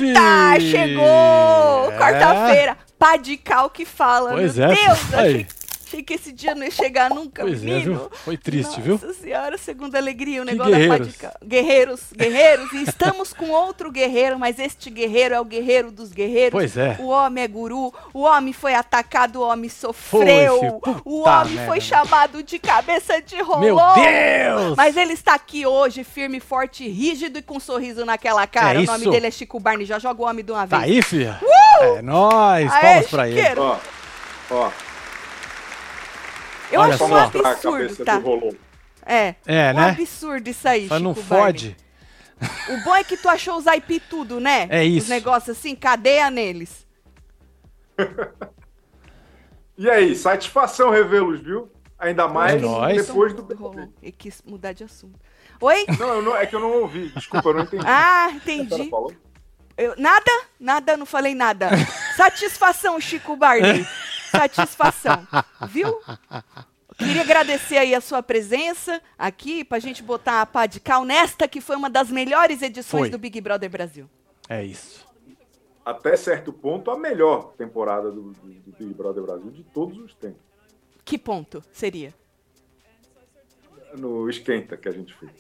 Eita, chegou! Quarta-feira, Padical que fala. Pois Meu é, Deus, aí. achei que esse dia não ia chegar nunca, Pois é, menino. viu? Foi triste, viu? Nossa senhora, segunda alegria, o Que negócio guerreiros. da Padical. Guerreiros, e estamos com outro guerreiro, mas este guerreiro é o guerreiro dos guerreiros. Pois é. O homem é guru, o homem foi atacado, o homem Foi, sofreu, filho. Puta o homem merda. foi chamado de cabeça de rolão. Meu Deus! Mas ele está aqui hoje, firme, forte, rígido e com um sorriso naquela cara. É o nome isso. dele é Chico Barney, já joga o homem de uma vez. Tá aí, filha? É nóis, Aê, palmas pra ele. Chiqueiro. Ó, Eu Olha acho um só. mostrar a absurdo, cabeça tá? do Rolon. É, É, um né? absurdo isso aí, Mas não Chico Barney. fode. O bom é que tu achou os IP tudo, né? É isso. Os negócios assim, cadeia neles. E aí, satisfação revê-los, viu? Ainda mais nóis. depois do Rolou. BBB. E quis mudar de assunto. Oi? Não, é que eu não ouvi. Desculpa, eu não entendi. Ah, A senhora entendi. falou? Nada, não falei nada. Satisfação, Chico Barney. Satisfação. Viu? Queria agradecer aí a sua presença aqui pra gente botar a pá de cal nesta que foi uma das melhores edições Foi. do Big Brother Brasil. É isso. Até certo ponto, a melhor temporada do Big Brother Brasil de todos os tempos. Que ponto seria? No Esquenta que a gente fez.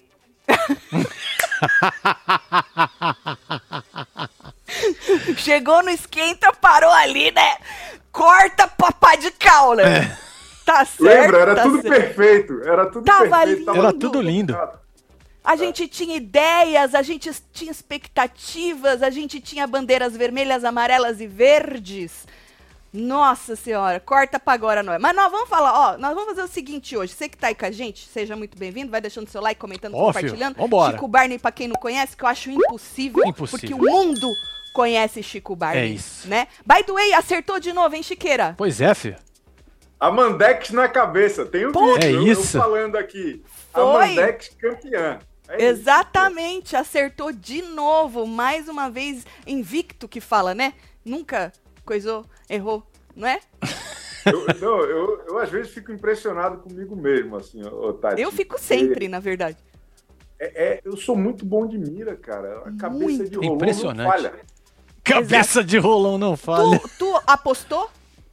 Chegou no esquenta, parou ali, né? Corta pra pá de cal, né? Tá certo. Lembra? Era tá tudo certo. perfeito. Era tudo Tava perfeito. lindo. Era tudo lindo. A gente tinha ideias, a gente tinha expectativas, a gente tinha bandeiras vermelhas, amarelas e verdes. Nossa senhora, corta pra agora nós. Mas nós vamos falar, ó, nós vamos fazer o seguinte hoje. Você que tá aí com a gente, seja muito bem-vindo, vai deixando seu like, comentando, Ó, compartilhando. filho, vambora. Chico Barney, pra quem não conhece, que eu acho impossível, Impossível. porque o mundo conhece Chico Barney. É isso. Né? By the way, acertou de novo, hein, Chiqueira? Pois é, filha. A Mandex na cabeça. Tem o Pô, vídeo. é eu isso. falando aqui. Foi. A Mandex campeã. É isso. Exatamente, acertou de novo, mais uma vez invicto que fala, né? Nunca coisou, errou, não é? Eu às vezes fico impressionado comigo mesmo, assim, ô, Tati. Eu fico sempre, na verdade. Eu sou muito bom de mira, cara. A cabeça Muito. de rolão Impressionante. não falha. Cabeça de rolão não falha. Tu apostou?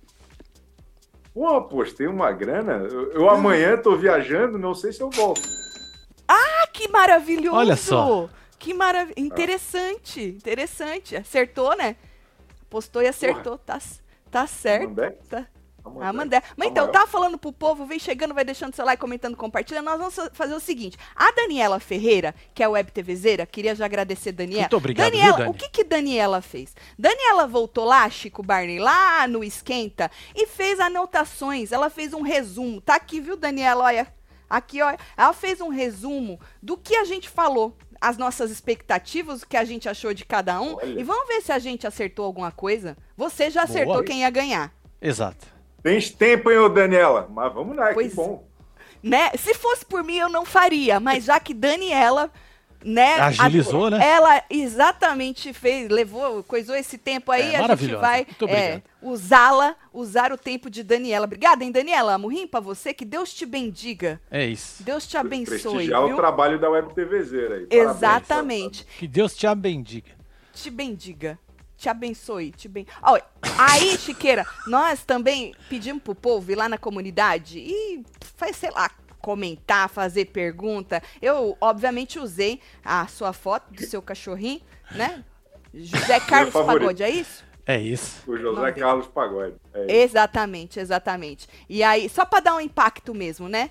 Pô, apostei uma grana. Eu amanhã tô viajando, não sei se eu volto. Ah, que maravilhoso! Olha só. Que maravilha. Interessante. Acertou, né? Apostou e acertou. Tá certo. Mandex? Tá. A Ah, Mandé. Mas A então, maior. tava falando pro povo, vem chegando, vai deixando seu like, comentando, compartilhando. Nós vamos fazer o seguinte. A Daniela Ferreira, que é web TVzeira, queria já agradecer Daniela. Muito obrigado, Daniela, viu, Dani? o que Daniela fez? Daniela voltou lá, Chico Barney, lá no Esquenta, e fez anotações. Ela fez um resumo. Tá aqui, viu, Daniela? Olha. Aqui, olha. Ela fez um resumo do que a gente falou. As nossas expectativas, o que a gente achou de cada um. Olha. E vamos ver se a gente acertou alguma coisa. Você já acertou Boa. quem ia ganhar. Exato. Tens tempo, hein, ô Daniela? Mas vamos lá, Pois que bom. Né? Se fosse por mim, eu não faria, mas já que Daniela, né? Agilizou, né? Ela exatamente coisou esse tempo aí, a gente maravilhosa. vai Muito obrigado. usar o tempo de Daniela. Obrigada, hein, Daniela? Murrim pra você, que Deus te bendiga. É isso. Deus te abençoe, Prestigiar viu? o trabalho da Web TVzeira aí. Parabéns, Exatamente. Que Deus te bendiga. Te bendiga. Te abençoe, Olha, aí, Chiqueira, nós também pedimos pro povo ir lá na comunidade e faz, sei lá, comentar, fazer pergunta. Eu, obviamente, usei a sua foto do seu cachorrinho, né? José Carlos favorito. Pagode, é isso? É isso. O José Não vi. Carlos Pagode. É isso. Exatamente. E aí, só pra dar um impacto mesmo, né?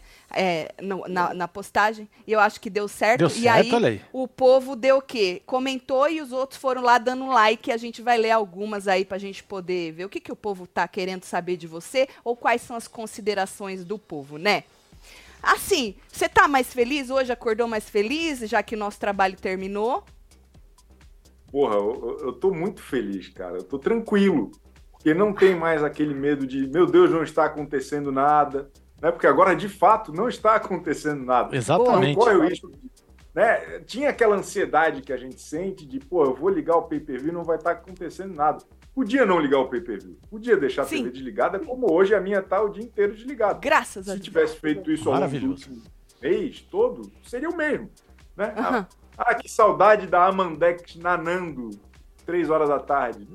Na postagem. E eu acho que deu certo. Deu E certo, aí, olha aí. o povo deu o quê? Comentou e os outros foram lá dando um like. A gente vai ler algumas aí pra gente poder ver o que o povo tá querendo saber de você ou quais são as considerações do povo, né? Assim, você tá mais feliz hoje? Acordou mais feliz, já que nosso trabalho terminou? Porra, eu tô muito feliz, cara. Eu tô tranquilo. Porque não tem mais aquele medo de, meu Deus, não está acontecendo nada. Né? Porque agora, de fato, não está acontecendo nada. Exatamente. Não corre o risco. Né? Tinha aquela ansiedade que a gente sente de, pô, eu vou ligar o pay-per-view e não vai estar acontecendo nada. Podia não ligar o pay-per-view. Podia deixar a Sim. TV desligada, como hoje a minha tá o dia inteiro desligada. Graças a Se Deus. tivesse feito isso ao longo do Maravilhoso. último mês todo, seria o mesmo. Né? Aham. Que saudade da Amandex nanando 3 horas da tarde.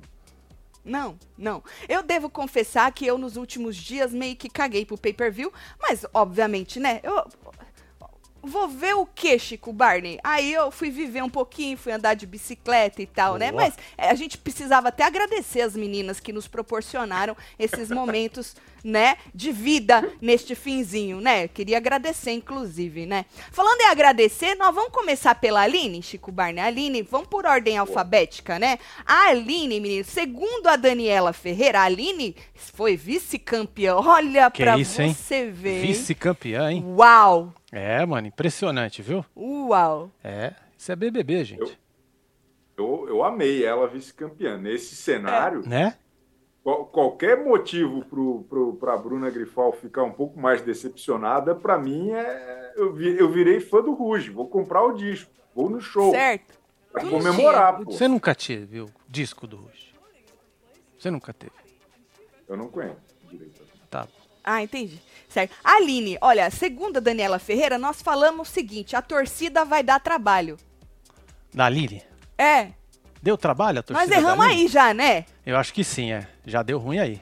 Não. Eu devo confessar que eu, nos últimos dias, meio que caguei pro pay-per-view, mas, obviamente, né, eu vou ver o quê, Chico Barney? Aí eu fui viver um pouquinho, fui andar de bicicleta e tal, né? Mas a gente precisava até agradecer as meninas que nos proporcionaram esses momentos, né, de vida neste finzinho, né? Queria agradecer, inclusive, né? Falando em agradecer, nós vamos começar pela Aline, Chico Barney. Aline, vamos por ordem alfabética, né? A Aline, menino, segundo a Daniela Ferreira, a Aline foi vice-campeã. Olha Que pra isso, hein? você ver. Vice-campeã, hein? Uau! É, mano, impressionante, viu? Uau! É, isso é BBB, gente. Eu amei ela vice-campeã. Nesse cenário, Né? qualquer motivo para a Bruna Grifal ficar um pouco mais decepcionada, para mim, eu virei fã do Ruge. Vou comprar o disco, vou no show. Certo. Pra comemorar, pô. Você nunca teve o disco do Ruge? Você nunca teve? Eu não conheço direito. Tá. Ah, entendi. Certo. Aline, olha, segundo a Daniela Ferreira, nós falamos o seguinte, a torcida vai dar trabalho. Da Aline? É. Deu trabalho a torcida Nós erramos da Aline? aí já, né? Eu acho que sim, é. Já deu ruim aí.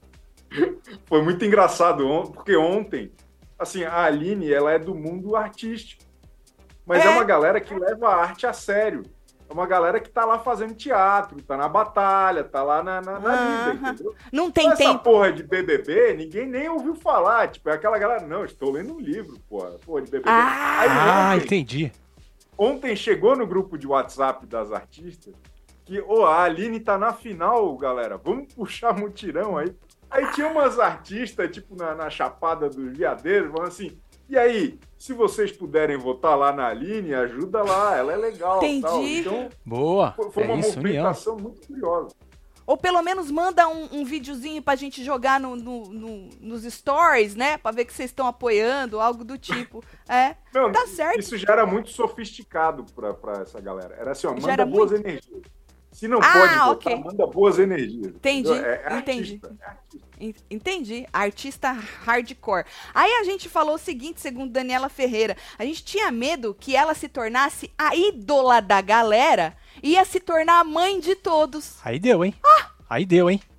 Foi muito engraçado, porque ontem, assim, a Aline, ela é do mundo artístico. Mas é uma galera que leva a arte a sério. É uma galera que tá lá fazendo teatro, tá na batalha, tá lá na vida, entendeu? Não tem Essa tempo. porra de BBB, ninguém nem ouviu falar. Tipo, é aquela galera, não, estou lendo um livro, porra de BBB. Aí, Entendi. Ontem chegou no grupo de WhatsApp das artistas que, a Aline tá na final, galera, vamos puxar mutirão aí. Aí tinha umas artistas, tipo, na Chapada dos Veadeiros, falando assim, e aí, se vocês puderem votar lá na Aline, ajuda lá, ela é legal. Entendi. Tal. Então, Boa. foi uma isso, movimentação muito curiosa. Ou pelo menos manda um videozinho pra gente jogar nos stories, né? Pra ver que vocês estão apoiando, algo do tipo. Não, tá certo. Isso já era muito sofisticado pra essa galera. Era assim, Já manda era boas muito... energias. Se não pode votar, ok. manda boas energias. Entendi, entendi. Artista, é artista. Entendi. Artista hardcore. Aí a gente falou o seguinte, segundo Daniela Ferreira, a gente tinha medo que ela se tornasse a ídola da galera e ia se tornar a mãe de todos. Aí deu, hein? Aí deu, hein?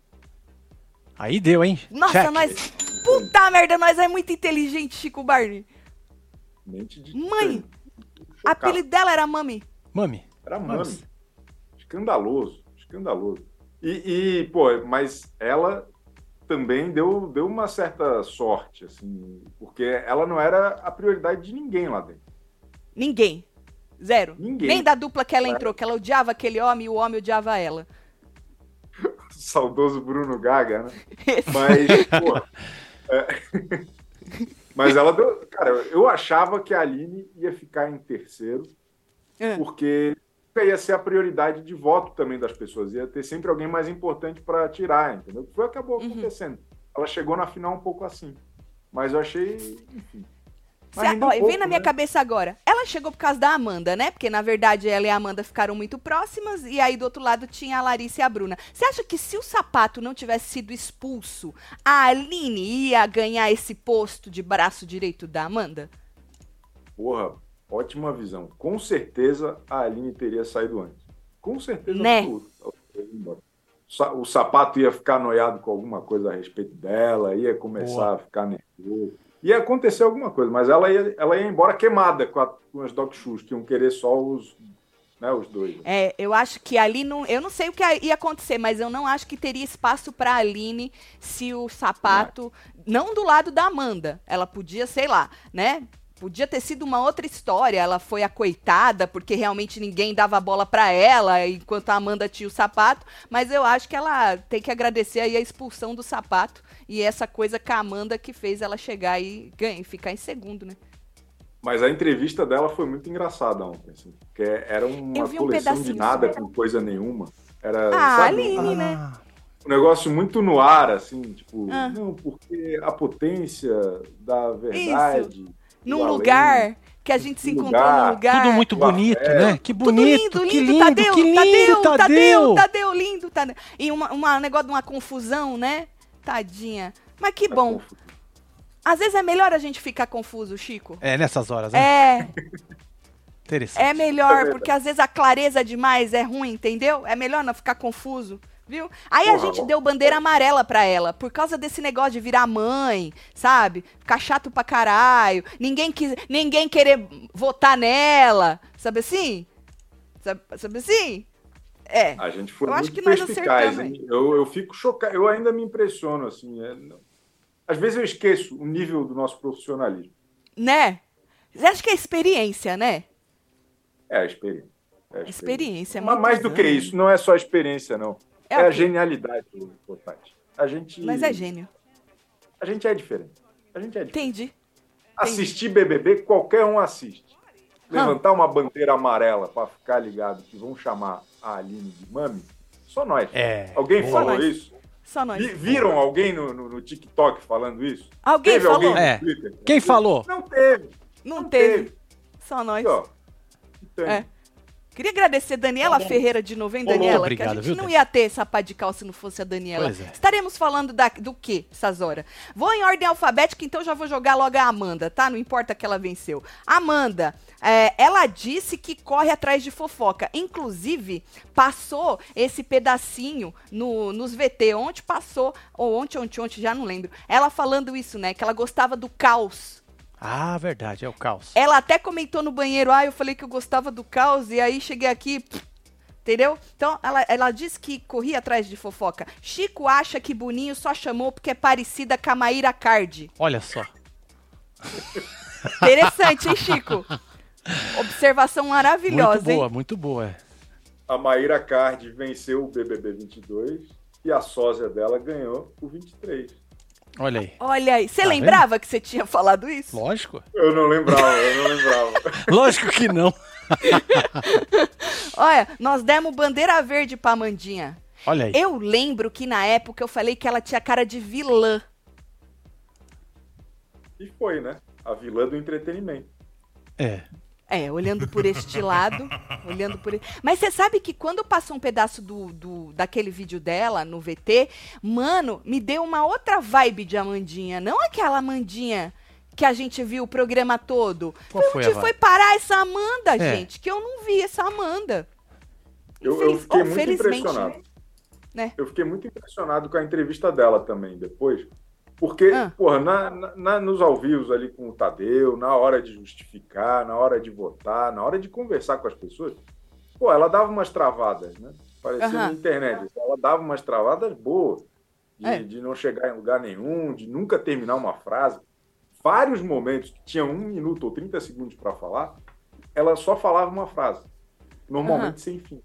Nossa, Check. nós... Puta merda, nós é muito inteligente, Chico Barney. Mente de Mãe. Chocado. O apelido dela era Mami. Mami. Era Mami. Escandaloso. E, mas ela também deu uma certa sorte, assim, porque ela não era a prioridade de ninguém lá dentro. Ninguém. Zero. Ninguém. Nem da dupla que ela entrou, que ela odiava aquele homem e o homem odiava ela. Saudoso Bruno Gaga, né? Mas, mas ela deu... Cara, eu achava que a Aline ia ficar em terceiro, porque ia ser a prioridade de voto também das pessoas. Ia ter sempre alguém mais importante para tirar, entendeu? Foi o que acabou acontecendo. Ela chegou na final um pouco assim. Mas eu achei... Enfim. Vem na minha cabeça agora. Ela chegou por causa da Amanda, né? Porque, na verdade, ela e a Amanda ficaram muito próximas. E aí, do outro lado, tinha a Larissa e a Bruna. Você acha que se o Sapato não tivesse sido expulso, a Aline ia ganhar esse posto de braço direito da Amanda? Porra, ótima visão. Com certeza, a Aline teria saído antes. Com certeza, né? O Sapato ia ficar noiado com alguma coisa a respeito dela, ia começar a ficar nervoso. Ia acontecer alguma coisa, mas ela ia embora queimada com as Doc Shoes, que iam querer só os dois. Eu acho que ali não... Eu não sei o que ia acontecer, mas eu não acho que teria espaço pra Aline se o Sapato... Não do lado da Amanda. Ela podia, sei lá, né? Podia ter sido uma outra história. Ela foi a coitada, porque realmente ninguém dava bola pra ela, enquanto a Amanda tinha o Sapato. Mas eu acho que ela tem que agradecer aí a expulsão do Sapato e essa coisa com a Amanda que fez ela chegar e ficar em segundo, né? Mas a entrevista dela foi muito engraçada ontem, assim, porque era uma coleção de nada com coisa nenhuma. Era, Aline, né? Um negócio muito no ar, assim, tipo, não, porque a potência da verdade... Isso. Num lugar que a gente se encontrou num lugar. Tudo muito bonito, né? Que bonito, tudo lindo, que lindo, lindo, Tadeu, lindo, Tadeu. E um negócio de uma confusão, né? Tadinha. Mas que bom. Às vezes é melhor a gente ficar confuso, Chico. Nessas horas, né? Interessante. É melhor, porque às vezes a clareza demais é ruim, entendeu? É melhor não ficar confuso, viu? Aí a gente deu bandeira amarela pra ela, por causa desse negócio de virar mãe, sabe? Ficar chato pra caralho, ninguém querer votar nela, sabe assim? Sabe assim? É. A gente foi Eu acho muito que nós perspicaz, acertamos, hein? Eu fico chocado, eu ainda me impressiono, assim. Às vezes eu esqueço o nível do nosso profissionalismo. né? Você acha que é experiência, né? É a experiência. Experiência, é Mas muitos mais do que anos. isso, não é só a experiência, não. É É o a quê? genialidade do Tati. Mas é gênio. A gente é diferente. A gente é diferente. Entendi. Assistir BBB, qualquer um assiste. Levantar uma bandeira amarela para ficar ligado que vão chamar a Aline de mami, só nós. Alguém boa. falou Só nós. isso? Só nós. Viram alguém no TikTok falando isso? Alguém Teve falou? alguém no Twitter? Quem falou? Não teve. Não teve. Só nós. Aqui, ó. Tem. É. Queria agradecer Daniela Ferreira de novo, hein, Muito Daniela? obrigado, que a gente viu, não Dani? ia ter essa pá de cal se não fosse a Daniela. Pois é. Estaremos falando do quê essas horas? Vou em ordem alfabética, então já vou jogar logo a Amanda, tá? Não importa que ela venceu. Amanda, ela disse que corre atrás de fofoca. Inclusive, passou esse pedacinho nos VT. Ontem passou, ou ontem, já não lembro. Ela falando isso, né? Que ela gostava do caos. Ah, verdade, é o caos. Ela até comentou no banheiro, eu falei que eu gostava do caos, e aí cheguei aqui, entendeu? Então, ela disse que corria atrás de fofoca. Chico acha que Boninho só chamou porque é parecida com a Maíra Cardi. Olha só. Interessante, hein, Chico? Observação maravilhosa, hein? Muito boa. A Maíra Cardi venceu o BBB 22 e a sósia dela ganhou o 23. Olha aí. Olha aí, você Tá lembrava que você tinha falado isso? Lógico. Eu não lembrava. Lógico que não. Olha, nós demos bandeira verde pra Amandinha. Olha aí. Eu lembro que na época eu falei que ela tinha cara de vilã. E foi, né? A vilã do entretenimento. Olhando por este lado, Mas você sabe que quando passou um pedaço daquele vídeo dela no VT, mano, me deu uma outra vibe de Amandinha. Não aquela Amandinha que a gente viu o programa todo. Qual foi a Onde vibe? foi parar essa Amanda, gente? Que eu não vi essa Amanda. Eu fiquei muito felizmente, impressionado. né? Eu fiquei muito impressionado com a entrevista dela também, depois. Porque, porra, nos ao vivos ali com o Tadeu, na hora de justificar, na hora de votar, na hora de conversar com as pessoas, pô, ela dava umas travadas, né? Parecia na internet. Ela dava umas travadas boas, de não chegar em lugar nenhum, de nunca terminar uma frase. Vários momentos que tinha 1 minuto ou 30 segundos para falar, ela só falava uma frase, normalmente sem fim.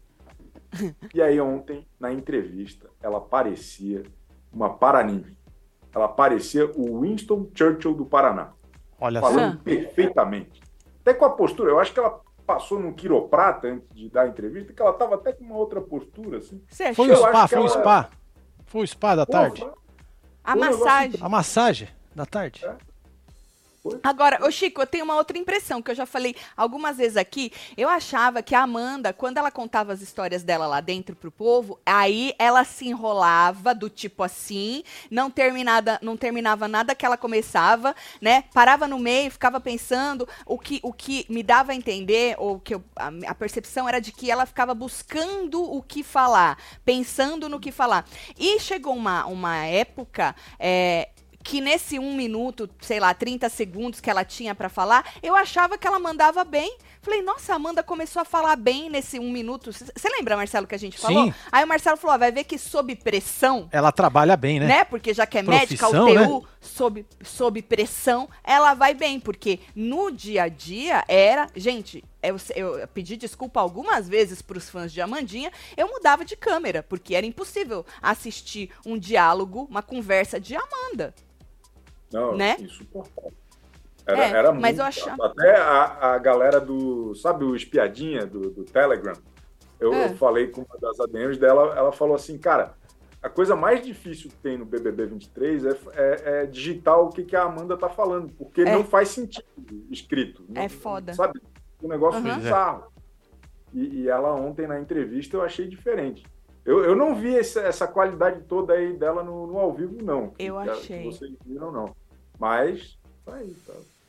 E aí ontem, na entrevista, ela parecia uma paraninfa. Ela parecia o Winston Churchill do Paraná. Olha falando só. perfeitamente. Até com a postura. Eu acho que ela passou num quiroprata antes de dar a entrevista, que ela estava até com uma outra postura. Assim. Foi o spa. Foi o spa da tarde. A massagem. A massagem da tarde. Agora, ô Chico, eu tenho uma outra impressão, que eu já falei algumas vezes aqui. Eu achava que a Amanda, quando ela contava as histórias dela lá dentro pro povo, aí ela se enrolava do tipo assim, não terminava nada que ela começava, né? Parava no meio, ficava pensando, o que me dava a entender, ou que a percepção era de que ela ficava buscando o que falar, pensando no que falar. E chegou uma época, que nesse 1 minuto, sei lá, 30 segundos que ela tinha pra falar, eu achava que ela mandava bem. Falei, nossa, a Amanda começou a falar bem nesse 1 minuto. Você lembra, Marcelo, que a gente falou? Sim. Aí o Marcelo falou, vai ver que sob pressão... Ela trabalha bem, né? Porque já que é médica, Profissão, UTU, né? sob pressão, ela vai bem. Porque no dia a dia era... Gente, eu pedi desculpa algumas vezes para os fãs de Amandinha, eu mudava de câmera, porque era impossível assistir um diálogo, uma conversa de Amanda. Não, né? Insuportável. Era muito. Mas eu achava... Até a galera do... Sabe o espiadinha do Telegram? Eu falei com uma das ADMs dela, ela falou assim, cara, a coisa mais difícil que tem no BBB 23 é digitar o que a Amanda tá falando, porque não faz sentido escrito. É foda. Sabe? Um negócio bizarro. E ela ontem na entrevista eu achei diferente. Eu não vi essa qualidade toda aí dela no ao vivo, não. Eu achei. Vocês viram, não. Mas, tá aí, tá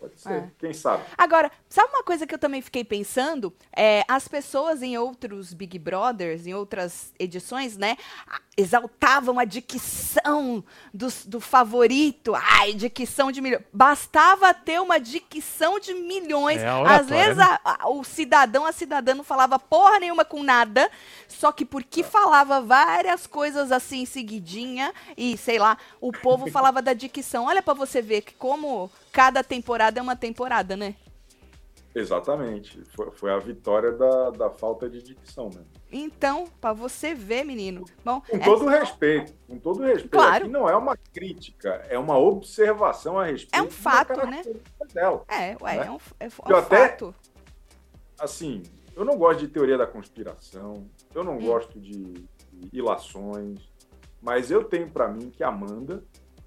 Pode ser, quem sabe? Agora, sabe uma coisa que eu também fiquei pensando? As pessoas em outros Big Brothers, em outras edições, né, exaltavam a dicção do favorito. Ai, dicção de milhões. Bastava ter uma dicção de milhões. Às vezes o cidadão, a cidadã não falava porra nenhuma com nada, só que porque falava várias coisas assim seguidinha e, sei lá, o povo falava da dicção. Olha pra você ver que como cada temporada é uma temporada, né? Exatamente. Foi a vitória da falta de dicção, né? Então, pra você ver, menino. Bom, com todo respeito, Claro. Aqui não é uma crítica, é uma observação a respeito. É um fato, né? Dela, né? É um eu até, fato. Assim, eu não gosto de teoria da conspiração, eu não gosto de ilações, mas eu tenho pra mim que a Amanda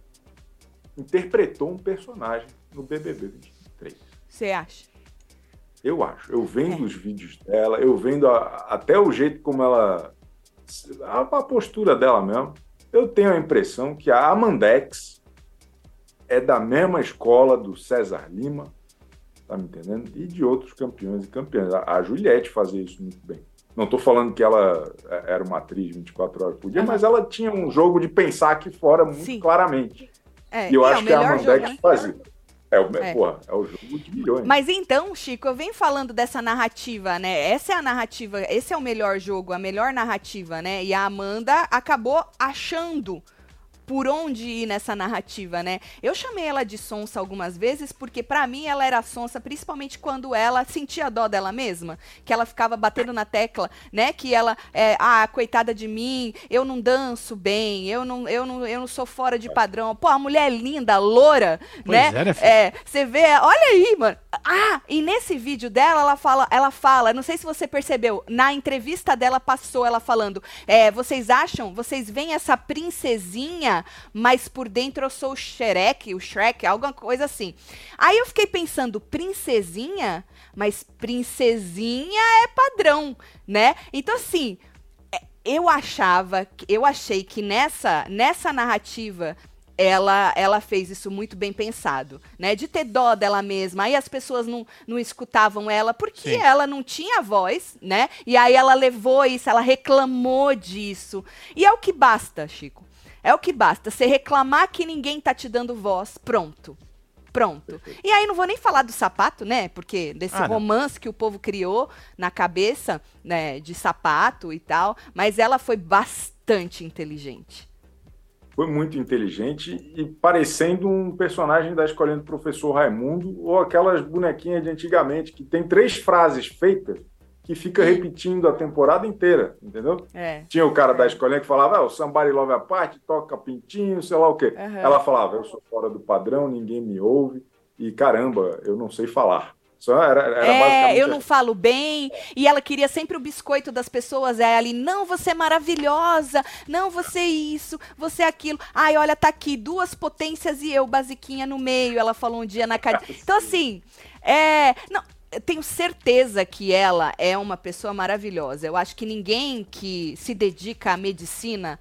interpretou um personagem no BBB 23. Você acha? Eu acho. Eu vendo os vídeos dela, eu vendo até o jeito como ela... A postura dela mesmo. Eu tenho a impressão que a Amandex é da mesma escola do César Lima, tá me entendendo? E de outros campeões e campeãs. A Juliette fazia isso muito bem. Não estou falando que ela era uma atriz 24 horas por dia, mas ela tinha um jogo de pensar aqui fora muito claramente. E eu acho que a Amandex fazia. Porra, é o jogo de milhões. Mas então, Chico, eu venho falando dessa narrativa, né? Essa é a narrativa, esse é o melhor jogo, a melhor narrativa, né? E a Amanda acabou achando por onde ir nessa narrativa, né? Eu chamei ela de sonsa algumas vezes, porque pra mim ela era sonsa, principalmente quando ela sentia dó dela mesma, que ela ficava batendo na tecla, né? Que ela, coitada de mim, eu não danço bem, eu não sou fora de padrão. Pô, a mulher é linda, loura, pois né? Você vê, olha aí, mano. E nesse vídeo dela, ela fala, não sei se você percebeu, na entrevista dela passou ela falando, vocês veem essa princesinha, mas por dentro eu sou o Shrek, alguma coisa assim. Aí eu fiquei pensando, princesinha? Mas princesinha é padrão, né? Então, assim, eu achei que nessa narrativa ela fez isso muito bem pensado, né? De ter dó dela mesma. Aí as pessoas não escutavam ela porque ela não tinha voz, né? E aí ela levou isso, ela reclamou disso. E é o que basta, Chico. É o que basta. Você reclamar que ninguém tá te dando voz. Pronto. E aí não vou nem falar do sapato, né? Porque desse romance que o povo criou na cabeça, né? De sapato e tal. Mas ela foi bastante inteligente. Foi muito inteligente e parecendo um personagem da Escolinha do Professor Raimundo ou aquelas bonequinhas de antigamente que tem 3 frases feitas que fica repetindo a temporada inteira, entendeu? Tinha o cara da escolinha que falava, o somebody love a parte, toca pintinho, sei lá o quê. Ela falava, eu sou fora do padrão, ninguém me ouve e caramba, eu não sei falar. Só era basicamente eu não falo bem, e ela queria sempre o biscoito das pessoas, ali, não, você é maravilhosa, não, você isso, você aquilo, olha, tá aqui, 2 potências e eu, basiquinha no meio, ela falou um dia na cara. Então, assim, não, eu tenho certeza que ela é uma pessoa maravilhosa. Eu acho que ninguém que se dedica à medicina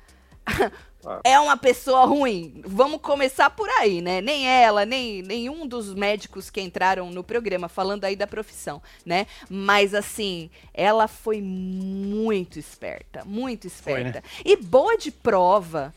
é uma pessoa ruim. Vamos começar por aí, né? Nem ela, nem nenhum dos médicos que entraram no programa, falando aí da profissão, né? Mas, assim, ela foi muito esperta, muito esperta. Foi, né? E boa de prova.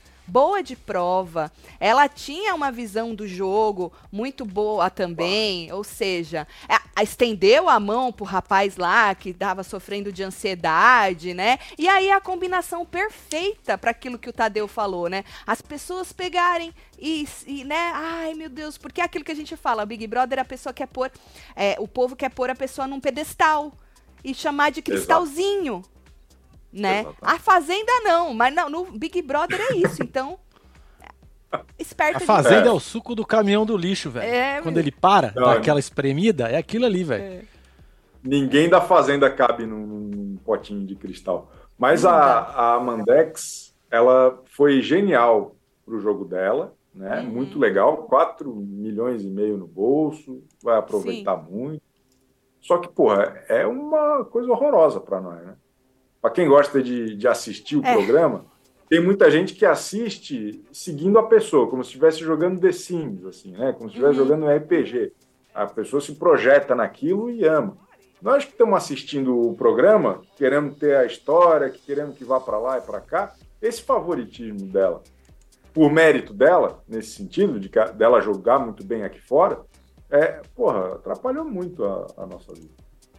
Ela tinha uma visão do jogo muito boa também, ou seja, estendeu a mão pro rapaz lá que estava sofrendo de ansiedade, né? E aí a combinação perfeita para aquilo que o Tadeu falou, né? As pessoas pegarem e, né? Ai, meu Deus, porque é aquilo que a gente fala, Big Brother, a pessoa quer pôr, o povo quer pôr a pessoa num pedestal e chamar de cristalzinho. Exato. Né? A Fazenda não, mas não, no Big Brother é isso, então esperta. A Fazenda é o suco do caminhão do lixo, velho. Quando ele dá aquela espremida, é aquilo ali, velho. Ninguém da Fazenda cabe num potinho de cristal. Mas a Amandex, ela foi genial pro jogo dela, né? Muito legal, 4,5 milhões no bolso, vai aproveitar muito. Só que, porra, é uma coisa horrorosa para nós, né? Para quem gosta de assistir o programa, tem muita gente que assiste seguindo a pessoa, como se estivesse jogando The Sims, assim, né? Como se estivesse jogando um RPG. A pessoa se projeta naquilo e ama. Nós que estamos assistindo o programa, queremos ter a história, que queremos que vá para lá e para cá, esse favoritismo dela, por mérito dela, nesse sentido, dela jogar muito bem aqui fora, atrapalhou muito a nossa vida.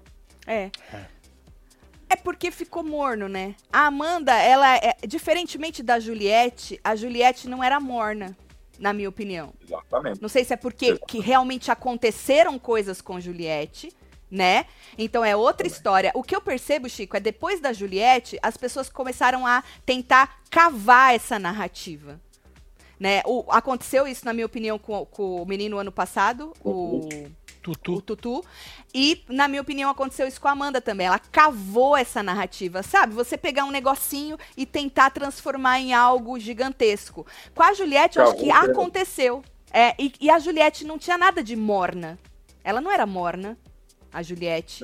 É porque ficou morno, né? A Amanda, diferentemente da Juliette, a Juliette não era morna, na minha opinião. Exatamente. Não sei se é porque que realmente aconteceram coisas com Juliette, né? Então é outra história. O que eu percebo, Chico, é depois da Juliette, as pessoas começaram a tentar cavar essa narrativa. Né? Aconteceu isso, na minha opinião, com o menino ano passado, o Tutu. E, na minha opinião, aconteceu isso com a Amanda também. Ela cavou essa narrativa, sabe? Você pegar um negocinho e tentar transformar em algo gigantesco. Com a Juliette, eu acho que aconteceu. E a Juliette não tinha nada de morna. Ela não era morna, a Juliette.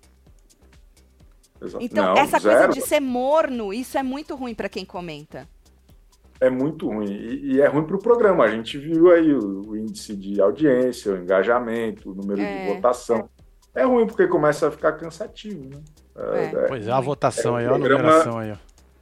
Então, não, essa coisa de ser morno, isso é muito ruim para quem comenta. É muito ruim. E é ruim para o programa. A gente viu aí o índice de audiência, o engajamento, o número de votação. É ruim porque começa a ficar cansativo, né? Pois é, a votação aí, a numeração aí.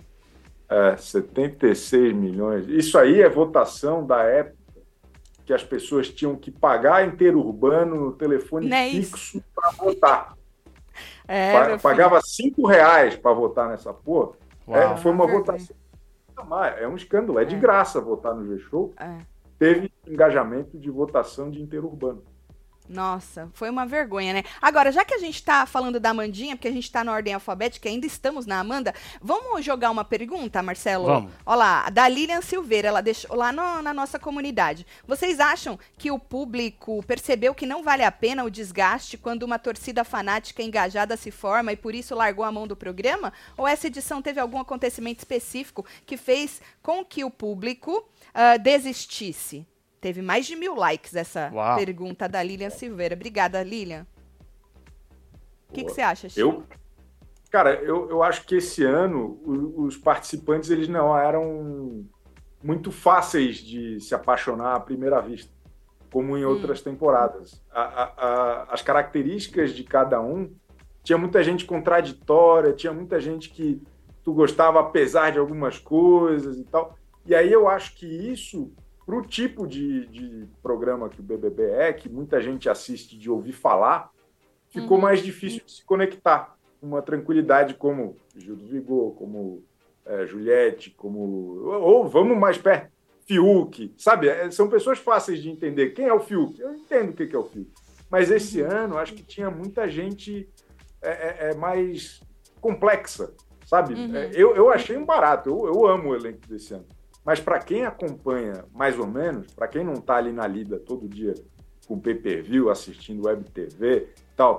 76 milhões. Isso aí é votação da época que as pessoas tinham que pagar interurbano no telefone fixo para votar. Pagava R$5 para votar nessa porra. Foi uma votação. É um escândalo, é de graça votar no G-Show. Teve engajamento de votação de interurbano. Nossa, foi uma vergonha, né? Agora, já que a gente tá falando da Amandinha, porque a gente tá na ordem alfabética, ainda estamos na Amanda, vamos jogar uma pergunta, Marcelo? Vamos. Olha lá, da Lilian Silveira, ela deixou lá na nossa comunidade. Vocês acham que o público percebeu que não vale a pena o desgaste quando uma torcida fanática engajada se forma e por isso largou a mão do programa? Ou essa edição teve algum acontecimento específico que fez com que o público desistisse? Teve mais de 1000 likes essa pergunta da Lilian Silveira. Obrigada, Lilian. O que você acha, Chico? Eu acho que esse ano os participantes eles não eram muito fáceis de se apaixonar à primeira vista, como em outras temporadas. As características de cada um, tinha muita gente contraditória, tinha muita gente que tu gostava apesar de algumas coisas e tal. E aí eu acho que isso, para o tipo de programa que o BBB que muita gente assiste de ouvir falar, ficou mais difícil de se conectar. Uma tranquilidade como Gil do Vigor, como Juliette, ou vamos mais perto, Fiuk, sabe? São pessoas fáceis de entender. Quem é o Fiuk? Eu entendo o que é o Fiuk. Mas esse ano, acho que tinha muita gente mais complexa, sabe? Eu achei um barato. Eu amo o elenco desse ano. Mas para quem acompanha, mais ou menos, para quem não está ali na lida todo dia com pay-per-view, assistindo web TV, tal,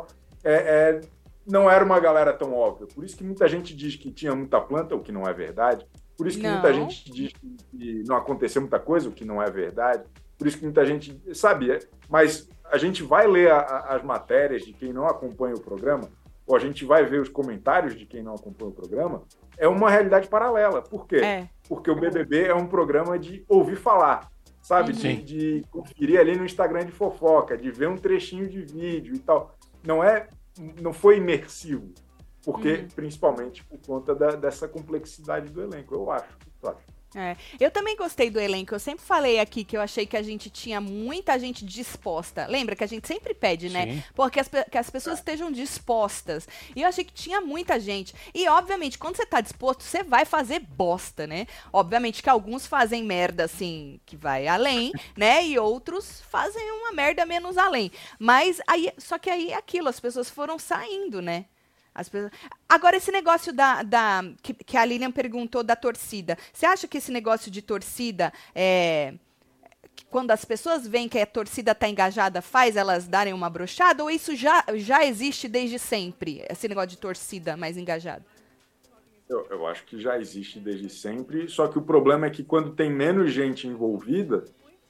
não era uma galera tão óbvia. Por isso que muita gente diz que tinha muita planta, o que não é verdade. Por isso que muita gente diz que não aconteceu muita coisa, o que não é verdade. Por isso que muita gente sabe. Mas a gente vai ler as matérias de quem não acompanha o programa, ou a gente vai ver os comentários de quem não acompanha o programa, é uma realidade paralela. Por quê? Porque o BBB é um programa de ouvir falar, sabe? De conferir ali no Instagram de fofoca, de ver um trechinho de vídeo e tal. Não foi imersivo, porque principalmente por conta dessa complexidade do elenco, eu acho. Eu também gostei do elenco. Eu sempre falei aqui que eu achei que a gente tinha muita gente disposta. Lembra que a gente sempre pede, né? Porque que as pessoas estejam dispostas. E eu achei que tinha muita gente. E, obviamente, quando você tá disposto, você vai fazer bosta, né? Obviamente que alguns fazem merda, assim, que vai além, né? E outros fazem uma merda menos além. Mas aí, só que aí é aquilo, as pessoas foram saindo, né? Agora, esse negócio que a Lilian perguntou da torcida. Você acha que esse negócio de torcida, quando as pessoas veem que a torcida está engajada, faz elas darem uma brochada? Ou isso já existe desde sempre, esse negócio de torcida mais engajada? Eu acho que já existe desde sempre, só que o problema é que quando tem menos gente envolvida,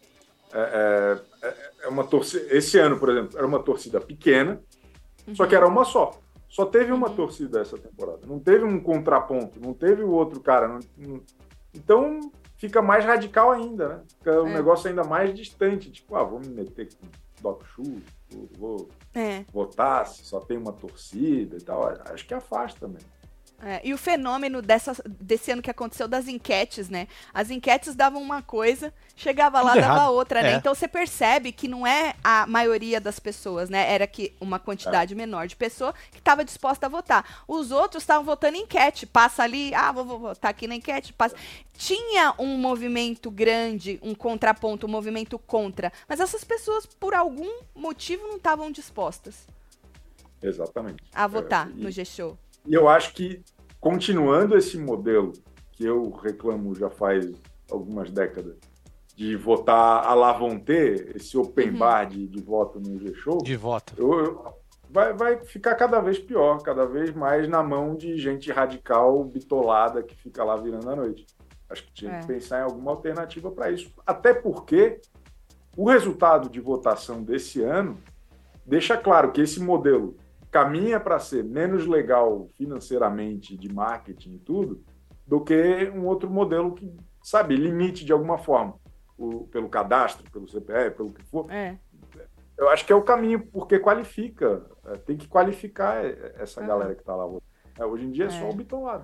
uma torcida. Esse ano, por exemplo, era uma torcida pequena, só que era uma só. Só teve uma torcida essa temporada. Não teve um contraponto, não teve o outro cara. Então, fica mais radical ainda, né? Fica um negócio ainda mais distante. Tipo, vou me meter com Doc Chu, vou votar se só tem uma torcida e tal. Acho que afasta também. E o fenômeno desse ano que aconteceu das enquetes, né? As enquetes davam uma coisa, chegava lá, dava outra, né? Então você percebe que não é a maioria das pessoas, né? Era que uma quantidade menor de pessoa que estava disposta a votar. Os outros estavam votando em enquete. Passa ali, vou votar aqui na enquete, passa. Tinha um movimento grande, um contraponto, um movimento contra. Mas essas pessoas, por algum motivo, não estavam dispostas. Exatamente. A votar no G-Show. E eu acho que, continuando esse modelo que eu reclamo já faz algumas décadas, de votar à la vontade, esse open bar de voto no G-Show... De voto. Vai ficar cada vez pior, cada vez mais na mão de gente radical, bitolada, que fica lá virando a noite. Acho que tinha que pensar em alguma alternativa para isso. Até porque o resultado de votação desse ano deixa claro que esse modelo caminha para ser menos legal financeiramente, de marketing e tudo, do que um outro modelo que, sabe, limite de alguma forma, pelo cadastro, pelo CPF, pelo que for. Eu acho que é o caminho, porque qualifica, tem que qualificar essa galera que está lá. Hoje em dia é só o bitolado.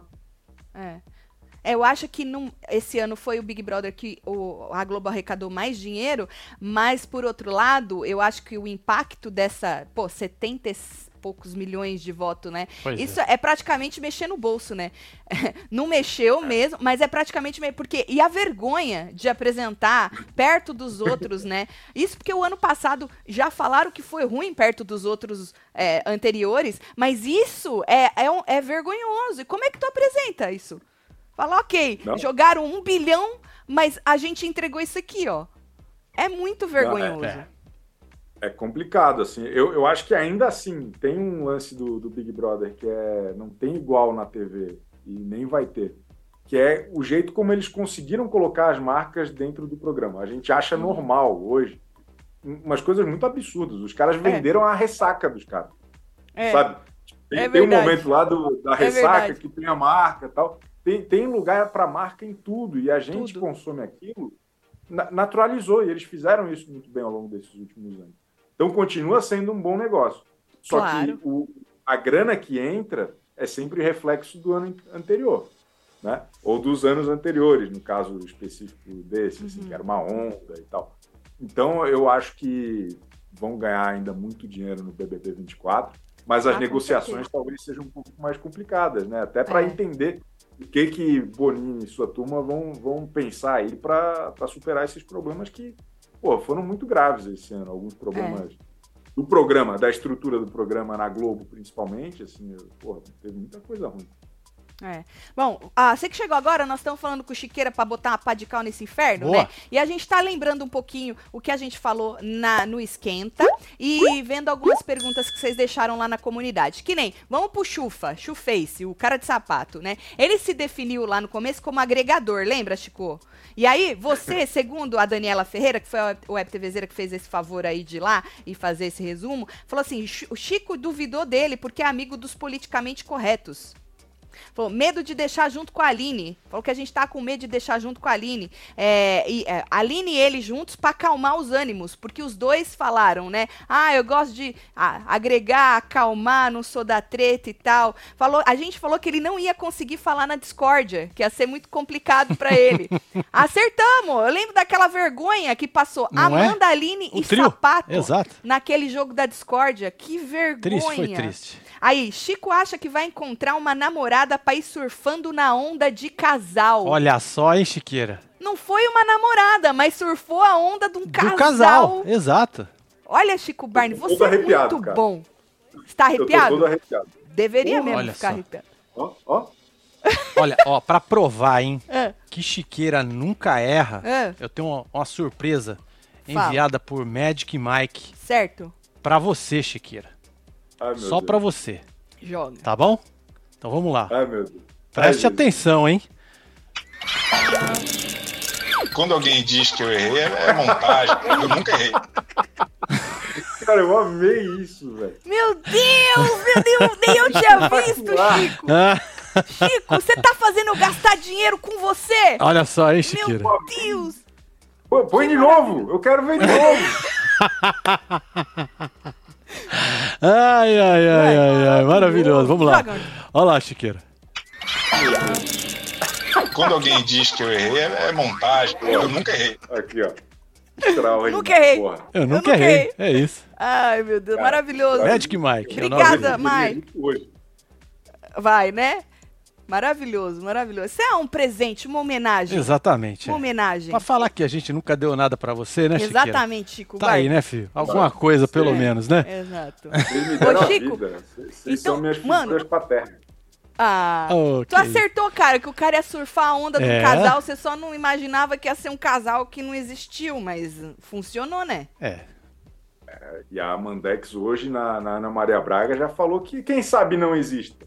Eu acho que esse ano foi o Big Brother que a Globo arrecadou mais dinheiro, mas, por outro lado, eu acho que o impacto dessa, 70 e poucos milhões de votos, né? Isso é praticamente mexer no bolso, né? Não mexeu mesmo, mas é praticamente porque e a vergonha de apresentar perto dos outros, né? Isso porque o ano passado já falaram que foi ruim perto dos outros anteriores, mas isso é vergonhoso. E como é que tu apresenta isso? Fala, jogaram 1 bilhão, mas a gente entregou isso aqui, ó. É muito vergonhoso. É complicado, assim. Eu acho que ainda assim tem um lance do Big Brother que não tem igual na TV e nem vai ter, que é o jeito como eles conseguiram colocar as marcas dentro do programa. A gente acha normal hoje umas coisas muito absurdas. Os caras venderam a ressaca dos caras, sabe? Tem um momento lá da ressaca que tem a marca e tal. Tem lugar para marca em tudo e a gente consome aquilo, naturalizou, e eles fizeram isso muito bem ao longo desses últimos anos. Então, continua sendo um bom negócio. Só que a grana que entra é sempre reflexo do ano anterior, né? Ou dos anos anteriores, no caso específico desse, assim, que era uma onda e tal. Então, eu acho que vão ganhar ainda muito dinheiro no BBB 24, mas as negociações talvez sejam um pouco mais complicadas, né? Até para entender o que Boninho e sua turma vão pensar aí para superar esses problemas que foram muito graves esse ano. Alguns problemas do programa, da estrutura do programa na Globo, principalmente, assim, teve muita coisa ruim. Bom, você que chegou agora, nós estamos falando com o Chiqueira para botar uma pá de cal nesse inferno, né? E a gente está lembrando um pouquinho o que a gente falou no Esquenta e vendo algumas perguntas que vocês deixaram lá na comunidade. Que nem, vamos pro Chuface, o cara de sapato, né? Ele se definiu lá no começo como agregador, lembra, Chico? E aí, você, segundo a Daniela Ferreira, que foi a WebTVzeira que fez esse favor aí de ir lá e fazer esse resumo, falou assim, o Chico duvidou dele porque é amigo dos politicamente corretos. Falou, medo de deixar junto com a Aline. Falou que a gente tá com medo de deixar junto com a Aline. Aline e ele juntos pra acalmar os ânimos. Porque os dois falaram, né? Eu gosto de agregar, acalmar, não sou da treta e tal. A gente falou que ele não ia conseguir falar na discórdia, que ia ser muito complicado pra ele. Acertamos! Eu lembro daquela vergonha que passou não Amanda, Aline e trio? Sapato. Exato. Naquele jogo da discórdia. Que vergonha! Foi triste. Aí, Chico acha que vai encontrar uma namorada pra ir surfando na onda de casal. Olha só, hein, Chiqueira? Não foi uma namorada, mas surfou a onda de um casal. Do casal, exato. Olha, Chico Barney, você é muito bom. Você tá arrepiado? Eu tô todo arrepiado. Deveria mesmo ficar arrepiado. Olha, pra provar, hein, que Chiqueira nunca erra, eu tenho uma surpresa enviada por Magic Mike. Certo. Pra você, Chiqueira. Só pra você. Joga. Tá bom? Então vamos lá. Ai, meu Deus. Preste atenção, hein? Quando alguém diz que eu errei, é montagem. Eu nunca errei. Cara, eu amei isso, velho. Meu Deus, nem eu tinha visto, Chico. Chico, você tá fazendo eu gastar dinheiro com você? Olha só, hein, Chiqueira? Meu Deus! Pô, põe de novo! Eu quero ver de novo! Ai, maravilhoso. Vamos lá. Olha lá, Chiqueira. Quando alguém diz que eu errei, é montagem. Eu nunca errei. Aqui, ó. Nunca errei. Porra. Eu nunca errei. É isso. Ai, meu Deus, maravilhoso. Magic Mike. Obrigada, Mike. Vai, né? Maravilhoso, maravilhoso. Isso é um presente, uma homenagem. Exatamente. Uma homenagem. Pra falar que a gente nunca deu nada pra você, né, Chiqueira? Exatamente, Chico. Tá aí, né, filho? Alguma coisa, pelo menos, né? Exato. Vocês me deram Ô, Chico, a vida. Vocês então, são minhas figuras paternas. Ah, tu acertou, cara, que o cara ia surfar a onda do casal, você só não imaginava que ia ser um casal que não existiu, mas funcionou, né? E a Amandex hoje, na Ana Maria Braga, já falou que quem sabe não existe.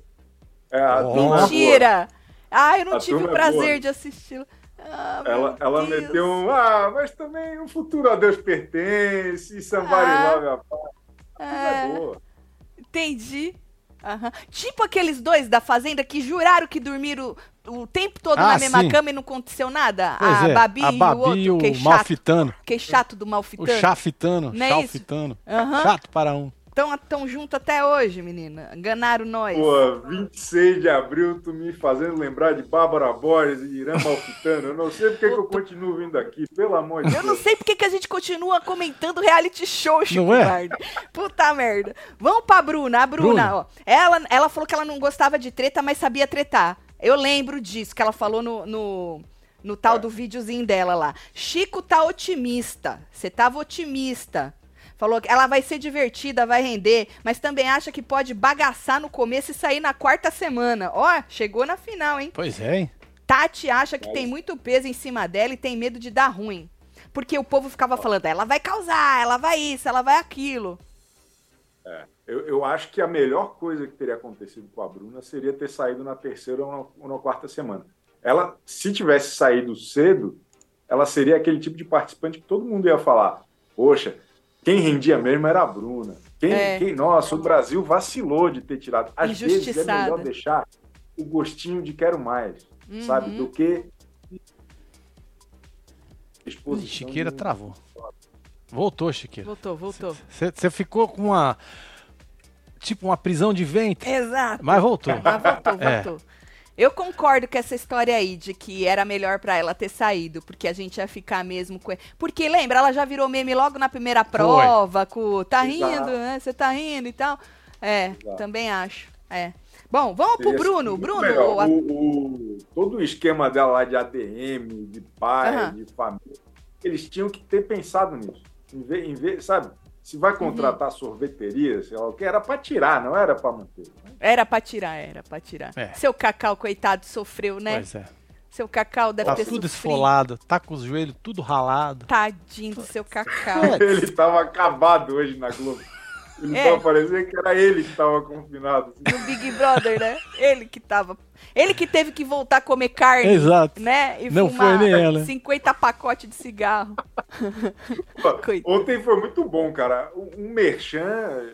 Mentira! Eu não tive o prazer de assisti-la. Ela meteu mas também o futuro a Deus pertence, somebody love a paz. É boa. Entendi. Tipo aqueles dois da Fazenda que juraram que dormiram o tempo todo na mesma cama e não aconteceu nada. A Babi e o outro, que Malfitano. Que chato do Malfitano. O Chafitano. Não é Chalfitano. Chato para um. Tão junto até hoje, menina. Enganaram nós. Pô, 26 de abril, tu me fazendo lembrar de Bárbara Borges e Irã Malfitano. Eu não sei porque que eu continuo vindo aqui, pelo amor de Deus. Eu não sei porque que a gente continua comentando reality show, Chico Guarda. Puta merda. Vamos pra Bruna. A Bruna, ó. Ela falou que ela não gostava de treta, mas sabia tretar. Eu lembro disso, que ela falou no tal do videozinho dela lá. Chico tá otimista. Você tava otimista. Falou que ela vai ser divertida, vai render, mas também acha que pode bagaçar no começo e sair na quarta semana. Ó, chegou na final, hein? Pois é, hein? Tati acha que tem muito peso em cima dela e tem medo de dar ruim. Porque o povo ficava falando, ela vai causar, ela vai isso, ela vai aquilo. Eu acho que a melhor coisa que teria acontecido com a Bruna seria ter saído na terceira ou na quarta semana. Ela, se tivesse saído cedo, ela seria aquele tipo de participante que todo mundo ia falar, poxa, quem rendia mesmo era a Bruna. Nossa, o Brasil vacilou de ter tirado. Às vezes é melhor deixar o gostinho de quero mais, sabe? Do que Chiqueira travou. Voltou, Chiqueira. Voltou. Você ficou com uma prisão de ventre. Exato. Mas voltou. Voltou. Eu concordo com essa história aí de que era melhor pra ela ter saído, porque a gente ia ficar mesmo com... Porque, lembra, ela já virou meme logo na primeira prova, com tá rindo, né? Você tá rindo e tal. Também acho. Bom, vamos pro Bruno. Todo o esquema dela lá de ADM, de pai, de família, eles tinham que ter pensado nisso. Em vez, sabe? Se vai contratar sorveteria, sei lá o que, era pra tirar, não era pra manter. Né? Era pra tirar. Seu Cacau, coitado, sofreu, né? Pois é. Seu Cacau deve ter tudo sofrido. Esfolado, tá com os joelhos tudo ralado. Tadinho do seu Cacau. Ele tava acabado hoje na Globo. Ele tava parecendo que era ele que tava confinado. No Big Brother, né? Ele que teve que voltar a comer carne. Exato. Né? E não fumar foi nem ela. 50 pacotes de cigarro. Ontem foi muito bom, cara. Um merchan,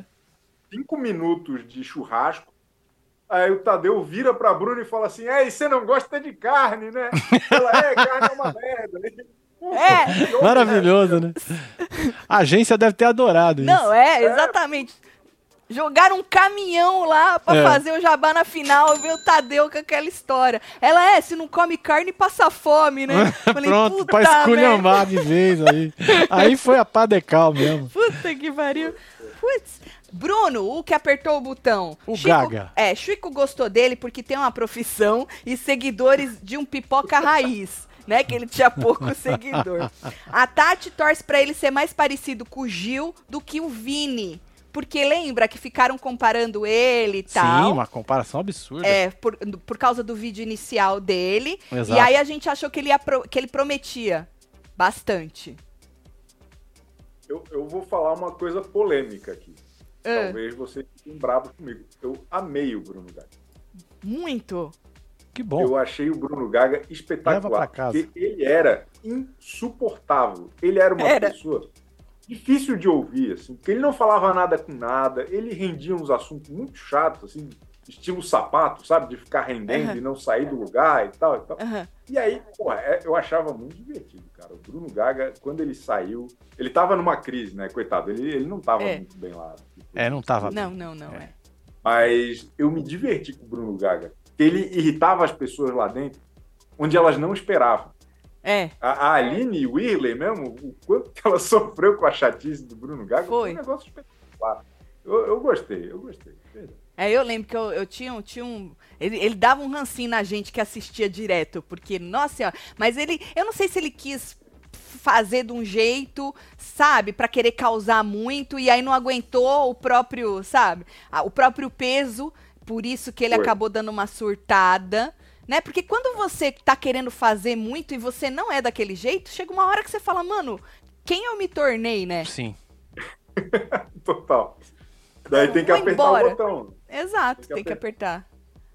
5 minutos de churrasco. Aí o Tadeu vira pra Bruna e fala assim, e você não gosta de carne, né? Ela, carne é uma merda. Maravilhoso, né? A agência deve ter adorado isso. Não, exatamente. Jogaram um caminhão lá pra fazer o jabá na final, ver o Tadeu com aquela história. Ela se não come carne, passa fome, né? Falei, pronto, pra esculhambar de vez aí. Aí foi a pá de cal mesmo. Puta que pariu. Putz. Bruno, o que apertou o botão. Chico, Gaga. Chico gostou dele porque tem uma profissão e seguidores de um pipoca raiz. Né, que ele tinha pouco seguidor. A Tati torce pra ele ser mais parecido com o Gil do que o Vini. Porque lembra que ficaram comparando ele e tal. Sim, uma comparação absurda. Por causa do vídeo inicial dele. Exato. E aí a gente achou que ele prometia bastante. Eu vou falar uma coisa polêmica aqui. Talvez vocês fiquem bravos comigo. Eu amei o Bruno Gaga. Muito. Que bom. Eu achei o Bruno Gaga espetacular. Leva pra casa. Porque ele era insuportável. Ele era uma pessoa difícil de ouvir, assim, porque ele não falava nada com nada, ele rendia uns assuntos muito chatos, assim, estilo sapato, sabe? De ficar rendendo e não sair do lugar e tal e tal. E aí, porra, eu achava muito divertido, cara. O Bruno Gaga, quando ele saiu, ele tava numa crise, né? Coitado, ele não tava muito bem lá. Não tava bem. Não. Mas eu me diverti com o Bruno Gaga. Ele irritava as pessoas lá dentro, onde elas não esperavam. A Aline Whirley mesmo, o quanto que ela sofreu com a chatice do Bruno Gaga, foi um negócio espetacular. Eu gostei. Eu lembro que eu tinha um... Ele dava um rancinho na gente que assistia direto, porque, nossa senhora... Mas eu não sei se ele quis fazer de um jeito, sabe? Pra querer causar muito, e aí não aguentou o próprio, sabe? O próprio peso, por isso que ele acabou dando uma surtada, né? Porque quando você tá querendo fazer muito e você não é daquele jeito, chega uma hora que você fala, mano, quem eu me tornei, né? Sim. Total. Daí tem que apertar o botão. Exato, tem que apertar.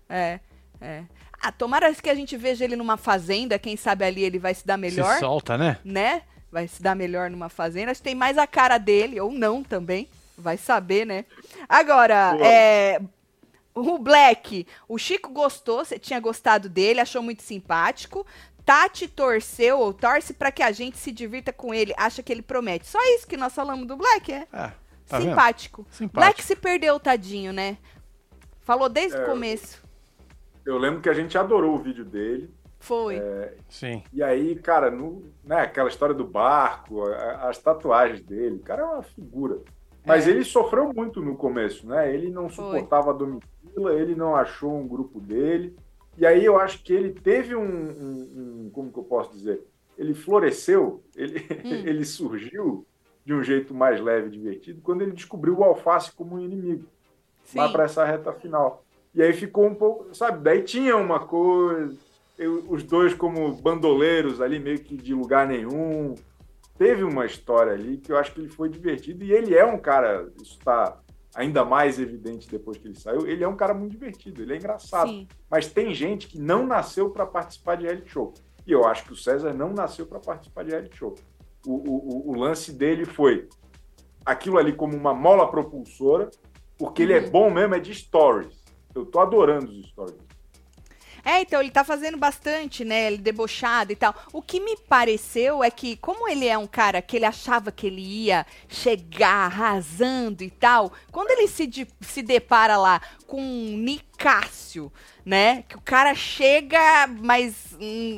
Tomara que a gente veja ele numa fazenda, quem sabe ali ele vai se dar melhor. Se solta, né? Vai se dar melhor numa fazenda. Acho que tem mais a cara dele, ou não também. Vai saber, né? Agora, o Black, o Chico gostou, você tinha gostado dele, achou muito simpático. Tati torceu ou torce pra que a gente se divirta com ele, acha que ele promete. Só isso que nós falamos do Black, Tá simpático. Black se perdeu, tadinho, né? Falou desde o começo. Eu lembro que a gente adorou o vídeo dele. Foi. Sim. E aí, cara, aquela história do barco, as tatuagens dele, o cara é uma figura. Mas ele sofreu muito no começo, né? Ele não suportava a Domitila, ele não achou um grupo dele. E aí eu acho que ele teve como que eu posso dizer? Ele floresceu, ele surgiu de um jeito mais leve e divertido quando ele descobriu o Alface como um inimigo. Lá para essa reta final. E aí ficou um pouco, sabe? Daí tinha uma coisa, os dois como bandoleiros ali, meio que de lugar nenhum. Teve uma história ali que eu acho que ele foi divertido. E ele é um cara, isso está ainda mais evidente depois que ele saiu, ele é um cara muito divertido, ele é engraçado. Sim. Mas tem gente que não nasceu para participar de reality show. E eu acho que o César não nasceu para participar de reality show. O lance dele foi aquilo ali como uma mola propulsora, porque ele é bom mesmo, é de stories. Eu tô adorando os stories. Então, ele tá fazendo bastante, né? Ele debochado e tal. O que me pareceu é que, como ele é um cara que ele achava que ele ia chegar arrasando e tal, quando ele se depara lá com um Nicásio, né? Que o cara chega, mas...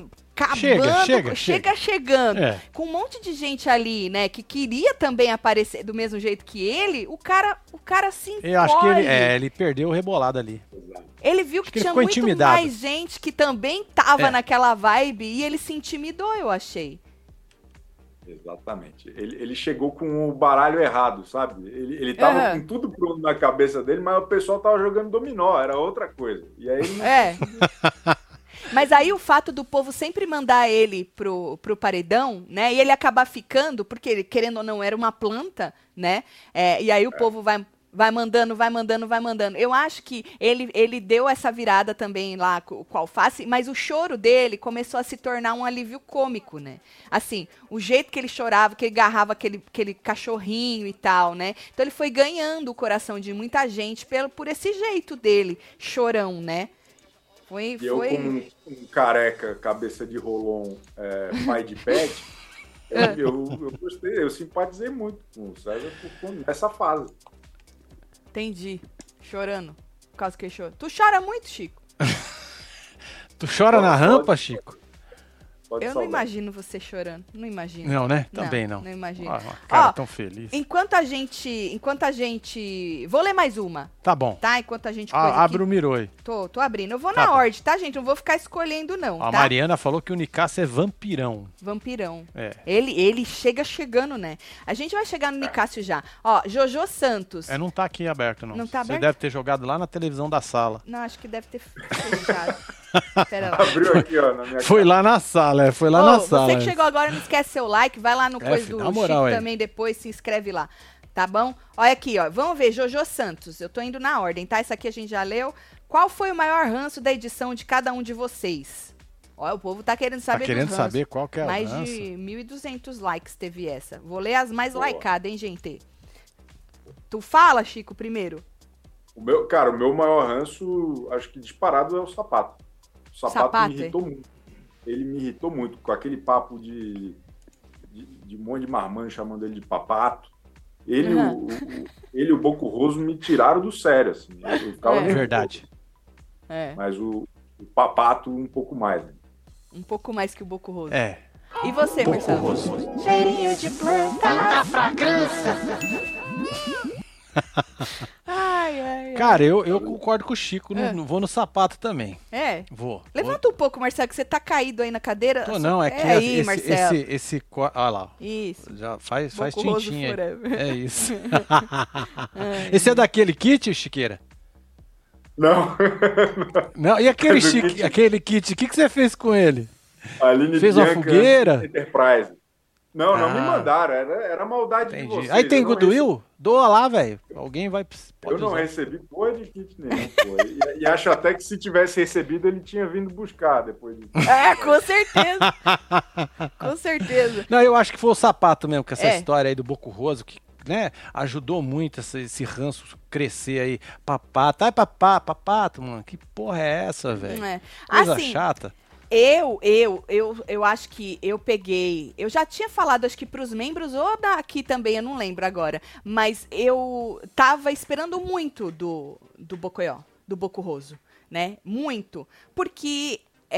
chegando, com um monte de gente ali, né, que queria também aparecer do mesmo jeito que ele, o cara se encolhe. Eu acho que ele perdeu o rebolado ali. Ele viu que tinha muito mais gente que também tava naquela vibe e ele se intimidou, eu achei. Exatamente. Ele chegou com o baralho errado, sabe? Ele tava com tudo pronto na cabeça dele, mas o pessoal tava jogando dominó, era outra coisa. E aí ele não... Mas aí o fato do povo sempre mandar ele pro paredão, né? E ele acabar ficando, porque ele, querendo ou não, era uma planta, né? E aí o povo vai mandando. Eu acho que ele deu essa virada também lá com o Alface, mas o choro dele começou a se tornar um alívio cômico, né? Assim, o jeito que ele chorava, que ele agarrava aquele cachorrinho e tal, né? Então ele foi ganhando o coração de muita gente por esse jeito dele, chorão, né? Eu, como um careca, cabeça de rolon, pai de pet, eu gostei, eu simpatizei muito com o César nessa fase. Entendi. Chorando. Por causa que ele chora. Tu chora muito, Chico? Tu chora na rampa, Chico? Eu não imagino você chorando. Não imagino. Não, né? Também não. Não imagino. Cara, tão feliz. Enquanto a gente... Vou ler mais uma. Tá bom. Tá? Enquanto a gente... Abre o Miroi. Tô abrindo. Eu vou na ordem, tá, gente? Não vou ficar escolhendo, não. A tá? Mariana falou que o Nicásio é vampirão. Vampirão. Ele chegando, né? A gente vai chegar no Nicásio já. Ó, Jojo Santos. Não tá aqui aberto, não. Não tá aberto? Você deve ter jogado lá na televisão da sala. Não, acho que deve ter fechado. Pera lá. Abriu aqui, ó, na minha Foi lá na sala, foi lá na sala. Você que chegou agora, não esquece seu like, vai lá no coisa do moral, Chico também depois, se inscreve lá, tá bom? Olha aqui, ó, vamos ver, Jojo Santos, eu tô indo na ordem, tá? Isso aqui a gente já leu. Qual foi o maior ranço da edição de cada um de vocês? Ó, o povo tá querendo saber saber qual que é o mais ranço. de 1.200 likes teve essa. Vou ler as mais likeadas, hein, gente? Tu fala, Chico, primeiro. O meu maior ranço, acho que disparado, é o Sapato. O Sapato me irritou muito. Ele me irritou muito com aquele papo de um monte de marmanjo chamando ele de papato. Ele e o Bocurroso me tiraram do sério, assim. Eu ficava nervoso. Verdade. Mas o papato um pouco mais. Né? Um pouco mais que o Bocurroso. E você, Marcelo? Cheirinho de planta, fragrância. Cara, eu concordo com o Chico, vou no Sapato também. Vou. Levanta um pouco, Marcelo, que você tá caído aí na cadeira. Não, é que aí, esse olha lá. Isso. Já faz tintinha aí. É isso. Ai, esse é daquele kit, Chiqueira? Não. E aquele kit, o que você fez com ele? Aline fez Bianca, uma fogueira? Enterprise. Não me mandaram, era maldade de vocês. Aí tem Goodwill? Doa lá, velho. Alguém vai... Eu não recebi porra de kit nenhum, pô. E acho até que se tivesse recebido, ele tinha vindo buscar depois disso. Com certeza. Com certeza. Não, eu acho que foi o Sapato mesmo, com essa história aí do Bocurroso, que, né, ajudou muito esse ranço crescer aí. Papato. Papato, mano. Que porra é essa, velho? Coisa chata. Eu acho que eu peguei... Eu já tinha falado, acho que pros membros, ou daqui também, eu não lembro agora. Mas eu tava esperando muito do Bocoió, do Bocurroso, né? Muito. Porque,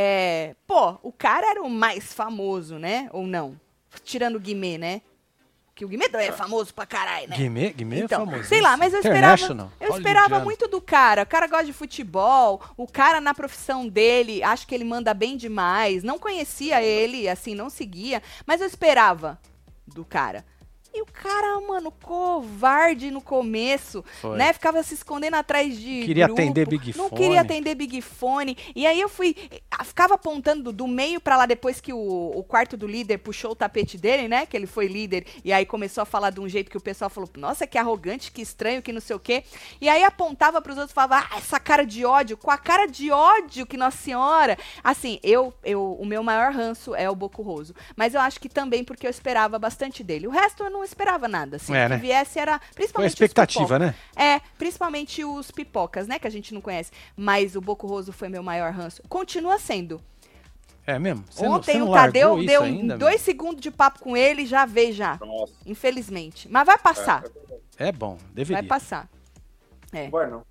o cara era o mais famoso, né? Ou não? Tirando o Guimê, né? Que o Guimê é famoso pra caralho, né? Guimê então, é famoso. Sei lá, mas eu esperava muito do cara. O cara gosta de futebol, o cara na profissão dele, acho que ele manda bem demais. Não conhecia ele, assim, não seguia, mas eu esperava do cara. E o cara, mano, covarde no começo, né? Ficava se escondendo atrás de Queria grupo, atender Big Fone. Não queria atender Big Fone. E aí eu ficava apontando do meio pra lá depois que o quarto do líder puxou o tapete dele, né? Que ele foi líder. E aí começou a falar de um jeito que o pessoal falou, nossa, que arrogante, que estranho, que não sei o quê. E aí apontava pros outros e falava, essa cara de ódio, com a cara de ódio que Nossa Senhora. Assim, o meu maior ranço é o Bocurroso. Mas eu acho que também porque eu esperava bastante dele. O resto eu não esperava nada, assim. Né? Que viesse era principalmente foi a expectativa, né? Principalmente os pipocas, né? Que a gente não conhece. Mas o Bocurroso foi meu maior ranço. Continua sendo. É mesmo? Ontem o Tadeu deu ainda, 2 segundos de papo com ele, já veio já. Nossa. Infelizmente. Mas vai passar. É bom, deveria. Vai passar. Não vai não.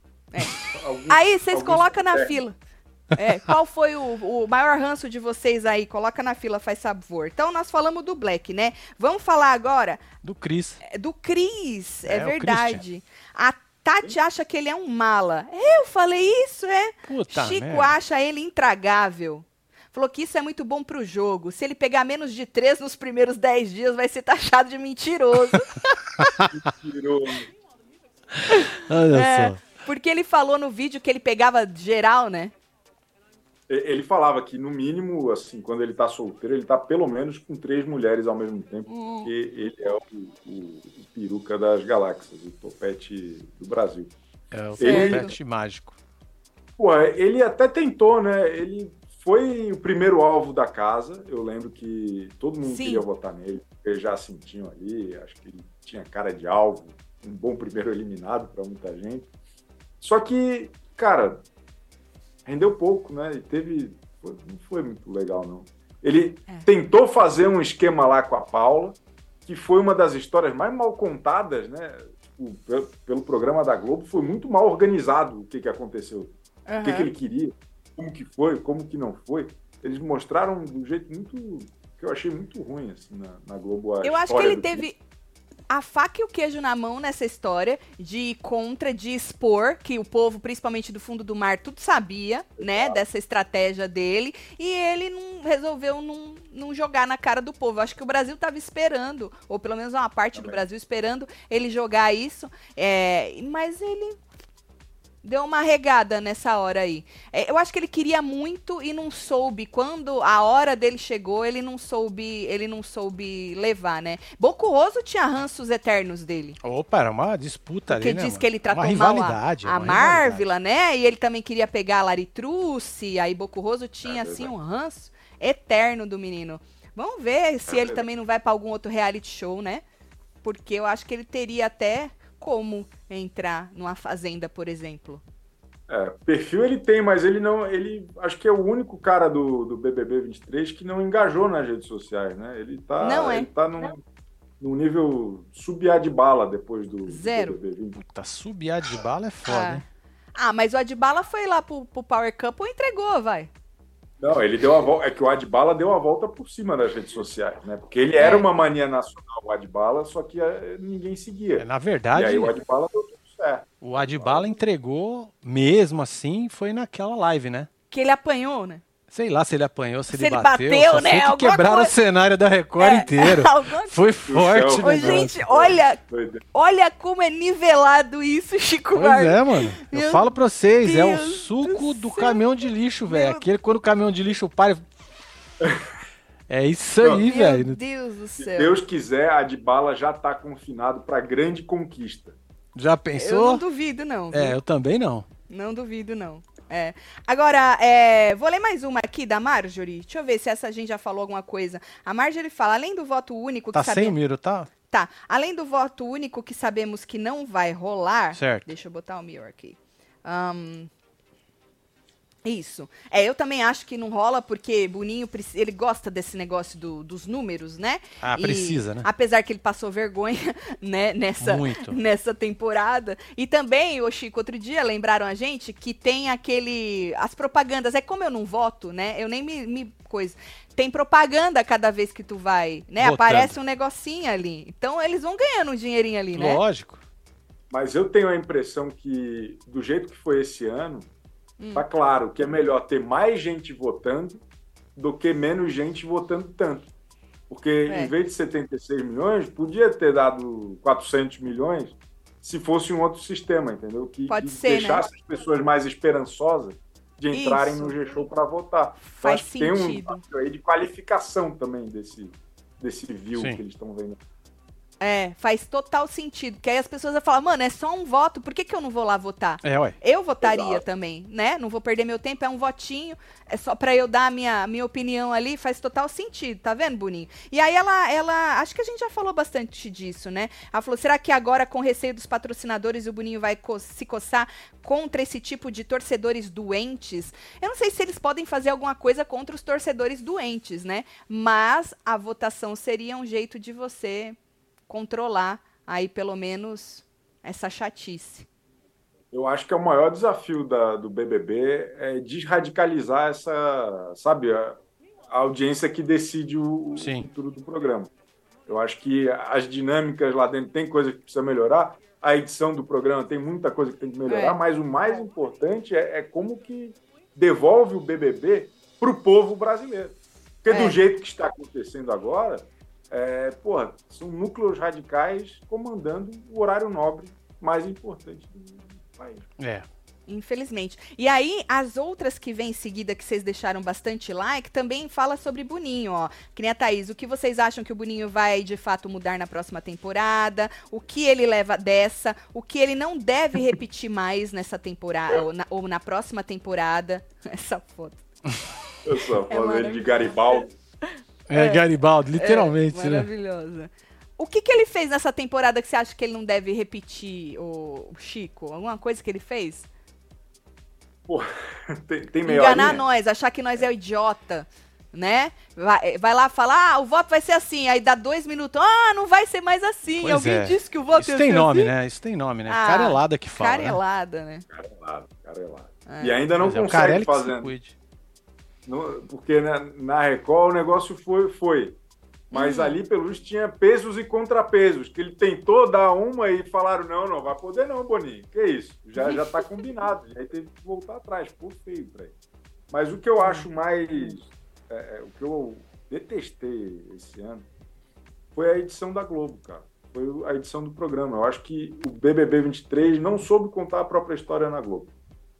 Aí vocês colocam na fila. Qual foi o maior ranço de vocês aí? Coloca na fila, faz favor. Então, nós falamos do Black, né? Vamos falar agora... Do Chris. Do Chris, é verdade. A Tati acha que ele é um mala. Eu falei isso, Puta Chico merda. acha ele intragável. Falou que isso é muito bom pro jogo. Se ele pegar menos de 3 nos primeiros 10 dias, vai ser taxado de mentiroso. Mentiroso. Olha só. Porque ele falou no vídeo que ele pegava geral, né? Ele falava que, no mínimo, assim, quando ele tá solteiro, ele tá pelo menos com 3 mulheres ao mesmo tempo, porque ele é o peruca das galáxias, o topete do Brasil. É o topete mágico. Pô, ele até tentou, né? Ele foi o primeiro alvo da casa. Eu lembro que todo mundo queria votar nele, porque já sentiam ali, acho que ele tinha cara de alvo, um bom primeiro eliminado para muita gente. Só que, cara... rendeu pouco, né? Não foi muito legal, não. Ele tentou fazer um esquema lá com a Paula, que foi uma das histórias mais mal contadas, né? Tipo, pelo programa da Globo, foi muito mal organizado o que aconteceu. O que ele queria, como que foi, como que não foi. Eles mostraram de um jeito muito... que eu achei muito ruim, assim, na Globo. Eu acho que ele teve... a faca e o queijo na mão nessa história de expor, que o povo, principalmente do fundo do mar, tudo sabia, né, dessa estratégia dele, e ele resolveu não jogar na cara do povo. Eu acho que o Brasil estava esperando, ou pelo menos uma parte do Brasil esperando ele jogar isso, mas ele deu uma regada nessa hora aí. Eu acho que ele queria muito e não soube. Quando a hora dele chegou, ele não soube levar, né? Bocurroso tinha ranços eternos dele. Opa, era uma disputa ali, né? Porque diz que ele tratou mal a Marvila, né? E ele também queria pegar a Laritruce. Aí Bocurroso tinha, assim, um ranço eterno do menino. Vamos ver se ele também não vai pra algum outro reality show, né? Porque eu acho que ele teria até como entrar numa fazenda, por exemplo. Perfil ele tem, mas ele não. Acho que é o único cara do BBB 23 que não engajou nas redes sociais, né? Ele tá num nível sub-Adbala depois do Zero. BBB 20. Tá sub-Adbala é foda, hein? Mas o Adbala foi lá pro Power Couple e entregou, vai. Não, ele deu a volta. É que o Adbala deu a volta por cima das redes sociais, né? Porque ele era uma mania nacional, o Adbala, só que ninguém seguia. Na verdade. E aí o Adbala deu tudo certo. O Adbala entregou, mesmo assim, foi naquela live, né? Que ele apanhou, né? Sei lá se ele apanhou, se ele bateu, só né? sei que quebraram o cenário da Record inteiro. Foi forte, né? Gente, olha como é nivelado isso, Chico Barney. Pois é, mano. Eu falo pra vocês, é o suco do caminhão de lixo, velho. Aquele quando o caminhão de lixo para... É isso aí, velho. Meu Deus do céu. Se Deus quiser, a Adbala já tá confinado pra grande conquista. Já pensou? Eu não duvido, não. Viu? Eu também não. Não duvido, não. Agora, vou ler mais uma aqui da Marjorie. Deixa eu ver se essa gente já falou alguma coisa. A Marjorie fala, além do voto único... Tá sem o Miro, tá? Tá. Além do voto único que sabemos que não vai rolar... Certo. Deixa eu botar o Mirror aqui. Isso. Eu também acho que não rola, porque Boninho, ele gosta desse negócio dos números, né? Precisa, né? Apesar que ele passou vergonha, né, nessa temporada. E também, Chico, outro dia lembraram a gente que tem as propagandas. Como eu não voto, né? Eu nem me coisa. Tem propaganda cada vez que tu vai, né? Votando. Aparece um negocinho ali. Então, eles vão ganhando um dinheirinho ali, né? Lógico. Mas eu tenho a impressão que, do jeito que foi esse ano, tá claro que é melhor ter mais gente votando do que menos gente votando tanto. Porque em vez de 76 milhões, podia ter dado 400 milhões se fosse um outro sistema, entendeu? Que deixasse, né, as pessoas mais esperançosas de entrarem no G-Show para votar. Faz sentido. Tem um papel aí de qualificação também desse view que eles estão vendo. Faz total sentido. Porque aí as pessoas vão falar, mano, é só um voto, por que eu não vou lá votar? Ué. Eu votaria também, né? Não vou perder meu tempo, é um votinho, é só pra eu dar a minha opinião ali, faz total sentido, tá vendo, Boninho? E aí ela, acho que a gente já falou bastante disso, né? Ela falou, será que agora, com receio dos patrocinadores, o Boninho vai se coçar contra esse tipo de torcedores doentes? Eu não sei se eles podem fazer alguma coisa contra os torcedores doentes, né? Mas a votação seria um jeito de você controlar aí pelo menos essa chatice. Eu acho que é o maior desafio do BBB é desradicalizar essa, sabe, a audiência que decide o futuro do programa. Eu acho que as dinâmicas lá dentro tem coisa que precisa melhorar, a edição do programa tem muita coisa que tem que melhorar, mas o mais importante é como que devolve o BBB para o povo brasileiro. Porque do jeito que está acontecendo agora... são núcleos radicais comandando o horário nobre mais importante do país. Infelizmente. E aí, as outras que vêm em seguida, que vocês deixaram bastante like, também fala sobre Boninho, ó. Que nem a Thaís, o que vocês acham que o Boninho vai, de fato, mudar na próxima temporada? O que ele leva dessa? O que ele não deve repetir mais nessa temporada, ou na próxima temporada? Essa foto. Essa foto dele de Garibaldi. Garibaldi, literalmente, né? Maravilhosa. O que ele fez nessa temporada que você acha que ele não deve repetir, o Chico? Alguma coisa que ele fez? Pô, tem meio enganar nós, achar que nós é o idiota, né? Vai lá falar, o voto vai ser assim, aí dá 2 minutos, não vai ser mais assim. Pois Alguém disse que o voto isso ia tem ser nome, assim? né? Isso tem nome, né? Carelada que fala. Carelada, né? Carelada. E ainda não consegue fazer. Porque na Record o negócio foi. Mas ali, pelos tinha pesos e contrapesos, que ele tentou dar uma e falaram, não vai poder não, Boninho. Que isso? Já tá combinado. E aí teve que voltar atrás. Pô, feio pra ele. Mas o que eu acho mais... o que eu detestei esse ano foi a edição da Globo, cara. Foi a edição do programa. Eu acho que o BBB 23 não soube contar a própria história na Globo.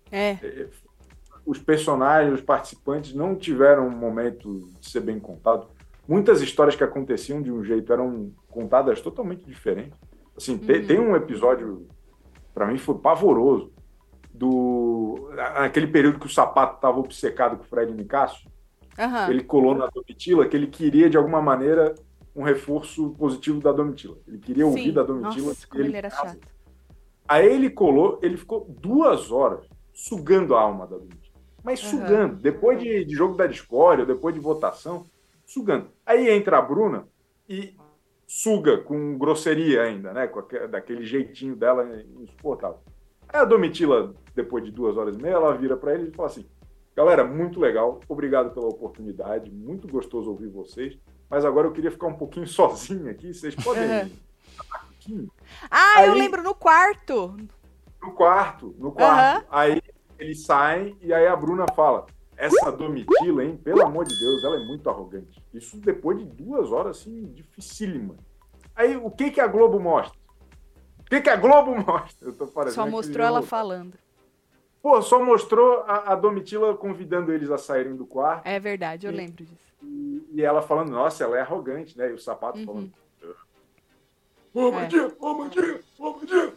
Os personagens, os participantes não tiveram um momento de ser bem contado. Muitas histórias que aconteciam de um jeito eram contadas totalmente diferentes. Assim, tem um episódio, para mim, foi pavoroso, naquele período que o Sapato estava obcecado com o Fred Nicásio. Ele colou na Domitila que ele queria, de alguma maneira, um reforço positivo da Domitila. Ele queria ouvir da Domitila. Nossa, como ele era chato. Aí ele ficou 2 horas sugando a alma da Domitila. Mas sugando. Depois de jogo da discórdia, depois de votação, sugando. Aí entra a Bruna e suga com grosseria ainda, né? Daquele jeitinho dela insuportável. Aí a Domitila, depois de 2 horas e meia, ela vira para ele e fala assim: galera, muito legal, obrigado pela oportunidade, muito gostoso ouvir vocês, mas agora eu queria ficar um pouquinho sozinho aqui, vocês podem ir um pouquinho? Aí, eu lembro, no quarto. No quarto. Aí eles saem e aí a Bruna fala: essa Domitila, hein, pelo amor de Deus, ela é muito arrogante. Isso depois de 2 horas, assim, dificílima. Aí, o que a Globo mostra? O que a Globo mostra? Eu tô parecendo só mostrou ela falando. Pô, só mostrou a Domitila convidando eles a saírem do quarto. É verdade, eu lembro disso. E ela falando, nossa, ela é arrogante, né? E o Sapato falando, ô, Mandinha, ô, Mandinha, ô, Mandinha.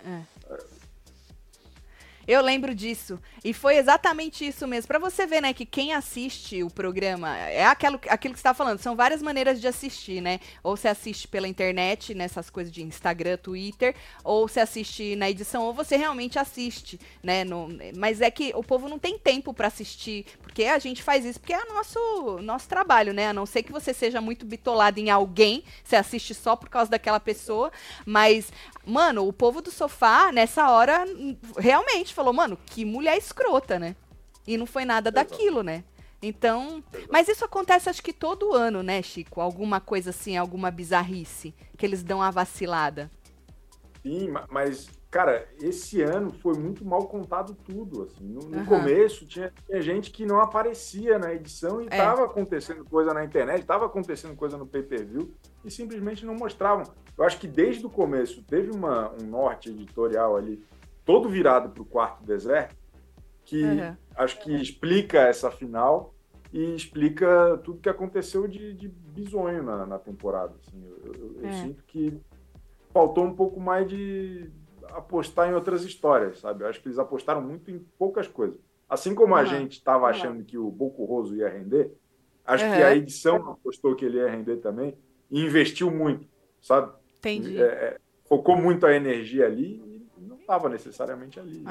Eu lembro disso. E foi exatamente isso mesmo. Pra você ver, né, que quem assiste o programa é aquilo que você está falando. São várias maneiras de assistir, né? Ou você assiste pela internet, nessas coisas de Instagram, Twitter, ou você assiste na edição, ou você realmente assiste, né? Mas é que o povo não tem tempo pra assistir, porque a gente faz isso porque é nosso trabalho, né? A não ser que você seja muito bitolado em alguém, você assiste só por causa daquela pessoa, mas, mano, o povo do sofá, nessa hora, realmente falou, mano, que mulher escrota, né? E não foi nada daquilo, né? Então, mas isso acontece acho que todo ano, né, Chico? Alguma coisa assim, alguma bizarrice, que eles dão uma vacilada. Sim, mas, cara, esse ano foi muito mal contado tudo, assim. No começo tinha gente que não aparecia na edição e tava acontecendo coisa na internet, tava acontecendo coisa no pay-per-view e simplesmente não mostravam. Eu acho que desde o começo teve um norte editorial ali todo virado para o quarto deserto, que acho que explica essa final e explica tudo que aconteceu de bizonho na temporada. Assim. Eu sinto que faltou um pouco mais de apostar em outras histórias, sabe? Eu acho que eles apostaram muito em poucas coisas. Assim como a gente estava achando que o Boco Roso ia render, acho que a edição apostou que ele ia render também e investiu muito, sabe? Entendi. Focou muito a energia ali não estava necessariamente ali.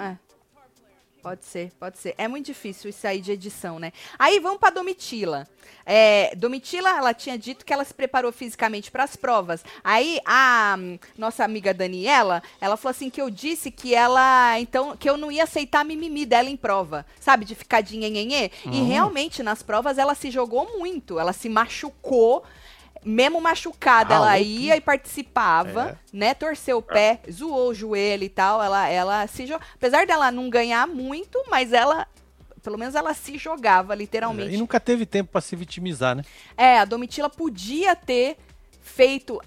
Pode ser. É muito difícil isso aí de edição, né? Aí vamos pra Domitila. Domitila, ela tinha dito que ela se preparou fisicamente para as provas. Aí a nossa amiga Daniela, ela falou assim que eu disse que que eu não ia aceitar a mimimi dela em prova, sabe? De ficar de nhenhenhê. E realmente nas provas ela se jogou muito, ela se machucou. Mesmo machucada, ela ia e participava, né? Torceu o pé, zoou o joelho e tal. Ela se jogou. Apesar dela não ganhar muito, mas pelo menos ela se jogava, literalmente. E nunca teve tempo pra se vitimizar, né? A Domitila podia ter feito,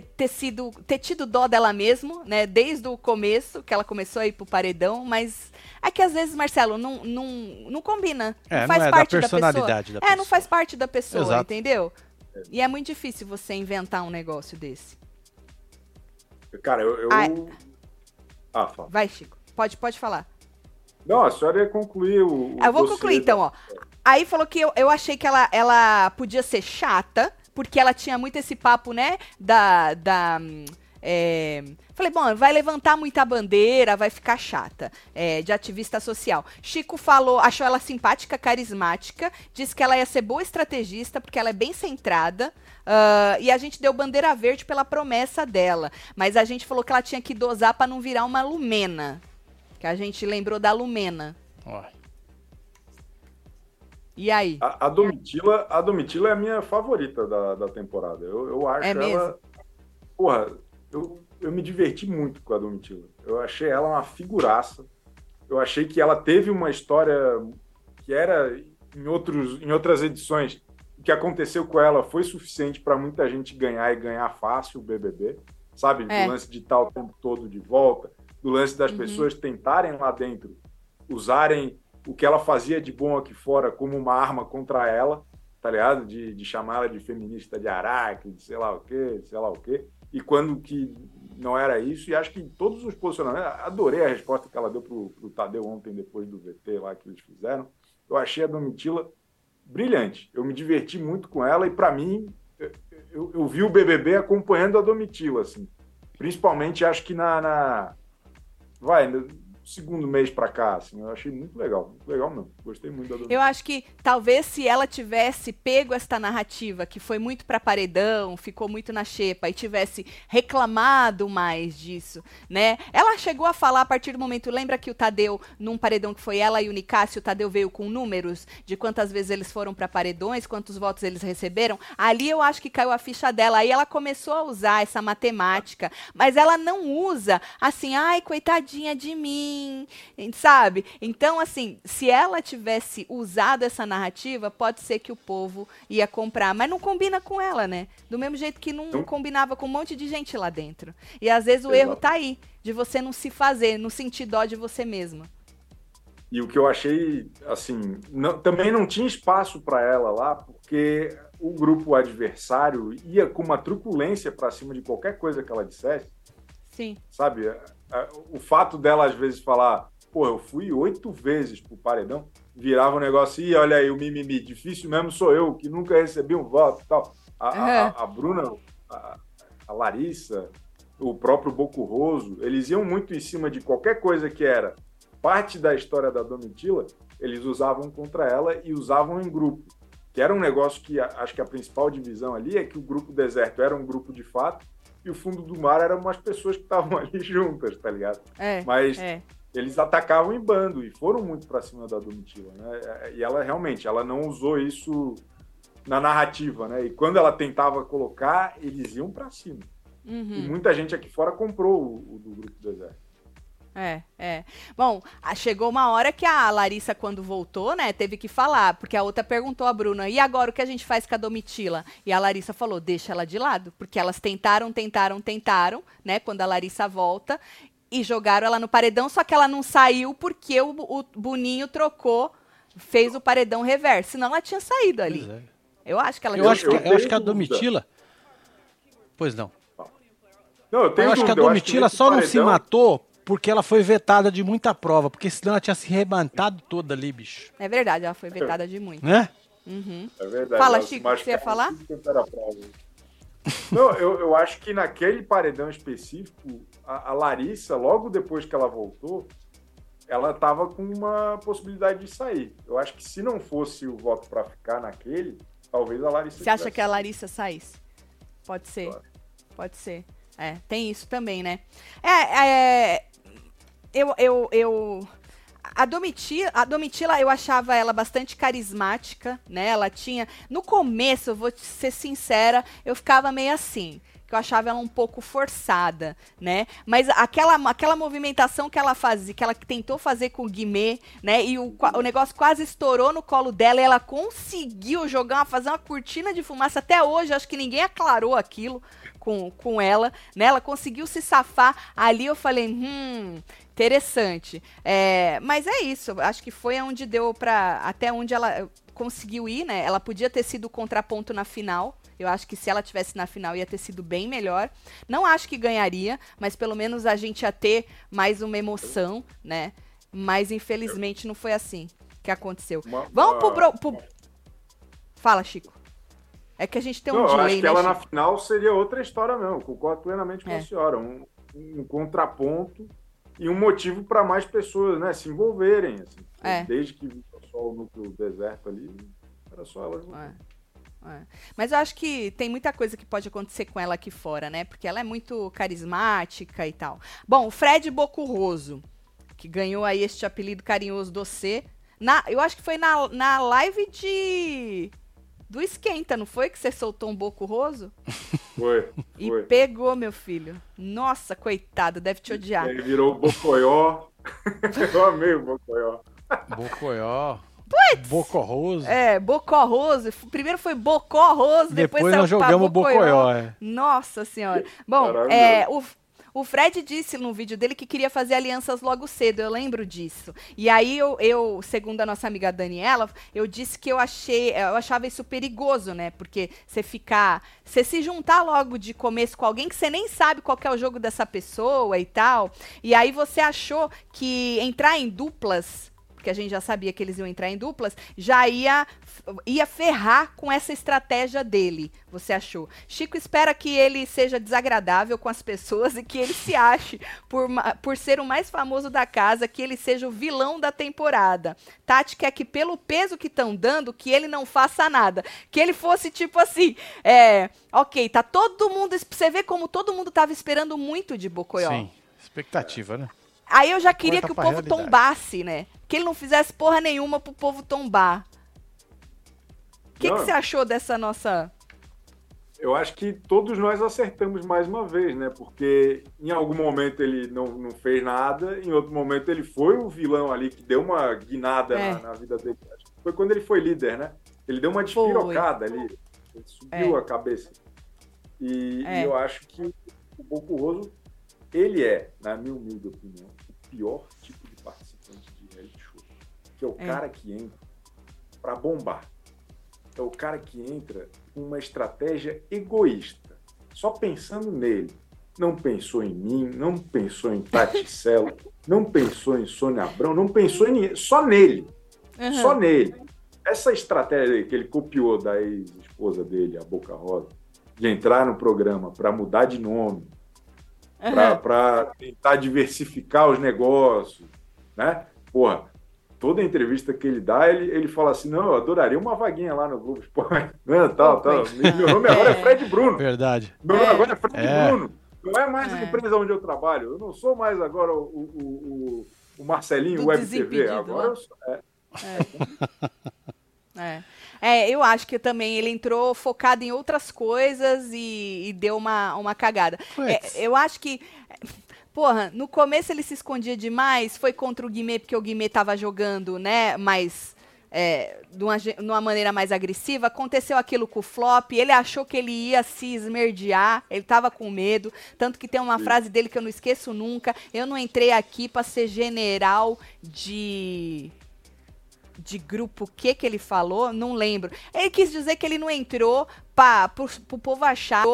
ter tido dó dela mesmo, né? Desde o começo, que ela começou a ir pro paredão, mas é que às vezes, Marcelo, não combina. Não faz parte da personalidade da pessoa. Não faz parte da pessoa, entendeu? E é muito difícil você inventar um negócio desse. Cara, fala. Vai, Chico. Pode falar. Não, a senhora ia concluir eu vou concluir, então, ó. Aí falou que eu achei que ela podia ser chata, porque ela tinha muito esse papo, né, falei, bom, vai levantar muita bandeira, vai ficar chata, de ativista social. Chico achou ela simpática, carismática, disse que ela ia ser boa estrategista, porque ela é bem centrada, e a gente deu bandeira verde pela promessa dela, mas a gente falou que ela tinha que dosar para não virar uma Lumena, que a gente lembrou da Lumena. E aí? A Domitila é a minha favorita da temporada. Eu acho ela... Porra, eu me diverti muito com a Domitila. Eu achei ela uma figuraça. Eu achei que ela teve uma história que era, em outras edições, o que aconteceu com ela foi suficiente para muita gente ganhar e ganhar fácil o BBB. Sabe? Do lance de estar o tempo todo de volta, do lance das pessoas tentarem lá dentro, usarem o que ela fazia de bom aqui fora como uma arma contra ela, tá ligado? De chamar ela de feminista de Araque, de sei lá o quê. E quando que não era isso, e acho que todos os posicionamentos, adorei a resposta que ela deu pro Tadeu ontem, depois do VT lá que eles fizeram, eu achei a Domitila brilhante, eu me diverti muito com ela, e para mim, eu vi o BBB acompanhando a Domitila, assim, principalmente acho que segundo mês pra cá, assim, eu achei muito legal mesmo. Gostei muito da Domitila. Eu acho que talvez se ela tivesse pego esta narrativa, que foi muito pra paredão, ficou muito na xepa, e tivesse reclamado mais disso, né? Ela chegou a falar a partir do momento, lembra que o Tadeu, num paredão que foi ela e o Nicásio, o Tadeu veio com números de quantas vezes eles foram pra paredões, quantos votos eles receberam? Ali eu acho que caiu a ficha dela, aí ela começou a usar essa matemática, mas ela não usa assim, ai, coitadinha de mim, sabe? Então, assim, se ela tivesse usado essa narrativa, pode ser que o povo ia comprar, mas não combina com ela, né? Do mesmo jeito que não combinava com um monte de gente lá dentro. E às vezes o erro tá aí, de você não se fazer, não sentir dó de você mesma. E o que eu achei, assim, também não tinha espaço para ela lá, porque o grupo adversário ia com uma truculência para cima de qualquer coisa que ela dissesse. Sim. Sabe? O fato dela, às vezes, falar, pô, eu fui 8 vezes pro paredão, virava um negócio, e olha aí, o mimimi, difícil mesmo sou eu, que nunca recebi um voto e tal. A Bruna, a Larissa, o próprio Bocurroso, eles iam muito em cima de qualquer coisa que era parte da história da Domitila, eles usavam contra ela e usavam em grupo. Que era um negócio que, acho que a principal divisão ali é que o grupo deserto era um grupo de fato, e o fundo do mar eram umas pessoas que estavam ali juntas, tá ligado? Mas eles atacavam em bando e foram muito pra cima da Domitila, né? E ela realmente, ela não usou isso na narrativa, né? E quando ela tentava colocar, eles iam pra cima. E muita gente aqui fora comprou o do grupo deserto. Bom, chegou uma hora que a Larissa, quando voltou, né, teve que falar, porque a outra perguntou a Bruna, e agora o que a gente faz com a Domitila? E a Larissa falou, deixa ela de lado, porque elas tentaram, né, quando a Larissa volta, e jogaram ela no paredão, só que ela não saiu porque o Boninho fez o paredão reverso, senão ela tinha saído ali. Eu acho que ela eu acho que a Domitila... Pois não. Eu acho que a Domitila só não se matou porque ela foi vetada de muita prova, porque senão ela tinha se rebantado toda ali, bicho. É verdade, ela foi vetada de muito. Né? É verdade. Fala, Chico, o que você ia falar? Não, eu acho que naquele paredão específico, a Larissa, logo depois que ela voltou, ela estava com uma possibilidade de sair. Eu acho que se não fosse o voto para ficar naquele, talvez a Larissa... Você acha que a Larissa saísse? Pode ser. Claro. Pode ser. Tem isso também, né? A Domitila, eu achava ela bastante carismática, né? Ela tinha... No começo, eu vou ser sincera, eu ficava meio assim, que eu achava ela um pouco forçada, né? Mas aquela movimentação que ela fazia, que ela tentou fazer com o Guimê, né? E o negócio quase estourou no colo dela e ela conseguiu fazer uma cortina de fumaça. Até hoje, acho que ninguém aclarou aquilo com ela, né? Ela conseguiu se safar. Ali eu falei, interessante. Mas é isso, acho que foi onde deu até onde ela conseguiu ir, né? Ela podia ter sido o contraponto na final. Eu acho que se ela tivesse na final ia ter sido bem melhor. Não acho que ganharia, mas pelo menos a gente ia ter mais uma emoção, né? Mas infelizmente não foi assim que aconteceu. Vamos pro... Fala, Chico. É que a gente tem um delay, eu acho que ela Chico? na final seria outra história mesmo. Concordo plenamente com a senhora. Um contraponto e um motivo para mais pessoas, né, se envolverem. Assim. Desde que só o núcleo deserto ali, era só elas. Mas eu acho que tem muita coisa que pode acontecer com ela aqui fora, né? Porque ela é muito carismática e tal. Bom, o Fred Bocurroso, que ganhou aí este apelido carinhoso do C. Eu acho que foi na live do Esquenta, não foi? Que você soltou um Bocurroso? Foi. E pegou, meu filho. Nossa, coitado, deve te odiar. Ele virou o Bocoió. Eu amei o Bocoió. Bocoió. Puts! Bocorroso. Bocorroso. Primeiro foi Bocorroso, depois nós jogamos Bocoió. Nossa senhora. Bom, o Fred disse no vídeo dele que queria fazer alianças logo cedo, eu lembro disso. E aí eu segundo a nossa amiga Daniela, eu disse que eu achava isso perigoso, né? Porque você se juntar logo de começo com alguém que você nem sabe qual que é o jogo dessa pessoa e tal. E aí você achou que entrar em duplas, porque a gente já sabia que eles iam entrar em duplas, já ia ferrar com essa estratégia dele, você achou? Chico espera que ele seja desagradável com as pessoas e que ele se ache, por ser o mais famoso da casa, que ele seja o vilão da temporada. Tati quer que, pelo peso que estão dando, que ele não faça nada. Que ele fosse tipo assim, ok, tá todo mundo, você vê como todo mundo tava esperando muito de Bocoió. Sim, expectativa, né? Aí eu já queria que o povo tombasse, né? Que ele não fizesse porra nenhuma pro povo tombar. O que você achou dessa nossa... Eu acho que todos nós acertamos mais uma vez, né? Porque em algum momento ele não fez nada, em outro momento ele foi o vilão ali que deu uma guinada na vida dele. Acho que foi quando ele foi líder, né? Ele deu uma despirocada ali, ele subiu a cabeça. E eu acho que o Bocurroso, ele na minha humilde opinião, o pior tipo de participante de reality show. Que é o cara que entra pra bombar. É o cara que entra com uma estratégia egoísta, só pensando nele. Não pensou em mim, não pensou em Tati Celo, não pensou em Sônia Abrão, não pensou em ninguém, só nele. Uhum. Só nele. Essa estratégia que ele copiou da ex-esposa dele, a Boca Rosa, de entrar no programa para mudar de nome, para tentar diversificar os negócios, né? Porra, toda entrevista que ele dá, ele fala assim, não, eu adoraria uma vaguinha lá no Globo Esporte. Tal. Meu nome agora é Fred Bruno. Verdade. Meu nome agora é Fred Bruno. Não é mais a empresa onde eu trabalho. Eu não sou mais agora o Marcelinho Web TV. Agora eu sou... eu acho que também ele entrou focado em outras coisas e deu uma cagada. Eu acho que... Porra, no começo ele se escondia demais, foi contra o Guimê, porque o Guimê tava jogando, né, mais, de uma maneira mais agressiva. Aconteceu aquilo com o Flop, ele achou que ele ia se esmerdear, ele tava com medo, tanto que tem uma frase dele que eu não esqueço nunca, eu não entrei aqui para ser general de grupo, o que ele falou? Não lembro. Ele quis dizer que ele não entrou pro povo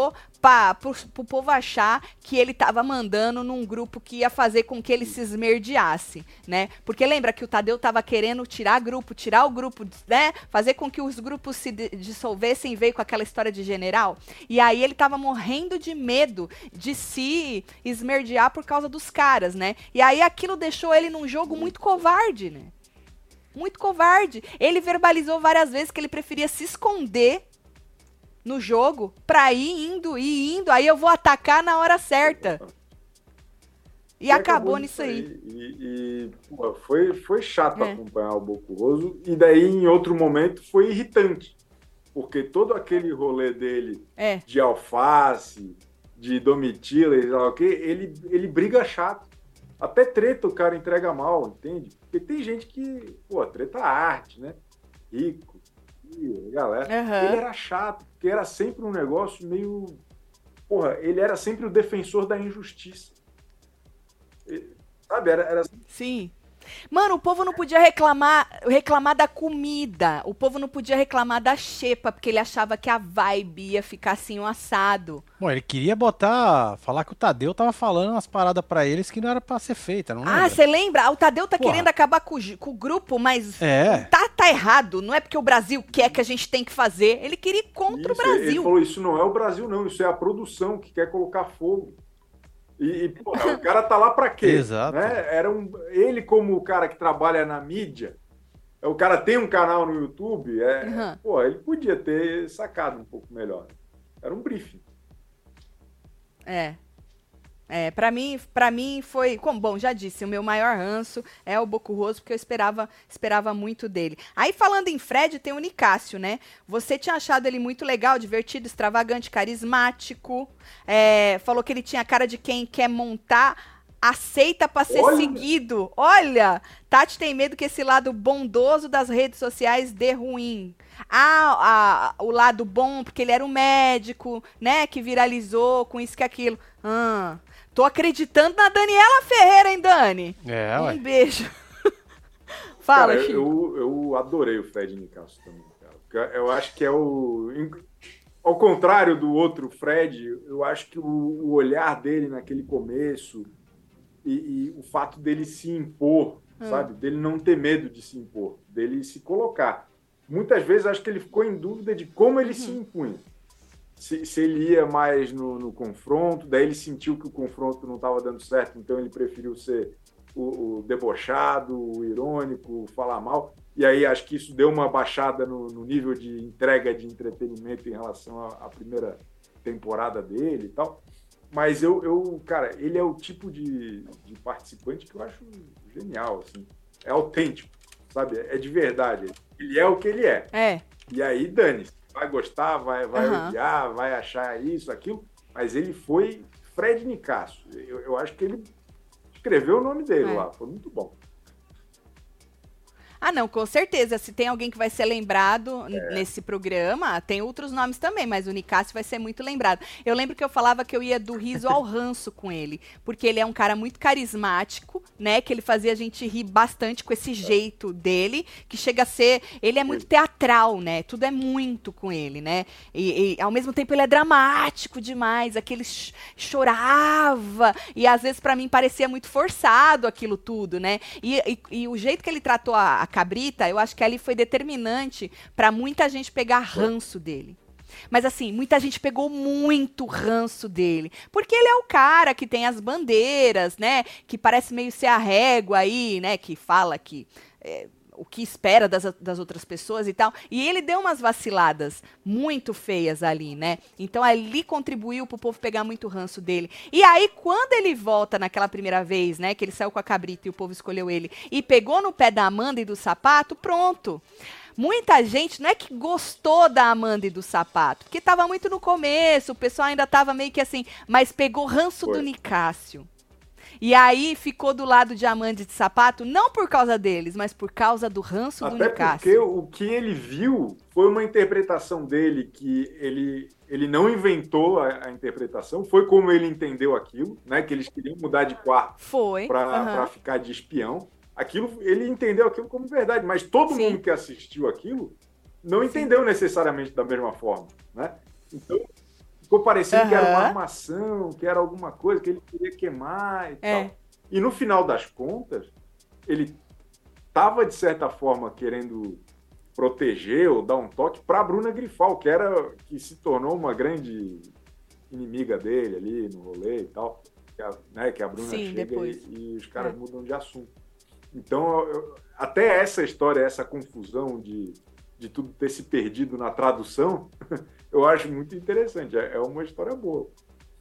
achar que ele tava mandando num grupo que ia fazer com que ele se esmerdeasse, né? Porque lembra que o Tadeu tava querendo tirar o grupo, né? Fazer com que os grupos se dissolvessem e veio com aquela história de general. E aí ele tava morrendo de medo de se esmerdear por causa dos caras, né? E aí aquilo deixou ele num jogo muito covarde, né? Muito covarde. Ele verbalizou várias vezes que ele preferia se esconder no jogo pra ir indo, aí eu vou atacar na hora certa. E acabou nisso aí. Pô, foi chato acompanhar o Bocurroso, e daí em outro momento foi irritante, porque todo aquele rolê dele de alface, de Domitila e tal, ele briga chato. Até treta o cara entrega mal, entende? Porque tem gente que, treta arte, né? Rico, galera. Ele era chato, porque era sempre um negócio meio... ele era sempre o defensor da injustiça. Sabe? Era... Sim. Mano, o povo não podia reclamar da comida. O povo não podia reclamar da xepa, porque ele achava que a vibe ia ficar assim, um assado. Bom, ele queria falar que o Tadeu tava falando umas paradas pra eles que não era pra ser feita, não lembra? Você lembra? O Tadeu tá querendo acabar com o grupo, mas tá errado. Não é porque o Brasil quer que a gente tem que fazer. Ele queria ir contra o Brasil. Ele falou, isso não é o Brasil, não. Isso é a produção que quer colocar fogo. O cara tá lá pra quê? Exato. Né? Ele, como o cara que trabalha na mídia, o cara tem um canal no YouTube, ele podia ter sacado um pouco melhor. Era um briefing. Pra mim foi, bom, já disse, o meu maior ranço é o Bocurroso, porque eu esperava muito dele. Aí, falando em Fred, tem o Nicásio, né? Você tinha achado ele muito legal, divertido, extravagante, carismático, falou que ele tinha cara de quem quer montar, aceita pra ser seguido. Olha, Tati tem medo que esse lado bondoso das redes sociais dê ruim. O lado bom, porque ele era um médico, né, que viralizou com isso que aquilo. Tô acreditando na Daniela Ferreira, hein, Dani? Um beijo. Fala, cara, Chico. Eu adorei o Fred Nicásio também, cara. Porque eu acho que ao contrário do outro Fred, eu acho que o olhar dele naquele começo e o fato dele se impor sabe? Dele não ter medo de se impor, dele se colocar. Muitas vezes acho que ele ficou em dúvida de como ele se impunha. Se ele ia mais no confronto, daí ele sentiu que o confronto não estava dando certo, então ele preferiu ser o debochado, o irônico, falar mal. E aí acho que isso deu uma baixada no nível de entrega de entretenimento em relação à primeira temporada dele e tal. Mas cara, ele é o tipo de participante que eu acho genial, assim. É autêntico, sabe? É de verdade. Ele é o que ele é. E aí, dane-se. Vai gostar, vai odiar, vai achar isso, aquilo. Mas ele foi Fred Nicásio. Eu acho que ele escreveu o nome dele lá. Foi muito bom. Ah, não, com certeza. Se tem alguém que vai ser lembrado nesse programa, tem outros nomes também, mas o Nicásio vai ser muito lembrado. Eu lembro que eu falava que eu ia do riso ao ranço com ele, porque ele é um cara muito carismático, né, que ele fazia a gente rir bastante com esse jeito dele, que chega a ser... Ele é muito teatral, né, tudo é muito com ele, né, e ao mesmo tempo ele é dramático demais, aquele chorava, e às vezes pra mim parecia muito forçado aquilo tudo, né, e o jeito que ele tratou a Cabrita, eu acho que ali foi determinante para muita gente pegar ranço dele. Mas assim, muita gente pegou muito ranço dele, porque ele é o cara que tem as bandeiras, né, que parece meio ser a régua aí, né, que fala que o que espera das outras pessoas e tal, e ele deu umas vaciladas muito feias ali, né, então ali contribuiu pro povo pegar muito ranço dele, e aí quando ele volta naquela primeira vez, né, que ele saiu com a Cabrita e o povo escolheu ele, e pegou no pé da Amanda e do Sapato, pronto. Muita gente não é que gostou da Amanda e do Sapato, porque tava muito no começo, o pessoal ainda tava meio que assim, mas pegou ranço do Nicásio. E aí ficou do lado de Amanda e de Sapato, não por causa deles, mas por causa do ranço do Nicásio. Até porque o que ele viu foi uma interpretação dele que ele não inventou a interpretação, foi como ele entendeu aquilo, né? Que eles queriam mudar de quarto para ficar de espião. Aquilo, ele entendeu aquilo como verdade, mas todo mundo que assistiu aquilo não entendeu necessariamente da mesma forma, né? Então ficou parecendo que era uma armação, que era alguma coisa que ele queria queimar e tal. E no final das contas, ele estava, de certa forma, querendo proteger ou dar um toque para a Bruna Grifal, que se tornou uma grande inimiga dele ali no rolê e tal, que a Bruna chega e os caras mudam de assunto. Então, até essa história, essa confusão de tudo ter se perdido na tradução, eu acho muito interessante. É uma história boa.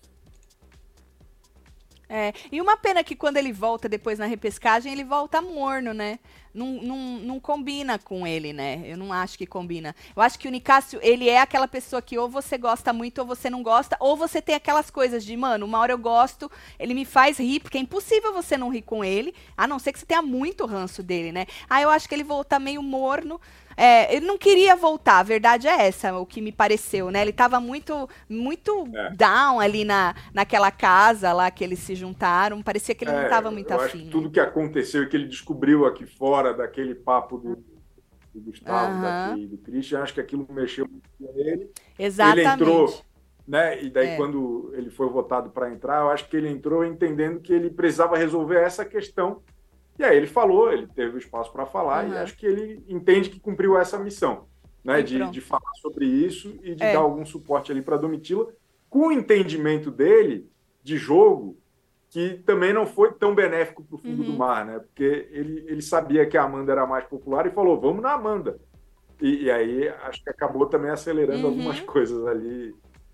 E uma pena que quando ele volta depois na repescagem, ele volta morno, né? Não combina com ele, né? Eu não acho que combina. Eu acho que o Nicásio, ele é aquela pessoa que ou você gosta muito ou você não gosta, ou você tem aquelas coisas de, mano, uma hora eu gosto, ele me faz rir, porque é impossível você não rir com ele, a não ser que você tenha muito ranço dele, né? Eu acho que ele volta meio morno. Ele não queria voltar, a verdade é essa, o que me pareceu, né? Ele tava muito down ali naquela casa lá que eles se juntaram, parecia que ele não tava muito afim. Acho que tudo que aconteceu e que ele descobriu aqui fora daquele papo do Gustavo, daqui, do Christian, acho que aquilo mexeu muito com ele. Exatamente. Ele entrou, né? E daí quando ele foi votado para entrar, eu acho que ele entrou entendendo que ele precisava resolver essa questão. E aí ele falou, ele teve o espaço para falar, e acho que ele entende que cumpriu essa missão, né? De falar sobre isso e de dar algum suporte ali para Domitila, com o entendimento dele de jogo, que também não foi tão benéfico para o fundo do mar, né? Porque ele sabia que a Amanda era mais popular e falou, vamos na Amanda. E aí acho que acabou também acelerando algumas coisas ali.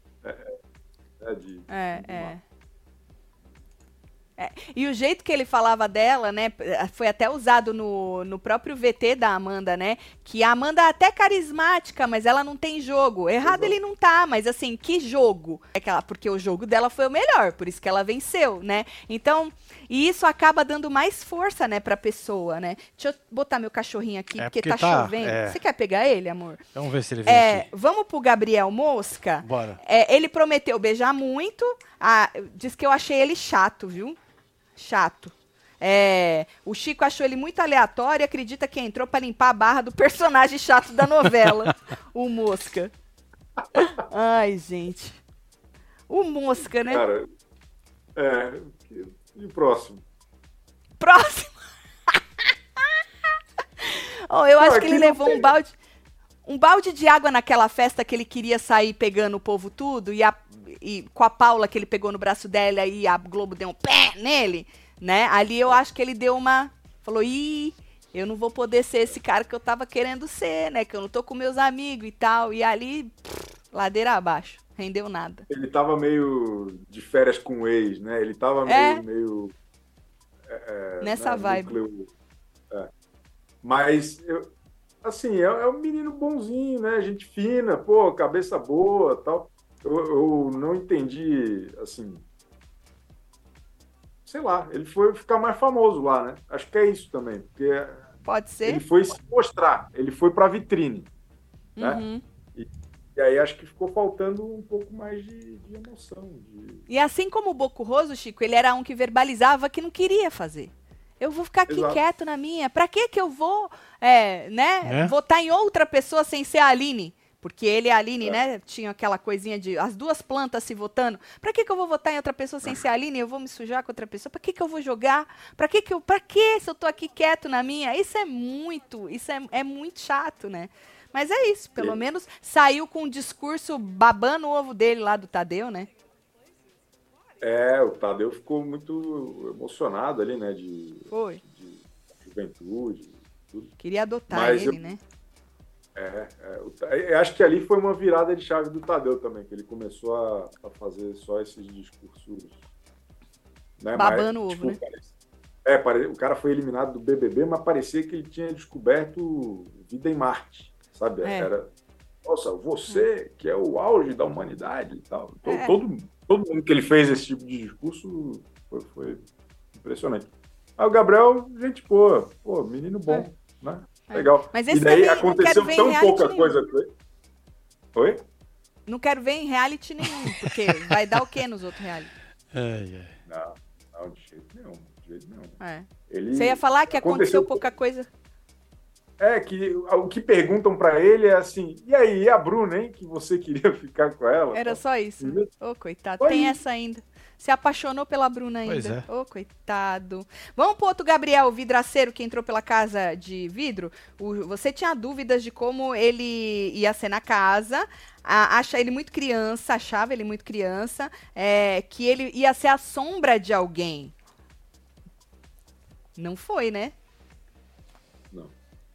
E o jeito que ele falava dela, né, foi até usado no próprio VT da Amanda, né, que a Amanda é até carismática, mas ela não tem jogo. Errado ele não tá, mas assim, que jogo? Porque o jogo dela foi o melhor, por isso que ela venceu, né? Então, e isso acaba dando mais força, né, pra pessoa, né? Deixa eu botar meu cachorrinho aqui, porque tá chovendo. Você quer pegar ele, amor? Vamos ver se ele vem aqui. Vamos pro Gabriel Mosca? Bora. Ele prometeu beijar muito, diz que eu achei ele chato, viu? Chato. O Chico achou ele muito aleatório e acredita que entrou pra limpar a barra do personagem chato da novela, o Mosca. Ai, gente. O Mosca, né? Cara, e o próximo? Próximo. Oh, eu acho que ele levou um balde de água naquela festa que ele queria sair pegando o povo tudo, e com a Paula que ele pegou no braço dela e a Globo deu um pé nele, né? Ali eu acho que ele deu falou, eu não vou poder ser esse cara que eu tava querendo ser, né? Que eu não tô com meus amigos e tal. E ali, ladeira abaixo, rendeu nada. Ele tava meio de férias com o ex, né? Ele tava meio nessa, né, vibe. Mas, assim, é um menino bonzinho, né? Gente fina, pô, cabeça boa, tal. Eu não entendi, assim... Sei lá, ele foi ficar mais famoso lá, né? Acho que é isso também, porque... Pode ser. Ele foi se mostrar, ele foi pra vitrine, né? E aí acho que ficou faltando um pouco mais de emoção. E assim como o Bocurroso, Chico, ele era um que verbalizava que não queria fazer. Eu vou ficar aqui quieto na minha. Pra que eu vou, votar em outra pessoa sem ser a Aline? Porque ele e a Aline, né, tinham aquela coisinha de as duas plantas se votando. Pra que eu vou votar em outra pessoa sem ser a Aline? Eu vou me sujar com outra pessoa? Pra que eu vou jogar? Pra que se eu tô aqui quieto na minha? Isso é muito chato, né? Mas é isso, pelo menos saiu com um discurso babando o ovo dele lá do Tadeu, né? O Tadeu ficou muito emocionado ali, né? De juventude. Tudo. Queria adotar ele, né? Eu acho que ali foi uma virada de chave do Tadeu também, que ele começou a fazer só esses discursos. Né, babando o ovo, né? O cara foi eliminado do BBB, mas parecia que ele tinha descoberto vida em Marte, sabe? Era, nossa, você que é o auge da humanidade e tal. Todo mundo que ele fez esse tipo de discurso foi impressionante. Aí o Gabriel, gente boa, pô, menino bom, né? Legal. Mas esse e daí aconteceu tão pouca coisa com ele. Oi? Não quero ver em reality nenhum, porque vai dar o quê nos outros reality? Não, de jeito nenhum. Você ia falar que aconteceu pouca coisa? Que o que perguntam pra ele é assim, e aí, e a Bruna, hein? Que você queria ficar com ela? Era só isso. Coitado. Tem essa ainda. Se apaixonou pela Bruna ainda. Coitado. Vamos pro outro Gabriel, o vidraceiro que entrou pela casa de vidro. Você tinha dúvidas de como ele ia ser na casa. Achava ele muito criança, que ele ia ser a sombra de alguém. Não foi, né? Não.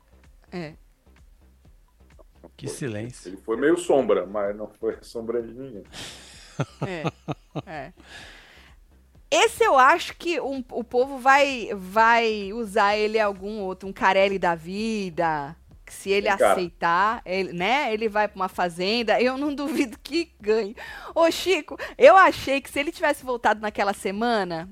Que silêncio. Ele foi meio sombra, mas não foi sombra de ninguém. Esse eu acho que o povo vai usar ele algum outro, um Carelli da vida. Que se ele aceitar, ele vai pra uma fazenda. Eu não duvido que ganhe. Ô, Chico, eu achei que se ele tivesse voltado naquela semana...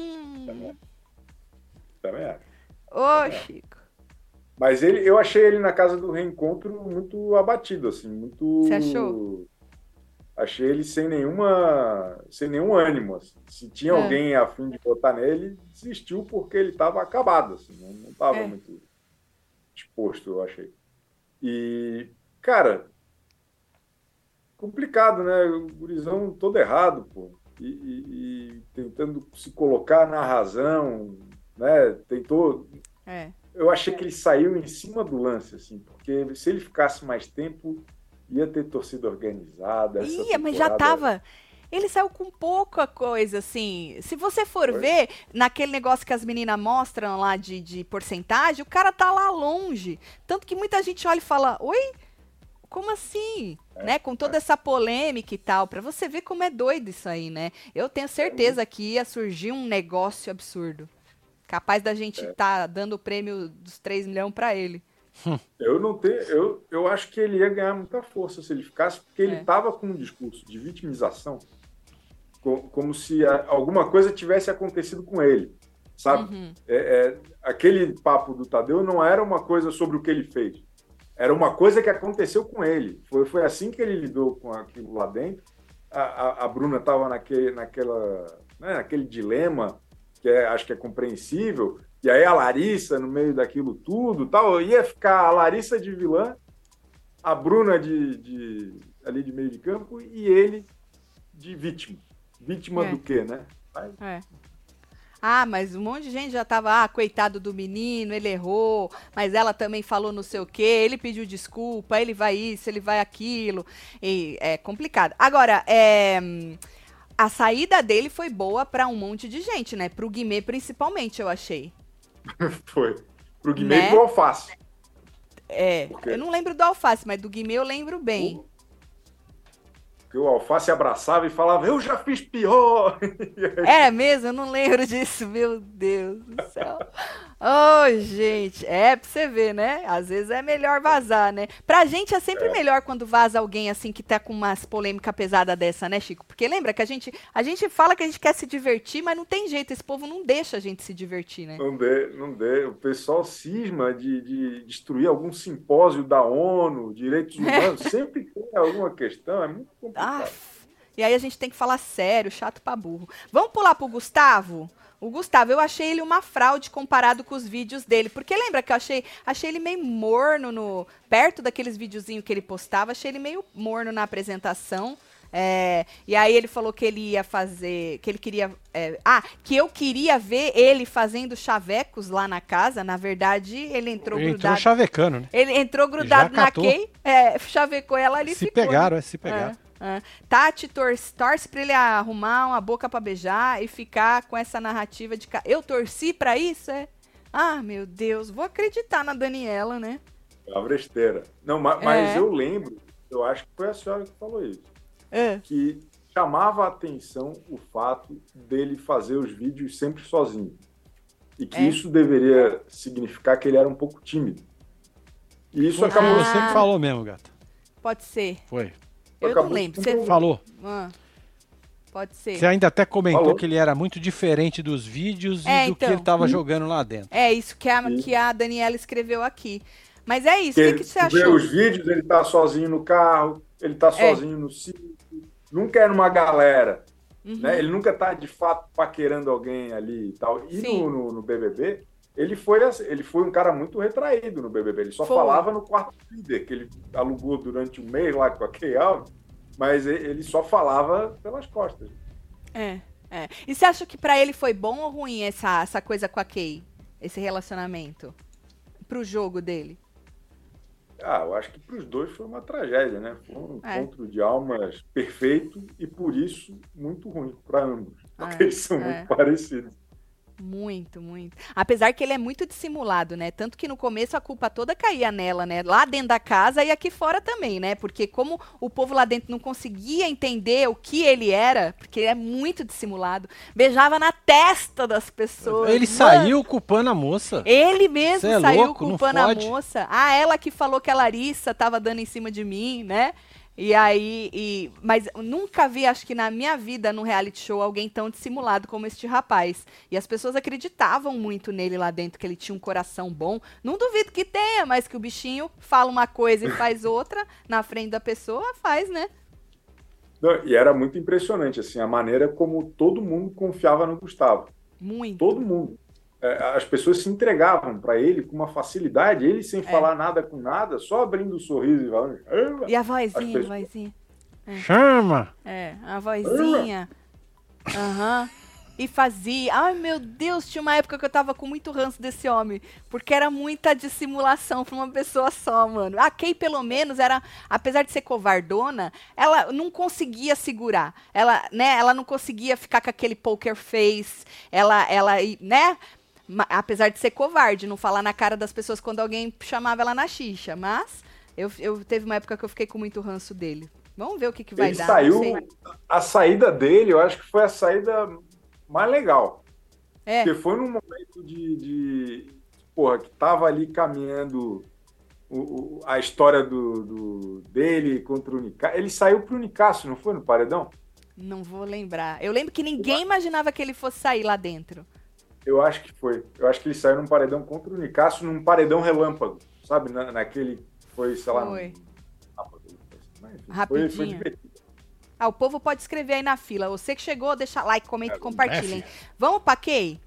Também acho. Ô, Chico. Mas eu achei ele na casa do reencontro muito abatido, assim, muito... Você achou? Achei ele sem nenhum ânimo, assim. Se tinha alguém a fim de votar nele, desistiu porque ele estava acabado, assim, não estava muito disposto, eu achei. E, cara, complicado, né? O gurizão todo errado, pô. E tentando se colocar na razão, né? Tentou... Eu achei que ele saiu em cima do lance, assim, porque se ele ficasse mais tempo, ia ter torcida organizada. Mas já tava. Ele saiu com pouca coisa, assim. Se você for ver, naquele negócio que as meninas mostram lá de porcentagem, o cara tá lá longe. Tanto que muita gente olha e fala, oi? Como assim? Né? Com toda essa polêmica e tal, pra você ver como é doido isso aí, né? Eu tenho certeza que ia surgir um negócio absurdo. Capaz da gente tá dando o prêmio dos 3 milhões pra ele. Eu acho que ele ia ganhar muita força se ele ficasse, porque ele tava com um discurso de vitimização, como se alguma coisa tivesse acontecido com ele, sabe? Aquele papo do Tadeu não era uma coisa sobre o que ele fez, era uma coisa que aconteceu com ele. Foi assim que ele lidou com aquilo lá dentro. A Bruna estava naquele dilema, que acho que é compreensível, e aí a Larissa no meio daquilo tudo, tal, ia ficar a Larissa de vilã, a Bruna ali de meio de campo e ele de vítima. Vítima do quê, né? Ah, mas um monte de gente já tava, coitado do menino, ele errou, mas ela também falou não sei o quê, ele pediu desculpa, ele vai isso, ele vai aquilo, e é complicado. Agora, a saída dele foi boa pra um monte de gente, né? Pro Guimê principalmente, eu achei. Foi. Pro Guimê e pro Alface. Eu não lembro do Alface, mas do Guimê eu lembro bem. Porque o Alface abraçava e falava, eu já fiz pior. É mesmo? Eu não lembro disso, meu Deus do céu. Ô, gente, pra você ver, né? Às vezes é melhor vazar, né? Pra gente é sempre melhor quando vaza alguém assim que tá com umas polêmicas pesadas dessa, né, Chico? Porque lembra que a gente fala que a gente quer se divertir, mas não tem jeito, esse povo não deixa a gente se divertir, né? Não dê. O pessoal cisma de destruir algum simpósio da ONU, direitos humanos, sempre tem alguma questão, é muito complicado. E aí a gente tem que falar sério, chato pra burro. Vamos pular pro Gustavo? O Gustavo, eu achei ele uma fraude comparado com os vídeos dele. Porque lembra que eu achei ele meio morno perto daqueles videozinhos que ele postava, achei ele meio morno na apresentação. E aí ele falou que ele ia fazer, que ele queria, que eu queria ver ele fazendo chavecos lá na casa. Na verdade, ele entrou grudado. Entrou chavecando, né? Ele entrou grudado na Kay, chavecou ela, ele ficou. Se pegaram. Tati torce pra ele arrumar uma boca pra beijar e ficar com essa narrativa de eu torci pra isso, Ah, meu Deus, vou acreditar na Daniela, né? A besteira. Não, mas eu lembro, eu acho que foi a senhora que falou isso. Que chamava a atenção o fato dele fazer os vídeos sempre sozinho. E que isso deveria significar que ele era um pouco tímido. E isso acabou... Você que falou mesmo, gata. Pode ser. Foi. Eu não lembro. Você falou. Pode ser. Você ainda até comentou que ele era muito diferente dos vídeos e do que ele estava jogando lá dentro. Isso que a Daniela escreveu aqui. Mas é isso, o que você achou? Vê os vídeos, ele tá sozinho no carro, ele tá sozinho no sítio, nunca é numa galera. Né? Ele nunca tá, de fato, paquerando alguém ali e tal. E no BBB... Ele foi um cara muito retraído no BBB. Ele só falava no quarto líder, que ele alugou durante um mês lá com a Kay Alves, mas ele só falava pelas costas. E você acha que pra ele foi bom ou ruim essa coisa com a Kay? Esse relacionamento? Pro jogo dele? Eu acho que pros dois foi uma tragédia, né? Foi um encontro de almas perfeito e, por isso, muito ruim pra ambos. Porque eles são muito parecidos. Muito, muito. Apesar que ele é muito dissimulado, né? Tanto que no começo a culpa toda caía nela, né? Lá dentro da casa e aqui fora também, né? Porque como o povo lá dentro não conseguia entender o que ele era, porque ele é muito dissimulado, beijava na testa das pessoas. Ele saiu culpando a moça. Ele mesmo saiu culpando a moça. Ela que falou que a Larissa tava dando em cima de mim, né? E aí, mas nunca vi, acho que na minha vida, num reality show, alguém tão dissimulado como este rapaz. E as pessoas acreditavam muito nele lá dentro, que ele tinha um coração bom. Não duvido que tenha, mas que o bichinho fala uma coisa e faz outra na frente da pessoa, faz, né? Não, e era muito impressionante, assim, a maneira como todo mundo confiava no Gustavo. Muito. Todo mundo. As pessoas se entregavam para ele com uma facilidade, ele sem falar nada com nada, só abrindo o sorriso e falando... E a vozinha, Chama! A vozinha. E fazia. Ai, meu Deus, tinha uma época que eu tava com muito ranço desse homem, porque era muita dissimulação pra uma pessoa só, mano. A Kay, pelo menos, apesar de ser covardona, ela não conseguia segurar. Ela não conseguia ficar com aquele poker face, né? Apesar de ser covarde, não falar na cara das pessoas quando alguém chamava ela na xixa. Mas eu teve uma época que eu fiquei com muito ranço dele. Vamos ver o que vai dar. A saída dele, eu acho que foi a saída mais legal. Porque foi num momento que tava ali caminhando a história dele contra o Nicásio. Ele saiu pro Nicásio, não foi, no paredão? Não vou lembrar. Eu lembro que ninguém imaginava que ele fosse sair lá dentro. Eu acho que foi. Eu acho que ele saiu num paredão contra o Nicásio, num paredão relâmpago, sabe? Naquele, sei lá... Rapidinho. Foi divertido. O povo pode escrever aí na fila. Você que chegou, deixa like, comenta e compartilhem. Vamos pra Kay?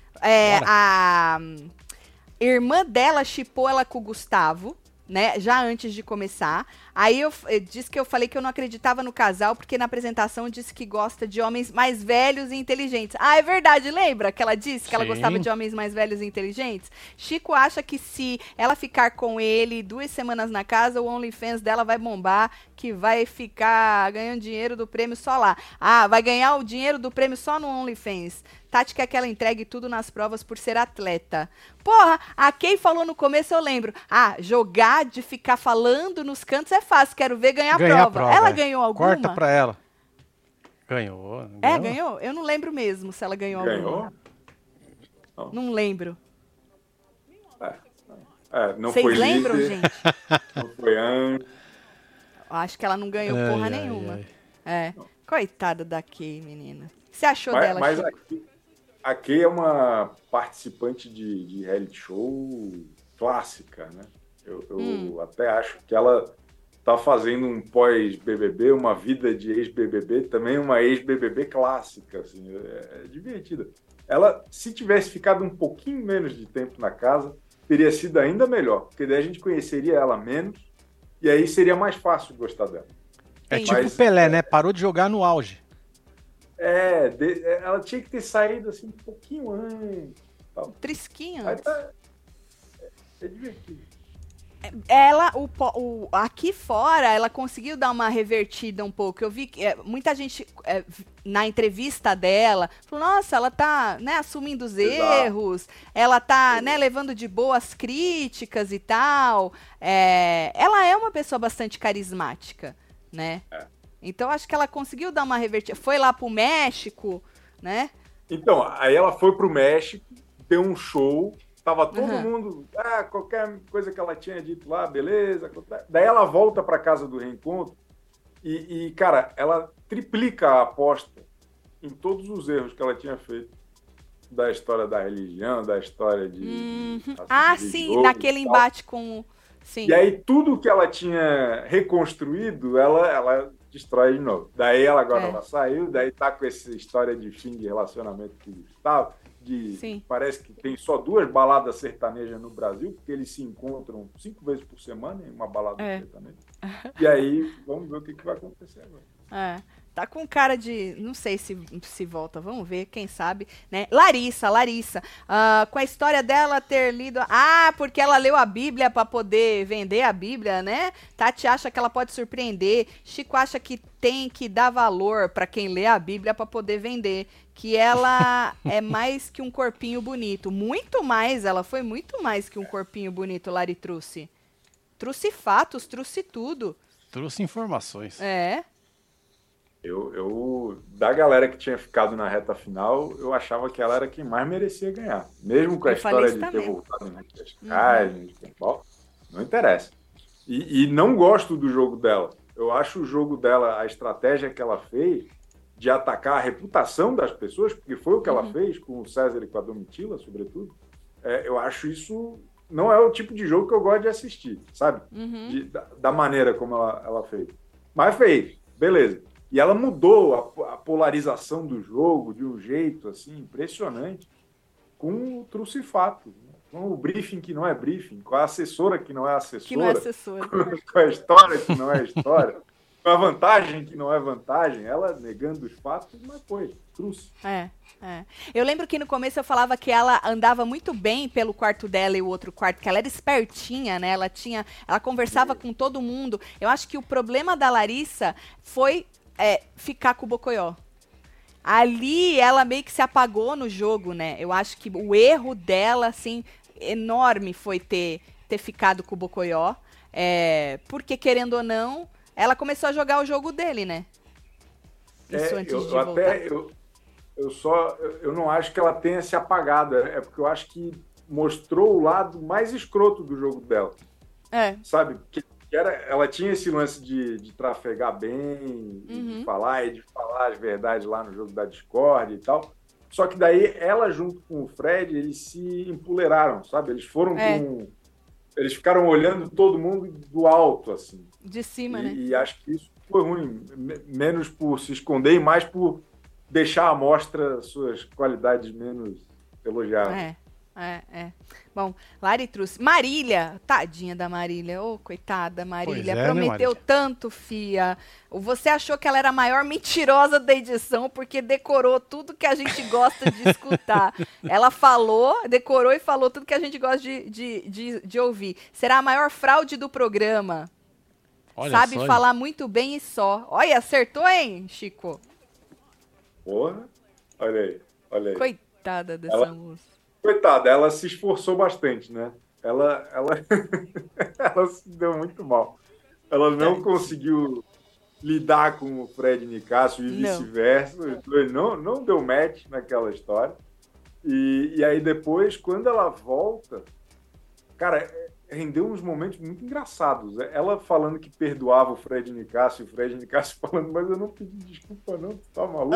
A irmã dela shippou ela com o Gustavo, né? Já antes de começar. Aí eu disse que eu falei que eu não acreditava no casal, porque na apresentação disse que gosta de homens mais velhos e inteligentes. Ah, é verdade, lembra que ela disse que ela gostava de homens mais velhos e inteligentes? Chico acha que se ela ficar com ele 2 semanas na casa, o OnlyFans dela vai bombar, que vai ficar ganhando dinheiro do prêmio só lá. Ah, vai ganhar o dinheiro do prêmio só no OnlyFans. Tati quer que ela entregue tudo nas provas por ser atleta. Porra, a Kay falou no começo, eu lembro. Ah, jogar de ficar falando nos cantos é fácil, quero ver ganhar a prova. Ela ganhou alguma? Corta pra ela. Ganhou. Ganhou? Eu não lembro mesmo se ela ganhou alguma. Não lembro. Não Vocês foi lembram, líder, gente? Não foi antes. Acho que ela não ganhou porra nenhuma. Coitada da Kay, menina. O que você achou dela, Chico? A Kay é uma participante de reality show clássica, né? Eu até acho que ela tá fazendo um pós-BBB, uma vida de ex-BBB, também uma ex-BBB clássica, assim, é divertida. Ela, se tivesse ficado um pouquinho menos de tempo na casa, teria sido ainda melhor, porque daí a gente conheceria ela menos e aí seria mais fácil gostar dela. Tipo o Pelé, né? Parou de jogar no auge. Ela tinha que ter saído assim um pouquinho antes. Um trisquinho aí antes. É divertido. Ela, aqui fora, ela conseguiu dar uma revertida um pouco. Eu vi que muita gente, na entrevista dela, falou, nossa, ela tá, né, assumindo os erros, ela tá, né, levando de boa as críticas e tal. Ela é uma pessoa bastante carismática, né? Então, acho que ela conseguiu dar uma revertida. Foi lá pro México, né? Então, aí ela foi pro México, deu um show, tava todo mundo, qualquer coisa que ela tinha dito lá, beleza. Daí ela volta pra casa do reencontro e, cara, ela triplica a aposta em todos os erros que ela tinha feito da história da religião, da história de... sim, naquele embate com... Sim. E aí, tudo que ela tinha reconstruído, ela destrói de novo. Daí ela saiu, daí tá com essa história de fim de relacionamento com o Gustavo, parece que tem só 2 baladas sertanejas no Brasil, porque eles se encontram 5 vezes por semana em uma balada sertaneja. E aí, vamos ver o que vai acontecer agora. Tá com cara de... Não sei se volta, vamos ver, quem sabe, né? Larissa. Com a história dela ter lido... porque ela leu a Bíblia para poder vender a Bíblia, né? Tati acha que ela pode surpreender. Chico acha que tem que dar valor para quem lê a Bíblia para poder vender. Que ela é mais que um corpinho bonito. Muito mais, ela foi muito mais que um corpinho bonito, Lari trouxe. Trouxe fatos, trouxe tudo. Trouxe informações. Eu, da galera que tinha ficado na reta final, eu achava que ela era quem mais merecia ganhar. Mesmo com a história de ter voltado na cascagem, de futebol, não interessa. E não gosto do jogo dela. Eu acho o jogo dela, a estratégia que ela fez de atacar a reputação das pessoas, porque foi o que ela fez com o César e com a Domitila, sobretudo. Eu acho isso... Não é o tipo de jogo que eu gosto de assistir, sabe? Da maneira como ela fez. Mas fez, beleza. E ela mudou a polarização do jogo de um jeito assim impressionante com o trucifato, né? Com o briefing que não é briefing, com a assessora que não é assessora, com a história que não é história, com a vantagem que não é vantagem, ela negando os fatos, mas foi, truce. Eu lembro que no começo eu falava que ela andava muito bem pelo quarto dela e o outro quarto, que ela era espertinha, né? Ela conversava com todo mundo. Eu acho que o problema da Larissa foi ficar com o Bocoió. Ali ela meio que se apagou no jogo, né? Eu acho que o erro dela, assim, enorme foi ter ficado com o Bocoió. Porque, querendo ou não, ela começou a jogar o jogo dele, né? Isso antes de voltar. Eu não acho que ela tenha se apagado. É porque eu acho que mostrou o lado mais escroto do jogo dela. Sabe? Ela tinha esse lance de trafegar bem, de falar as verdades lá no jogo da Discord e tal. Só que daí ela, junto com o Fred, eles se empoleraram, sabe? Eles foram eles ficaram olhando todo mundo do alto, assim. De cima, né? E acho que isso foi ruim. Menos por se esconder e mais por deixar à mostra suas qualidades menos elogiadas. Bom, Bom, Lari trouxe. Marília, tadinha da Marília. Ô, coitada, Marília. Prometeu Marília? tanto, fia. Você achou que ela era a maior mentirosa da edição porque decorou tudo que a gente gosta de escutar. Ela falou, decorou e falou tudo que a gente gosta de ouvir. Será a maior fraude do programa. Olha Sabe só, falar muito bem e só. Olha, acertou, hein, Chico? Porra, olha aí. Coitada dessa moça. Coitada, ela se esforçou bastante, né? Ela se deu muito mal. Ela não conseguiu lidar com o Fred Nicásio e vice-versa. Não deu match naquela história. E aí depois, quando ela volta, cara, rendeu uns momentos muito engraçados. Ela falando que perdoava o Fred Nicásio, e o Fred Nicásio falando, mas eu não pedi desculpa não, tu tá maluco?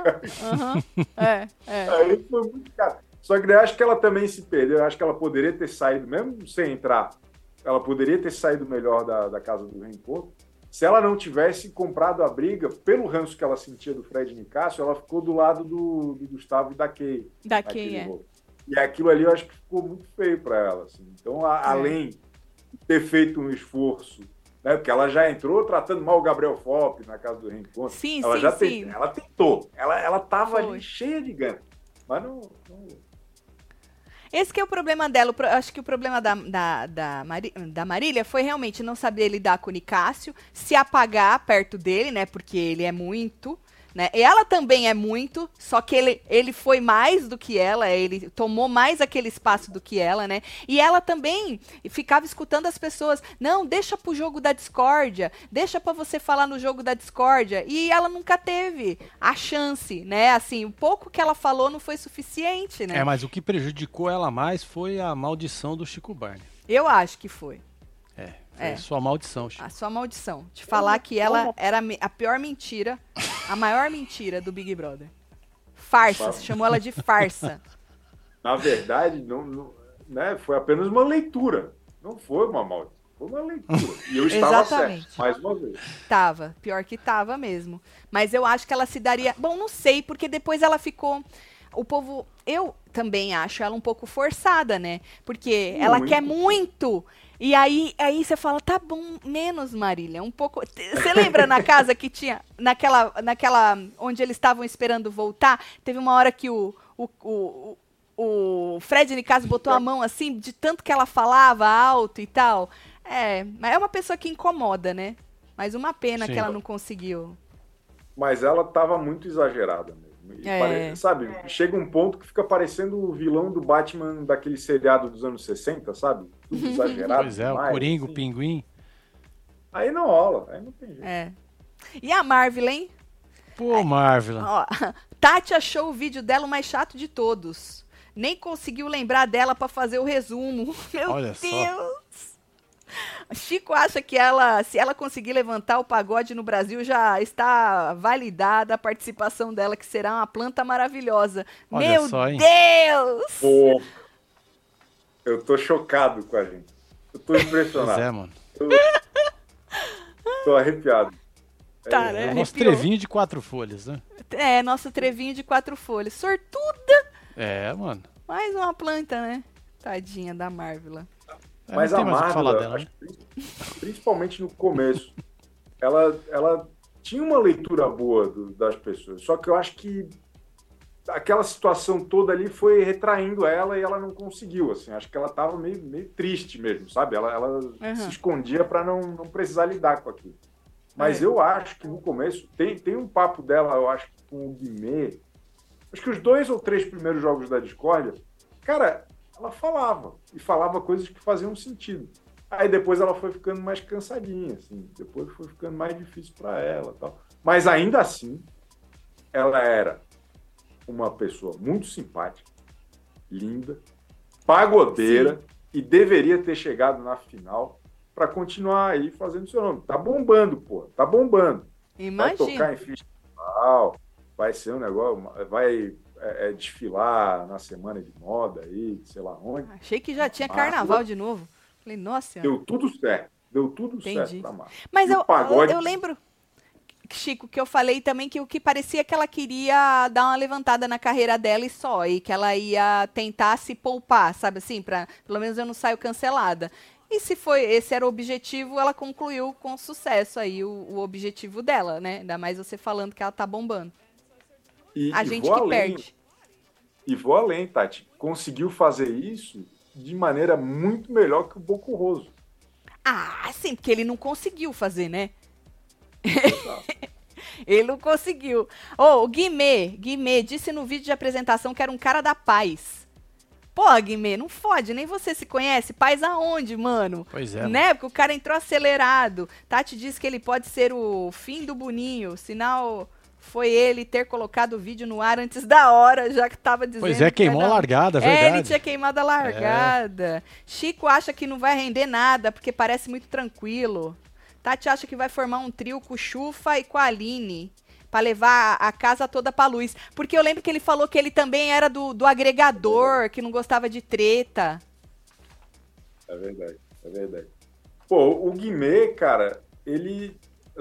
Aí foi muito caro. Só que daí eu acho que ela também se perdeu. Eu acho que ela poderia ter saído, mesmo sem entrar, ela poderia ter saído melhor da casa do reencontro. Se ela não tivesse comprado a briga, pelo ranço que ela sentia do Fred Nicásio, ela ficou do lado do Gustavo e da Kay. Da Kay, é. E aquilo ali eu acho que ficou muito feio para ela. Assim. Então, além de ter feito um esforço, né, porque ela já entrou tratando mal o Gabriel Fopp na casa do reencontro. Sim. Ela tentou. Ela estava ali cheia de gana. Mas não... Esse que é o problema dela. Acho que o problema da Marília foi realmente não saber lidar com o Nicásio, se apagar perto dele, né? Porque ele é muito, né? E ela também é muito, só que ele foi mais do que ela, ele tomou mais aquele espaço do que ela, né? E ela também ficava escutando as pessoas, não, deixa pro jogo da discórdia, deixa pra você falar no jogo da discórdia. E ela nunca teve a chance, né? Assim, o pouco que ela falou não foi suficiente, né? Mas o que prejudicou ela mais foi a maldição do Chico Barney. Eu acho que foi. Foi sua maldição, Chico. A sua maldição. De falar que ela era a pior mentira, a maior mentira do Big Brother. Farsa, chamou ela de farsa. Na verdade, né, foi apenas uma leitura. Não foi uma maldição, foi uma leitura. E eu estava certo, mais uma vez. Tava, pior que tava mesmo. Mas eu acho que ela se daria... Bom, não sei, porque depois ela ficou... O povo... Eu também acho ela um pouco forçada, né? Porque ela quer muito... E aí você fala, tá bom, menos, Marília, um pouco... Você lembra na casa que tinha, naquela onde eles estavam esperando voltar, teve uma hora que o Fred Nicásio botou a mão assim, de tanto que ela falava alto e tal. Mas é uma pessoa que incomoda, né? Mas uma pena que ela não conseguiu. Mas ela tava muito exagerada mesmo. Sabe, chega um ponto que fica parecendo o vilão do Batman daquele seriado dos anos 60, sabe? Tudo exagerado. Pois é, demais, o Coringa, assim. O Pinguim. Aí não rola, aí não tem jeito. E a Marvel, hein? Pô, Marvel. Tati achou o vídeo dela o mais chato de todos. Nem conseguiu lembrar dela pra fazer o resumo. Meu Deus! Só. Chico acha que se ela conseguir levantar o pagode no Brasil, já está validada a participação dela, que será uma planta maravilhosa. Olha Meu só, hein? Deus! Pô, eu tô chocado com a gente. Eu tô impressionado. Pois é, mano. Tô arrepiado. Né? Nosso trevinho de 4 folhas, né? Nosso trevinho de 4 folhas. Sortuda! Mano. Mais uma planta, né? Tadinha da Marvel. Mas a Marvel, principalmente no começo, ela tinha uma leitura boa das pessoas. Só que eu acho que aquela situação toda ali foi retraindo ela e ela não conseguiu. Assim, acho que ela estava meio triste mesmo, sabe? Ela se escondia para não precisar lidar com aquilo. Mas eu acho que no começo tem um papo dela, eu acho que com o Guimê. Acho que os 2 ou 3 primeiros jogos da Discórdia, cara, ela falava coisas que faziam sentido. Aí depois ela foi ficando mais cansadinha, assim, depois foi ficando mais difícil para ela, tal. Mas ainda assim, ela era uma pessoa muito simpática, linda, pagodeira e deveria ter chegado na final para continuar aí fazendo seu nome. Tá bombando, pô, tá bombando. Imagina. Vai tocar em festival, vai ser um negócio, vai desfilar na semana de moda aí, sei lá onde. Achei que já tinha carnaval de novo. Falei, nossa. Deu tudo certo pra Marvel. Mas eu lembro Chico, que eu falei também que o que parecia que ela queria dar uma levantada na carreira dela e só, e que ela ia tentar se poupar, sabe assim, pra pelo menos eu não saio cancelada. E se foi, esse era o objetivo, ela concluiu com sucesso aí o objetivo dela, né? Ainda mais você falando que ela tá bombando. A gente que perde. E vou além, Tati. Conseguiu fazer isso de maneira muito melhor que o Bocurroso. Ah, sim, porque ele não conseguiu fazer, né? Ele não conseguiu. O Guimê disse no vídeo de apresentação que era um cara da paz. Pô, Guimê, não fode, nem você se conhece. Paz aonde, mano? Pois é. Né? Porque o cara entrou acelerado. Tati disse que ele pode ser o fim do Boninho. Sinal foi ele ter colocado o vídeo no ar antes da hora, já que tava dizendo... Pois é, queimou a largada, verdade. Ele tinha queimado a largada. Chico acha que não vai render nada, porque parece muito tranquilo. Tati acha que vai formar um trio com o Chufa e com a Aline, pra levar a casa toda pra luz. Porque eu lembro que ele falou que ele também era do agregador, que não gostava de treta. É verdade, é verdade. Pô, o Guimê, cara, ele...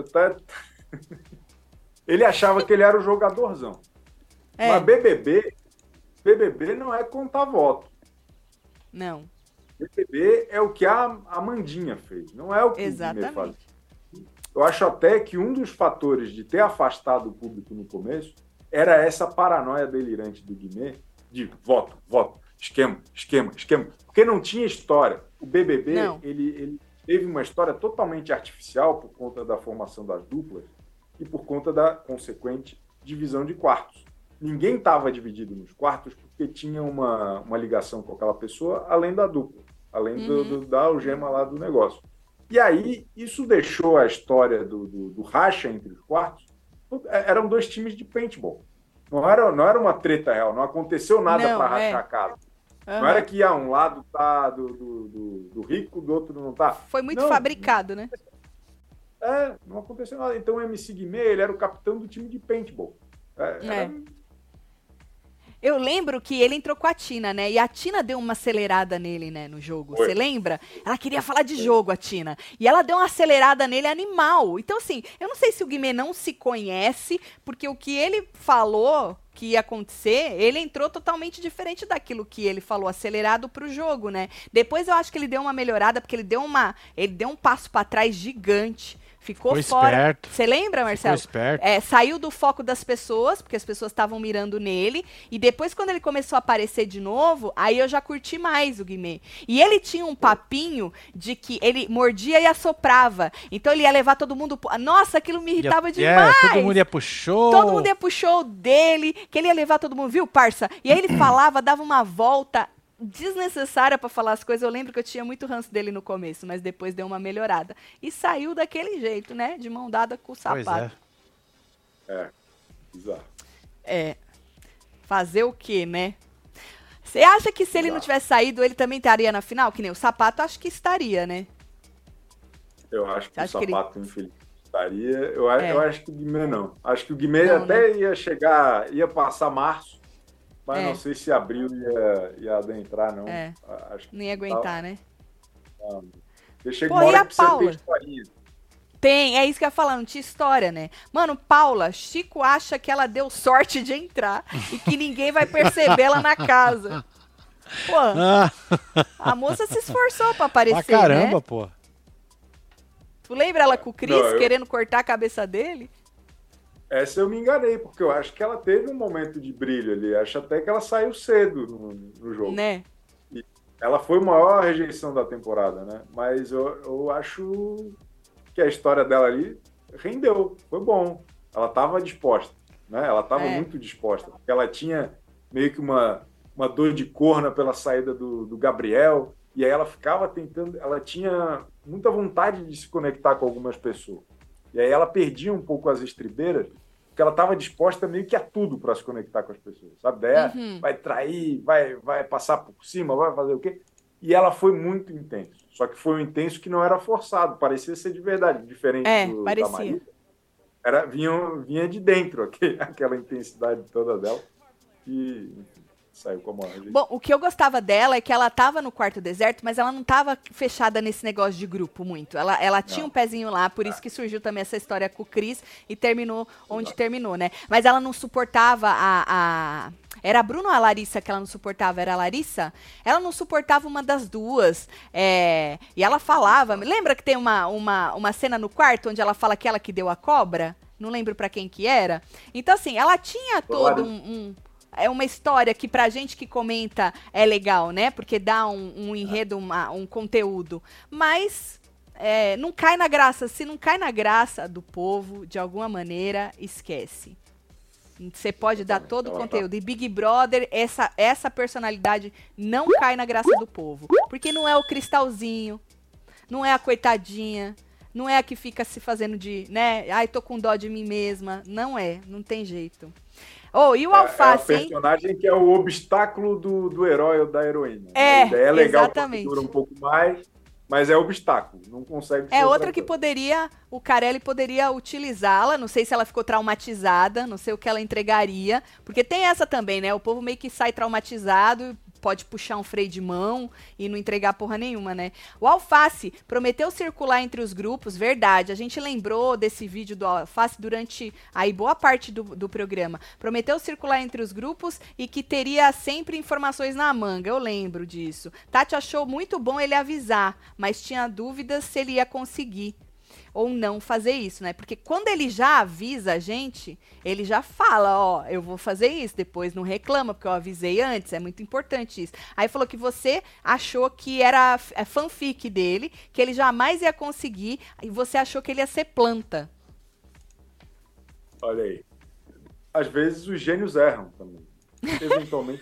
ele achava que ele era o jogadorzão. Mas BBB não é contar voto. Não. BBB é o que a Amandinha fez, não é o que o Guimê faz. Eu acho até que um dos fatores de ter afastado o público no começo era essa paranoia delirante do Guimê de voto, esquema. Porque não tinha história. O BBB, ele teve uma história totalmente artificial por conta da formação das duplas e por conta da consequente divisão de quartos. Ninguém estava dividido nos quartos porque tinha uma ligação com aquela pessoa, além da dupla, além da algema lá do negócio. E aí, isso deixou a história do racha entre os quartos. Eram dois times de paintball. Não era uma treta real, não aconteceu nada para rachar a casa. Não era que um lado tá do rico, do outro não tá. Foi muito fabricado, né? Não aconteceu nada. Então o MC Guimê, ele era o capitão do time de paintball. Eu lembro que ele entrou com a Tina, né? E a Tina deu uma acelerada nele, né, no jogo. Você lembra? Ela queria falar de jogo, a Tina. E ela deu uma acelerada nele animal. Então, assim, eu não sei se o Guimê não se conhece, porque o que ele falou que ia acontecer, ele entrou totalmente diferente daquilo que ele falou, acelerado pro jogo, né? Depois eu acho que ele deu uma melhorada, porque ele deu um passo para trás gigante. Ficou fora. Você lembra, Marcelo? Ficou esperto. Saiu do foco das pessoas, porque as pessoas estavam mirando nele. E depois, quando ele começou a aparecer de novo, aí eu já curti mais o Guimê. E ele tinha um papinho de que ele mordia e assoprava. Então ele ia levar todo mundo... Nossa, aquilo me irritava demais. Todo mundo ia pro show. Todo mundo ia pro show dele, que ele ia levar todo mundo, viu, parça? E aí ele falava, dava uma volta desnecessária pra falar as coisas. Eu lembro que eu tinha muito ranço dele no começo, mas depois deu uma melhorada. E saiu daquele jeito, né? De mão dada com o sapato. Bizarro. Fazer o quê, né? Você acha que se ele não tivesse saído, ele também estaria na final? Que nem o Sapato, acho que estaria, né? Eu acho que o Sapato, infelizmente, estaria. Eu acho que o Guimê não. Acho que o Guimê ia passar março. Mas não sei se abril ia adentrar, não. Acho que não ia aguentar, né? Chega uma hora que você tem historinha. É isso que eu ia falar, não tinha história, né? Mano, Paula, Chico acha que ela deu sorte de entrar e que ninguém vai perceber ela na casa. Pô, a moça se esforçou pra aparecer, caramba, né? Pô. Tu lembra ela com o Cris querendo cortar a cabeça dele? Essa eu me enganei, porque eu acho que ela teve um momento de brilho ali. Acho até que ela saiu cedo no jogo. Né? E ela foi a maior rejeição da temporada, né? Mas eu acho que a história dela ali rendeu, foi bom. Ela estava disposta, né? Ela estava muito disposta. Porque ela tinha meio que uma dor de corna pela saída do Gabriel. E aí ela ficava tentando... Ela tinha muita vontade de se conectar com algumas pessoas. E aí ela perdia um pouco as estribeiras, porque ela estava disposta meio que a tudo para se conectar com as pessoas, sabe? Daí vai trair, vai passar por cima, vai fazer o quê? E ela foi muito intenso. Só que foi um intenso que não era forçado, parecia ser de verdade, diferente da Maria. Vinha de dentro aquela intensidade toda dela. E enfim, saiu com a maior rejeição. Bom, o que eu gostava dela é que ela tava no quarto deserto, mas ela não tava fechada nesse negócio de grupo muito. Ela tinha um pezinho lá, por isso que surgiu também essa história com o Chris e terminou onde terminou, né? Mas ela não suportava Era a Bruna ou a Larissa que ela não suportava? Era a Larissa? Ela não suportava uma das duas. E ela falava... Lembra que tem uma cena no quarto onde ela fala que ela que deu a cobra? Não lembro pra quem que era. Então, assim, ela tinha todo uma história que pra gente que comenta é legal, né? Porque dá um enredo, um conteúdo. Mas não cai na graça. Se não cai na graça do povo, de alguma maneira, esquece. Você pode dar todo o conteúdo. E Big Brother, essa personalidade não cai na graça do povo. Porque não é o cristalzinho, não é a coitadinha, não é a que fica se fazendo de, né? Ai, tô com dó de mim mesma. Não tem jeito. E o Alface, hein? É o personagem que é o obstáculo do herói ou da heroína. A ideia é legal, exatamente. Dura um pouco mais, mas é obstáculo, não consegue ser. É outra que o Carelli poderia utilizá-la, não sei se ela ficou traumatizada, não sei o que ela entregaria, porque tem essa também, né? O povo meio que sai traumatizado, pode puxar um freio de mão e não entregar porra nenhuma, né? O Alface prometeu circular entre os grupos, verdade, a gente lembrou desse vídeo do Alface durante aí boa parte do programa. Prometeu circular entre os grupos e que teria sempre informações na manga, eu lembro disso. Tati achou muito bom ele avisar, mas tinha dúvidas se ele ia conseguir ou não fazer isso, né? Porque quando ele já avisa a gente, ele já fala, eu vou fazer isso, depois não reclama, porque eu avisei antes, é muito importante isso. Aí falou que você achou que era fanfic dele, que ele jamais ia conseguir, e você achou que ele ia ser planta. Olha aí. Às vezes os gênios erram também. Eventualmente.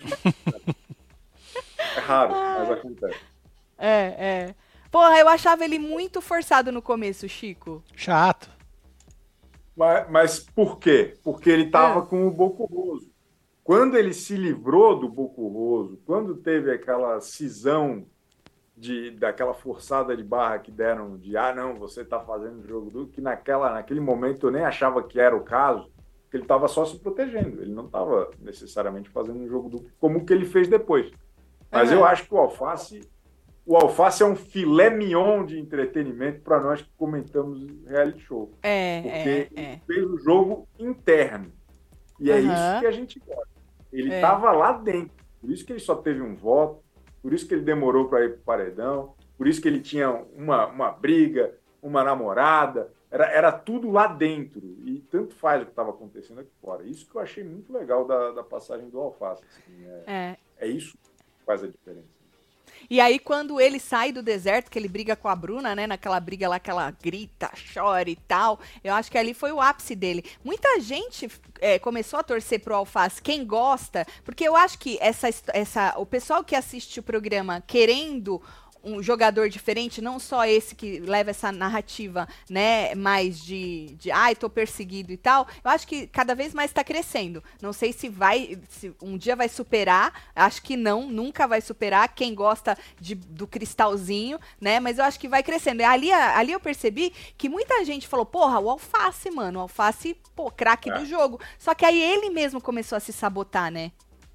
É raro, mas acontece. Porra, eu achava ele muito forçado no começo, Chico. Chato. Mas por quê? Porque ele estava com o Bocurroso. Quando ele se livrou do Bocurroso, quando teve aquela cisão daquela forçada de barra que deram de não, você está fazendo o jogo duplo, que naquele momento eu nem achava que era o caso, porque ele estava só se protegendo. Ele não estava necessariamente fazendo um jogo duplo como o que ele fez depois. Mas eu acho que o Alface é um filé mignon de entretenimento para nós que comentamos reality show. Porque ele fez o jogo interno. E é isso que a gente gosta. Ele estava lá dentro. Por isso que ele só teve um voto, por isso que ele demorou para ir para o paredão, por isso que ele tinha uma briga, uma namorada. Era tudo lá dentro. E tanto faz o que estava acontecendo aqui fora. Isso que eu achei muito legal da passagem do Alface. Assim, é isso que faz a diferença. E aí, quando ele sai do deserto, que ele briga com a Bruna, né? Naquela briga lá que ela grita, chora e tal. Eu acho que ali foi o ápice dele. Muita gente começou a torcer pro Alface. Quem gosta... Porque eu acho que o pessoal que assiste o programa querendo um jogador diferente, não só esse que leva essa narrativa, né, mais de tô perseguido e tal, eu acho que cada vez mais tá crescendo. Não sei se um dia vai superar, acho que não, nunca vai superar quem gosta do cristalzinho, né, mas eu acho que vai crescendo. Ali eu percebi que muita gente falou, porra, o Alface, mano, o Alface, pô, craque do jogo. Só que aí ele mesmo começou a se sabotar, né,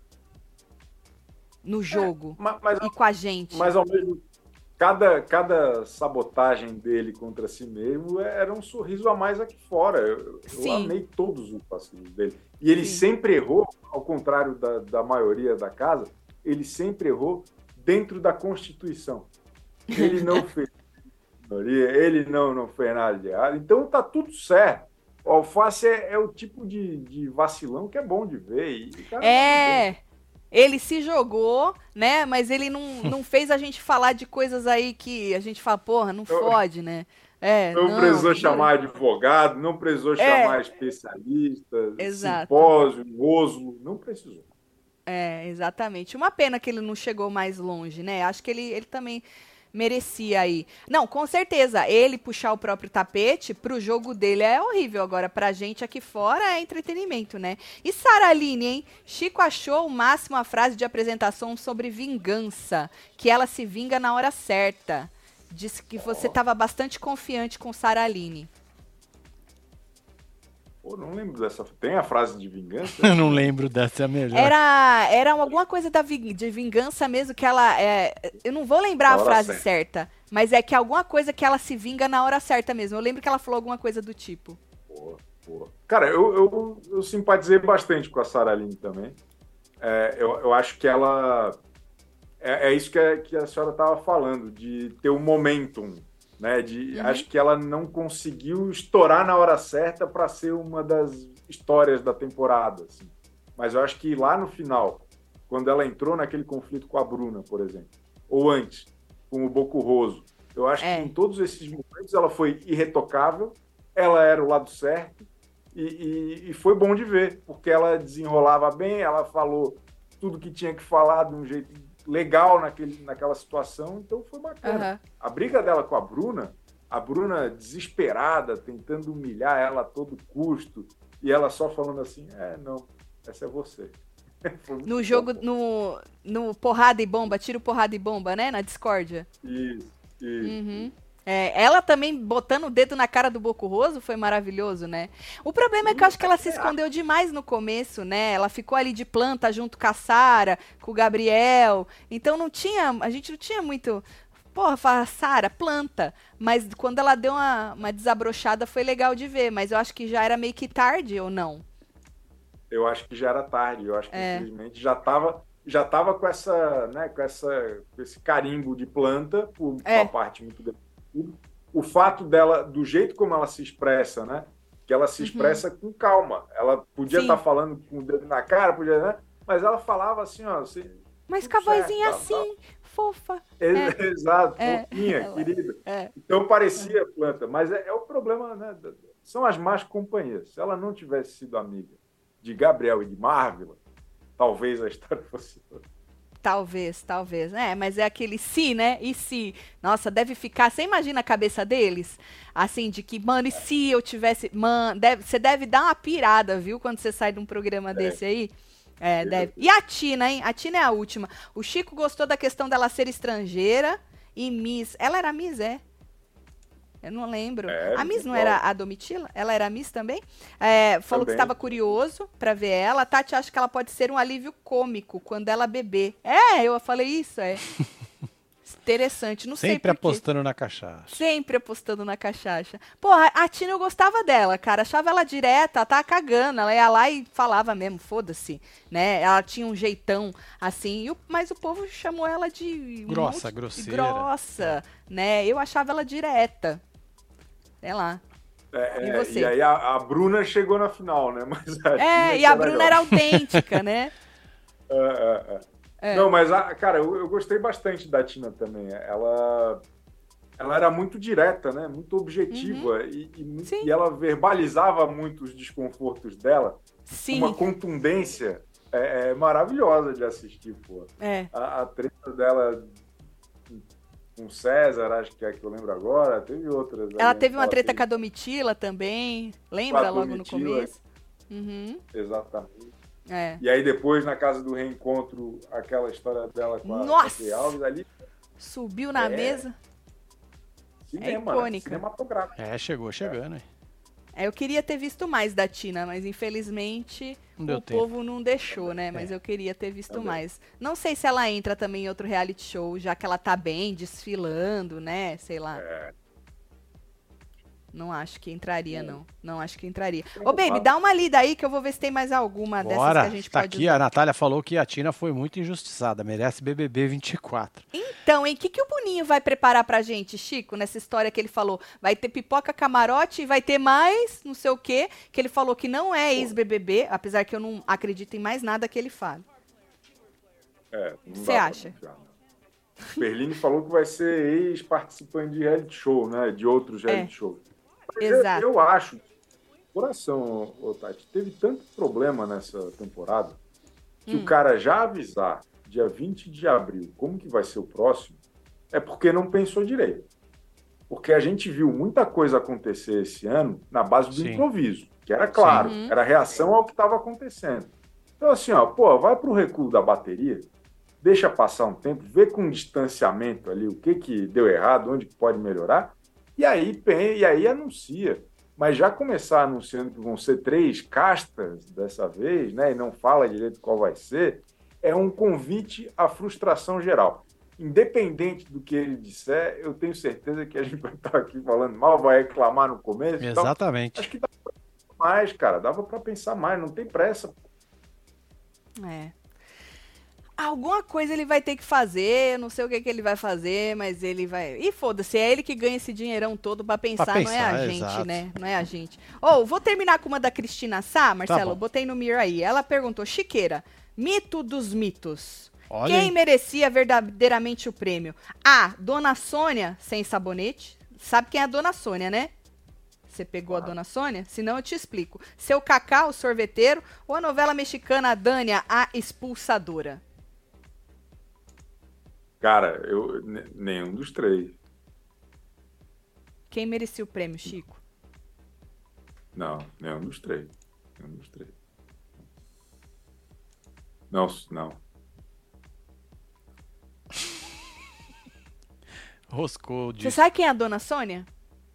no jogo e com a gente. Mas ao mesmo Cada sabotagem dele contra si mesmo era um sorriso a mais aqui fora. Eu amei todos os passos dele. E ele sempre errou, ao contrário da maioria da casa, ele sempre errou dentro da Constituição. Ele não fez ele não fez nada de errado. Então tá tudo certo. O Alface é o tipo de vacilão que é bom de ver. E, cara, ele se jogou, né? Mas ele não fez a gente falar de coisas aí que a gente fala, porra, não fode, né? Não precisou chamar advogado, não precisou chamar especialista, simpósio, Oslo, não precisou. Exatamente. Uma pena que ele não chegou mais longe, né? Acho que ele também merecia aí. Não, com certeza, ele puxar o próprio tapete pro jogo dele é horrível. Agora, pra gente aqui fora é entretenimento, né? E Sara Aline, hein? Chico achou o máximo a frase de apresentação sobre vingança, que ela se vinga na hora certa. Disse que você estava bastante confiante com Sara Aline. Pô, não lembro dessa. Tem a frase de vingança? Eu não lembro dessa, é melhor. Era alguma coisa de vingança mesmo, que ela... eu não vou lembrar a frase certa, mas é que alguma coisa que ela se vinga na hora certa mesmo. Eu lembro que ela falou alguma coisa do tipo. Pô. Cara, eu simpatizei bastante com a Sarah Lynn também. Eu acho que ela... É isso que a senhora estava falando, de ter um momentum, né? Acho que ela não conseguiu estourar na hora certa para ser uma das histórias da temporada. Assim. Mas eu acho que lá no final, quando ela entrou naquele conflito com a Bruna, por exemplo, ou antes, com o Bocurroso, eu acho que em todos esses momentos ela foi irretocável, ela era o lado certo, e foi bom de ver, porque ela desenrolava bem, ela falou tudo que tinha que falar de um jeito legal naquela situação, então foi bacana. A briga dela com a Bruna desesperada, tentando humilhar ela a todo custo, e ela só falando assim, não, essa é você. No jogo, no porrada e bomba, tiro, porrada e bomba, né? Na discórdia. Isso. Ela também botando o dedo na cara do Bocurroso foi maravilhoso, né? O problema é que eu acho que ela se escondeu demais no começo, né? Ela ficou ali de planta junto com a Sarah, com o Gabriel. Então a gente não tinha muito... Porra, fala, Sarah, planta. Mas quando ela deu uma desabrochada foi legal de ver. Mas eu acho que já era meio que tarde, ou não? Eu acho que já era tarde. Eu acho que, infelizmente, já tava com esse carimbo de planta, por uma parte muito grande. O fato dela, do jeito como ela se expressa, né? Que ela se expressa com calma. Ela podia estar falando com o dedo na cara, né? Mas ela falava assim, ó... Mas com a vozinha assim, fofa. Exato, fofinha, querida. Então parecia planta, mas é o problema, né? São as más companhias. Se ela não tivesse sido amiga de Gabriel e de Marvila, talvez a história fosse outra. Talvez. Mas é aquele se, né? E se? Nossa, deve ficar... Você imagina a cabeça deles? Assim, de que, mano, e se eu tivesse... Mano, você deve dar uma pirada, viu? Quando você sai de um programa desse aí. Deve. E a Tina, hein? A Tina é a última. O Chico gostou da questão dela ser estrangeira e Miss. Ela era Miss, Eu não lembro. A Miss não era a Domitila? Ela era a Miss também? Falou que estava curioso pra ver ela. A Tati acha que ela pode ser um alívio cômico quando ela beber. Eu falei isso, Interessante, não sei por quê. Sempre apostando na cachaça. Sempre apostando na cachaça. Porra, a Tina eu gostava dela, cara. Achava ela direta, ela tava cagando. Ela ia lá e falava mesmo, foda-se, né? Ela tinha um jeitão assim, mas o povo chamou ela de... grosseira. Grossa, né? Eu achava ela direta. Sei lá. E você? E aí a Bruna chegou na final, né? Mas e a Bruna era autêntica, né? Não, mas, cara, eu gostei bastante da Tina também. Ela era muito direta, né? Muito objetiva. E ela verbalizava muito os desconfortos dela. Sim. Uma contundência maravilhosa de assistir, pô. A treta dela com César, acho que é que eu lembro agora. Teve outras. Ela teve uma treta com a Domitila também. Lembra logo no começo? Exatamente. E aí depois, na casa do reencontro, aquela história dela com a Kay Alves ali. Subiu na mesa. Cinema, icônica. Cinematográfico. Chegando. Eu queria ter visto mais da Tina, mas infelizmente o povo não deixou, né? Mas eu queria ter visto mais. Não sei se ela entra também em outro reality show, já que ela tá bem, desfilando, né? Sei lá. Não acho que entraria, não. Não acho que entraria. Ô, Baby, dá uma lida aí que eu vou ver se tem mais alguma dessas que a gente pode aqui, usar. A Natália falou que a Tina foi muito injustiçada, merece BBB 24. Então, hein, o que o Boninho vai preparar pra gente, Chico, nessa história que ele falou? Vai ter pipoca camarote e vai ter mais não sei o quê, que ele falou que não é ex-BBB, apesar que eu não acredito em mais nada que ele fale. O que você acha? Berlini falou que vai ser ex-participante de reality show, né? De outros reality shows. Exato. Eu acho, coração, Tati, teve tanto problema nessa temporada que o cara já avisar dia 20 de abril como que vai ser o próximo é porque não pensou direito. Porque a gente viu muita coisa acontecer esse ano na base do improviso, que era claro, era reação ao que estava acontecendo. Então assim, vai pro recuo da bateria, deixa passar um tempo, vê com distanciamento ali o que deu errado, onde que pode melhorar, e aí anuncia. mas já começar anunciando que vão ser 3 castas dessa vez, né, e não fala direito qual vai ser, é um convite à frustração geral. Independente do que ele disser, eu tenho certeza que a gente vai estar aqui falando mal, vai reclamar no começo. Exatamente. Então, acho que dava para pensar mais, cara. Dava para pensar mais, não tem pressa. Alguma coisa ele vai ter que fazer, não sei o que ele vai fazer, mas ele vai... E foda-se, é ele que ganha esse dinheirão todo pra pensar, não é a gente, exato. Né? Não é a gente. Vou terminar com uma da Cristina Sá, Marcelo, botei no Mir aí. Ela perguntou, Chiqueira, mito dos mitos. Olha. Quem merecia verdadeiramente o prêmio? A, Dona Sônia, sem sabonete. Sabe quem é a Dona Sônia, né? Você pegou a Dona Sônia? Senão eu te explico. Seu Cacá, o sorveteiro, ou a novela mexicana Dânia, a expulsadora? Cara, nenhum dos 3. Quem merecia o prêmio, Chico? Não, nenhum dos 3. Não. Roscou disso. Você sabe quem é a Dona Sônia?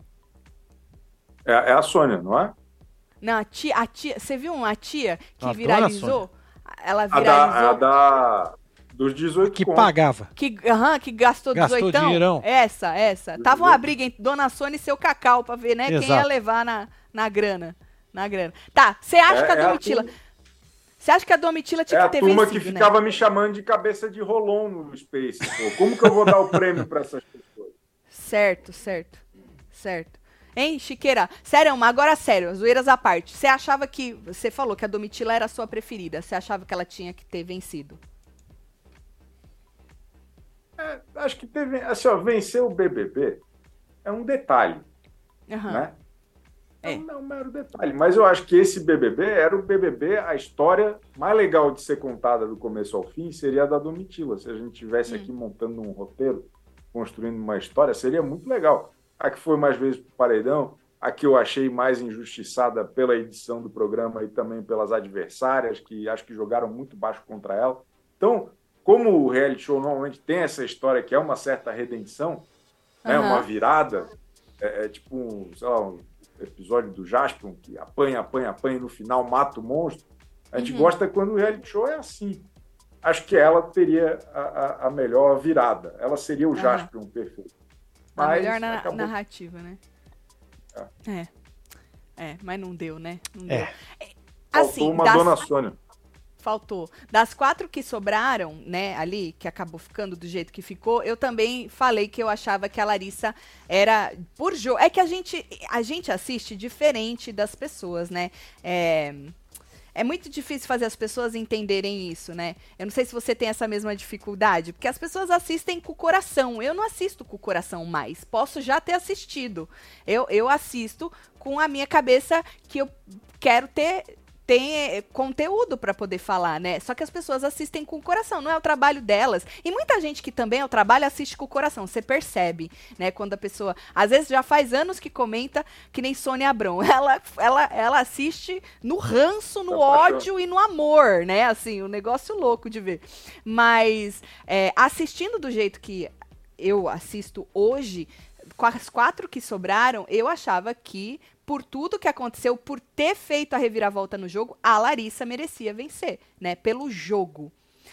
É a Sônia, não é? Não, a tia. Você viu uma tia que viralizou? Ela viralizou. Dos 18 que pagava. Que gastou 18. Dinheirão. Essa. Tava uma briga entre Dona Sônia e seu Cacau pra ver, né, quem ia levar na grana. Tá, você acha que a Domitila... Você acha que a Domitila tinha que ter vencido, É a turma que ficava me chamando de cabeça de Rolon no Space, pô. Como que eu vou dar o prêmio pra essas pessoas? Certo. Hein, Chiqueira? Sério, agora sério, zoeiras à parte. Você achava que... Você falou que a Domitila era a sua preferida. Você achava que ela tinha que ter vencido? Acho que teve... Assim, vencer o BBB é um detalhe, né? É um mero detalhe. Mas eu acho que esse BBB era o BBB, a história mais legal de ser contada do começo ao fim seria a da Domitila. Se a gente estivesse aqui montando um roteiro, construindo uma história, seria muito legal. A que foi mais vezes pro paredão, a que eu achei mais injustiçada pela edição do programa e também pelas adversárias, que acho que jogaram muito baixo contra ela. Então, como o reality show normalmente tem essa história que é uma certa redenção, né, uma virada, tipo sei lá, um episódio do Jaspion, que apanha e no final mata o monstro, a gente gosta quando o reality show é assim. Acho que ela teria a melhor virada. Ela seria o Jaspion perfeito. A melhor narrativa, né? Mas não deu, né? Não deu. Assim, uma Dona Sônia. Faltou. Das 4 que sobraram, né, ali, que acabou ficando do jeito que ficou, eu também falei que eu achava que a Larissa era por jogo. É que a gente assiste diferente das pessoas, né? É muito difícil fazer as pessoas entenderem isso, né? Eu não sei se você tem essa mesma dificuldade, porque as pessoas assistem com o coração. Eu não assisto com o coração mais. Posso já ter assistido. Eu assisto com a minha cabeça que eu quero ter conteúdo para poder falar, né? Só que as pessoas assistem com o coração, não é o trabalho delas. E muita gente que também é o trabalho assiste com o coração, você percebe, né? Quando a pessoa, às vezes já faz anos que comenta, que nem Sônia Abrão, ela assiste no ranço, no ódio e no amor, né? Assim, um negócio louco de ver. Mas assistindo do jeito que eu assisto hoje, com as 4 que sobraram, eu achava que por tudo que aconteceu, por ter feito a reviravolta no jogo, a Larissa merecia vencer, né? Pelo jogo.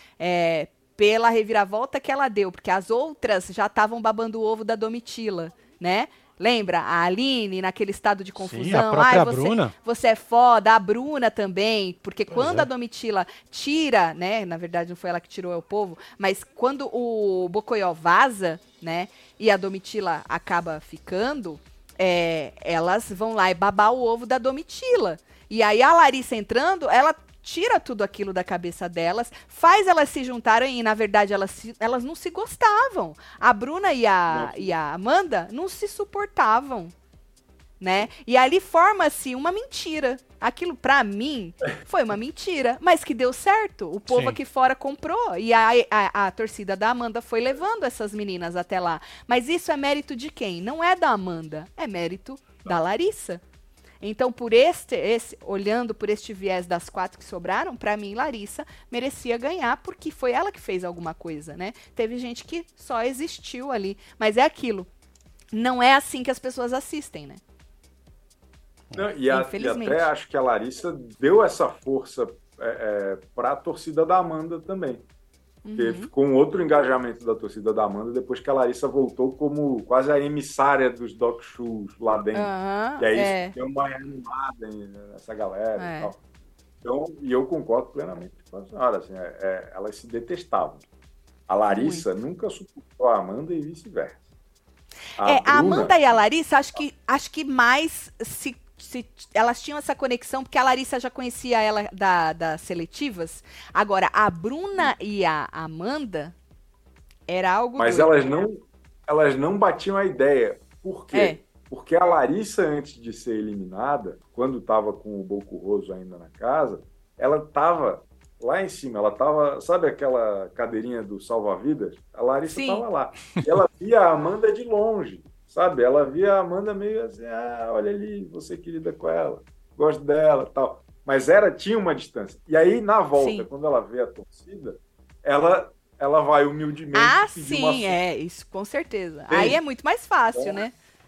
Pela reviravolta que ela deu, porque as outras já estavam babando o ovo da Domitila, né? Lembra? A Aline, naquele estado de confusão. Sim, a própria Bruna. Você é foda. A Bruna também, porque quando a Domitila tira, né? Na verdade, não foi ela que tirou, é o povo. Mas quando o Bocoió vaza, né? E a Domitila acaba ficando... elas vão lá e babar o ovo da Domitila. E aí a Larissa entrando, ela tira tudo aquilo da cabeça delas, faz elas se juntarem e, na verdade, elas não se gostavam. A Bruna e a Amanda não se suportavam, né? E ali forma-se uma mentira. Aquilo, pra mim, foi uma mentira, mas que deu certo. O povo aqui fora comprou e a torcida da Amanda foi levando essas meninas até lá. Mas isso é mérito de quem? Não é da Amanda, é mérito da Larissa. Então, por olhando por este viés das 4 que sobraram, pra mim, Larissa merecia ganhar, porque foi ela que fez alguma coisa, né? Teve gente que só existiu ali, mas é aquilo. Não é assim que as pessoas assistem, né? Não, e até acho que a Larissa deu essa força para a torcida da Amanda também. Porque ficou um outro engajamento da torcida da Amanda depois que a Larissa voltou como quase a emissária dos Doc Shoes lá dentro. E aí isso deu uma animada nessa galera e tal. Então, e eu concordo plenamente com a senhora. Assim, elas se detestavam. A Larissa nunca suportou a Amanda e vice-versa. A Amanda e a Larissa, acho que mais elas tinham essa conexão, porque a Larissa já conhecia ela das seletivas. Agora, a Bruna e a Amanda era algo Mas doido. elas não batiam a ideia. Por quê? Porque a Larissa, antes de ser eliminada, quando estava com o Bocurroso ainda na casa, ela estava lá em cima. Ela estava, sabe aquela cadeirinha do salva-vidas? A Larissa estava lá. E ela via a Amanda de longe. Sabe, ela via a Amanda meio assim, olha ali, você querida com ela, gosto dela, tal. Mas tinha uma distância. E aí, na volta, quando ela vê a torcida, ela vai humildemente pedir uma... isso, com certeza. Aí é muito mais fácil, né?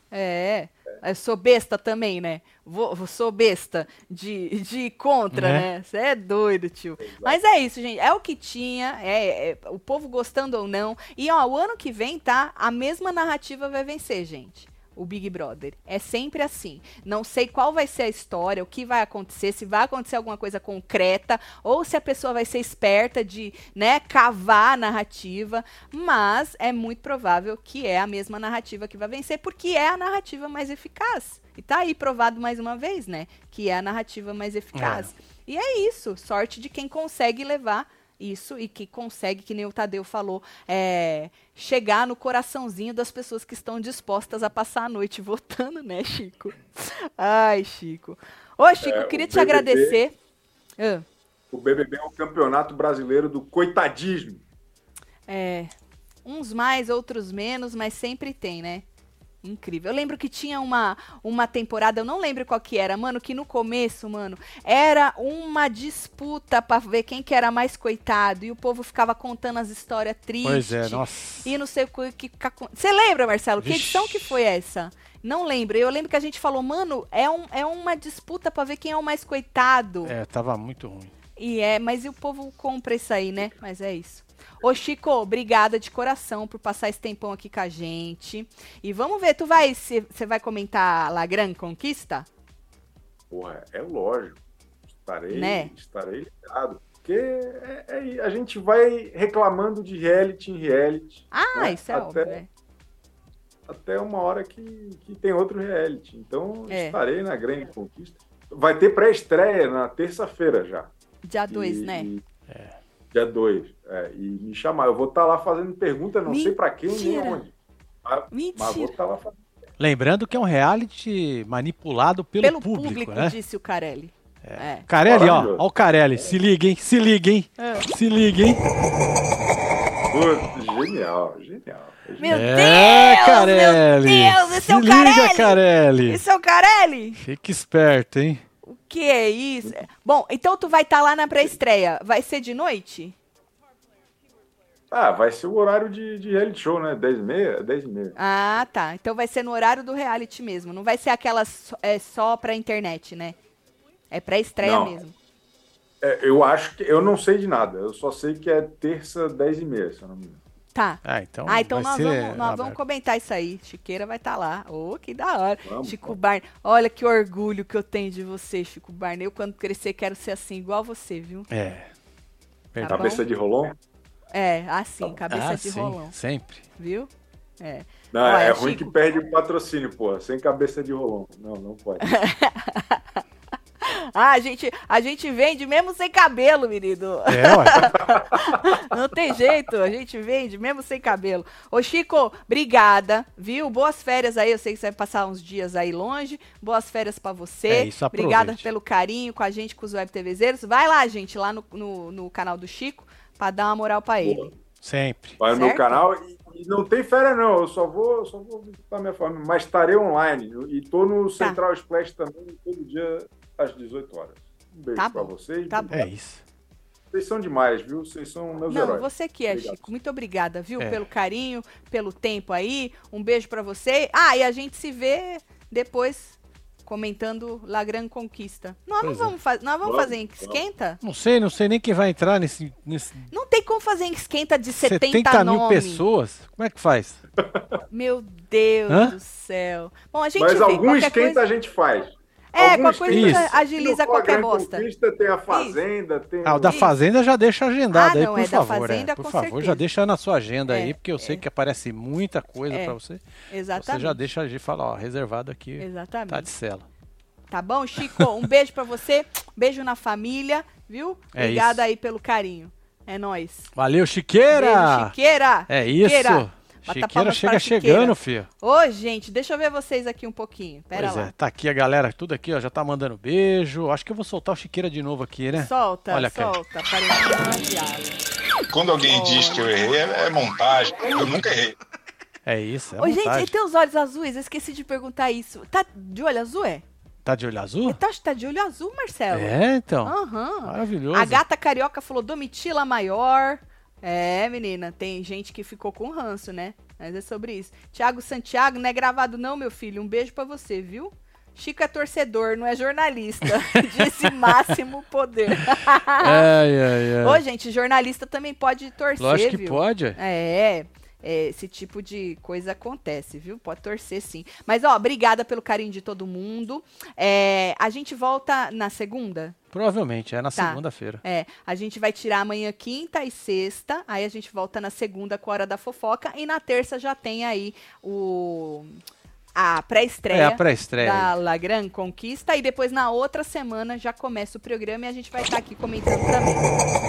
Eu sou besta também, né? Sou besta de contra, né? Você é doido, tio. Exato. Mas é isso, gente. É o que tinha. O povo gostando ou não. E, o ano que vem, tá? A mesma narrativa vai vencer, gente. O Big Brother. É sempre assim. Não sei qual vai ser a história, o que vai acontecer, se vai acontecer alguma coisa concreta, ou se a pessoa vai ser esperta de, né, cavar a narrativa, mas é muito provável que é a mesma narrativa que vai vencer, porque é a narrativa mais eficaz. E tá aí provado mais uma vez, né, que é a narrativa mais eficaz. E é isso, sorte de quem consegue levar isso e que consegue, que nem o Tadeu falou, chegar no coraçãozinho das pessoas que estão dispostas a passar a noite votando, né, Chico? Ai, Chico. Ô, Chico, queria te agradecer. O BBB é o campeonato brasileiro do coitadismo. Uns mais, outros menos, mas sempre tem, né? Incrível. Eu lembro que tinha uma temporada, eu não lembro qual que era, mano, que no começo, mano, era uma disputa pra ver quem que era mais coitado, e o povo ficava contando as histórias tristes. Pois nossa. E não sei o que... Você lembra, Marcelo? Que edição que foi essa? Não lembro. Eu lembro que a gente falou, mano, é uma disputa pra ver quem é o mais coitado. Tava muito ruim. Mas o povo compra isso aí, né? Mas é isso. Ô, Chico, obrigada de coração por passar esse tempão aqui com a gente. E vamos ver, você vai comentar La Gran Conquista? Porra, é lógico. Estarei ligado. Porque a gente vai reclamando de reality em reality. Né? Isso é óbvio. Até uma hora que tem outro reality. Então, estarei na Grande Conquista. Vai ter pré-estreia na terça-feira já. Dia 2, né? Dia 2. E me chamar. Eu vou estar lá fazendo pergunta, não sei pra quem nem onde. Mas vou estar lá fazendo. Lembrando que é um reality manipulado pelo público, né? Disse o Carelli. Carelli, ó o Carelli. Se liga, hein? Se liga, hein? Se liga, hein? Genial. Meu Deus, Carelli. Meu Deus, esse é o Carelli. Se liga, Carelli. Esse é o Carelli? Fica esperto, hein? O que é isso? Bom, então tu vai estar lá na pré-estreia. Vai ser de noite? Vai ser o horário de reality show, né? 10h30, 10h30. Ah, tá. Então vai ser no horário do reality mesmo. Não vai ser aquelas só pra internet, né? É pré-estreia mesmo. Eu acho que... Eu não sei de nada. Eu só sei que é terça, 10h30, se eu não me engano. Tá. Então nós vamos comentar isso aí. Chiqueira vai estar lá. Que da hora. Chico Barney. Olha que orgulho que eu tenho de você, Chico Barney. Eu, quando crescer, quero ser assim, igual você, viu? Tá cabeça de rolão? Assim, cabeça de rolão. Sempre. Viu? Não, olha, ruim Chico. Que perde o patrocínio, pô. Sem cabeça de rolão. Não pode. A gente vende mesmo sem cabelo, menino. Não tem jeito, a gente vende mesmo sem cabelo. Ô, Chico, obrigada, viu? Boas férias aí, eu sei que você vai passar uns dias aí longe. Boas férias pra você. Obrigada pelo carinho com a gente, com os Web TVzeiros. Vai lá, gente, lá no canal do Chico, pra dar uma moral pra ele. Sempre. Vai no meu canal e não tem férias não, eu só vou visitar minha família, mas estarei online e tô no Central Splash também todo dia às 18 horas. Um beijo pra vocês. Tá bom. É isso. Vocês são demais, viu? Vocês são meus heróis. Não, você que é, Chico. Muito obrigada, viu? Pelo carinho, pelo tempo aí. Um beijo pra você. E a gente se vê depois comentando La Gran Conquista. Nós vamos fazer em esquenta? Não sei nem quem vai entrar nesse... Não tem como fazer em esquenta de 70 mil nomes. pessoas? Como é que faz? Meu Deus do céu. Bom, a gente Mas algum esquenta a gente faz. Qualquer coisa agiliza qualquer bosta. Tem a Fazenda, tem... o da Fazenda já deixa agendado aí, por favor. Fazenda, por favor, certeza. Já deixa na sua agenda aí, porque eu sei que aparece muita coisa pra você. Exatamente. Você já deixa de falar, reservado aqui. Exatamente. Tá de cela. Tá bom, Chico? Um beijo pra você, beijo na família, viu? Obrigada aí pelo carinho. É nóis. Valeu, Chiqueira! Beijo, Chiqueira! É isso! Chiqueira chega chegando, filho. Ô, gente, deixa eu ver vocês aqui um pouquinho. Pera lá. Tá aqui a galera, tudo aqui, ó, já tá mandando beijo. Acho que eu vou soltar o Chiqueira de novo aqui, né? Solta. Quando alguém diz que eu errei, é montagem. Eu nunca errei. É isso, Ô, gente, ele tem os olhos azuis? Eu esqueci de perguntar isso. Tá de olho azul, é? Tá de olho azul? Tá de olho azul, Marcelo. É, então. Maravilhoso. A gata carioca falou Domitila maior. É, menina, tem gente que ficou com ranço, né? Mas é sobre isso. Tiago Santiago, não é gravado não, meu filho. Um beijo pra você, viu? Chico é torcedor, não é jornalista. Disse Máximo Poder. Ô, gente, jornalista também pode torcer, Lógico que viu? pode. Esse tipo de coisa acontece, viu? Pode torcer, sim. Mas, ó, obrigada pelo carinho de todo mundo. A gente volta na segunda? Provavelmente, na segunda-feira. A gente vai tirar amanhã quinta e sexta, aí a gente volta na segunda com a Hora da Fofoca, e na terça já tem aí a pré-estreia da La Gran Conquista, e depois na outra semana já começa o programa e a gente vai estar aqui comentando também.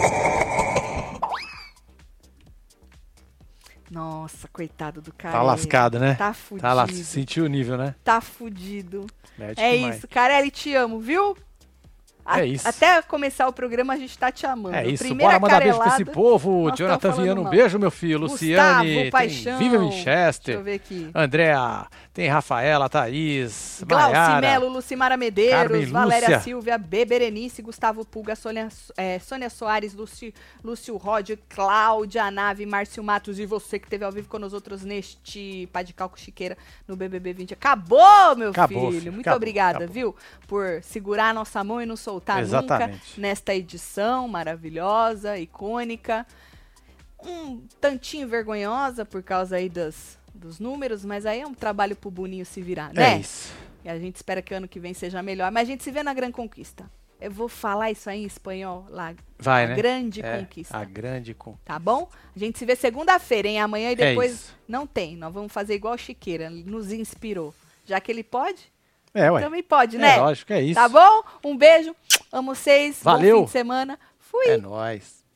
Nossa, coitado do cara. Tá lascado, né? Tá fudido. Tá lá, sentiu o nível, né? Tá fudido. Isso, Carelli, te amo, viu? Isso. Até começar o programa a gente tá te amando. É isso, Primeira bora mandar beijo pra esse povo. Jonathan Viana, um beijo, meu filho. Luciane, Paixão. Vivian Winchester. Deixa eu ver aqui. Andréa, tem Rafaela, Thaís, Glauci Melo, Lucimara Medeiros, Carmen, Valéria Lúcia. Silvia, B. Berenice, Gustavo Pulga, Sônia Soares, Lúcio Rodio, Cláudia Nave, Márcio Matos e você que esteve ao vivo com nós outros neste Pá de Calco Chiqueira no BBB 20. Acabou, meu filho. Muito obrigada, viu? Por segurar a nossa mão e não soltar nunca nesta edição maravilhosa, icônica. Um tantinho vergonhosa por causa aí dos números, mas aí é um trabalho pro Boninho se virar, né? É isso. E a gente espera que ano que vem seja melhor. Mas a gente se vê na Gran Conquista. Eu vou falar isso aí em espanhol lá. Vai, né? Grande Conquista. A Grande Conquista. Tá bom? A gente se vê segunda-feira, hein? Amanhã e depois não tem. Nós vamos fazer igual o Chiqueira. Nos inspirou. Já que ele pode, também pode, né? Lógico, é isso. Tá bom? Um beijo. Amo vocês. Valeu. Bom fim de semana. Fui. É nóis.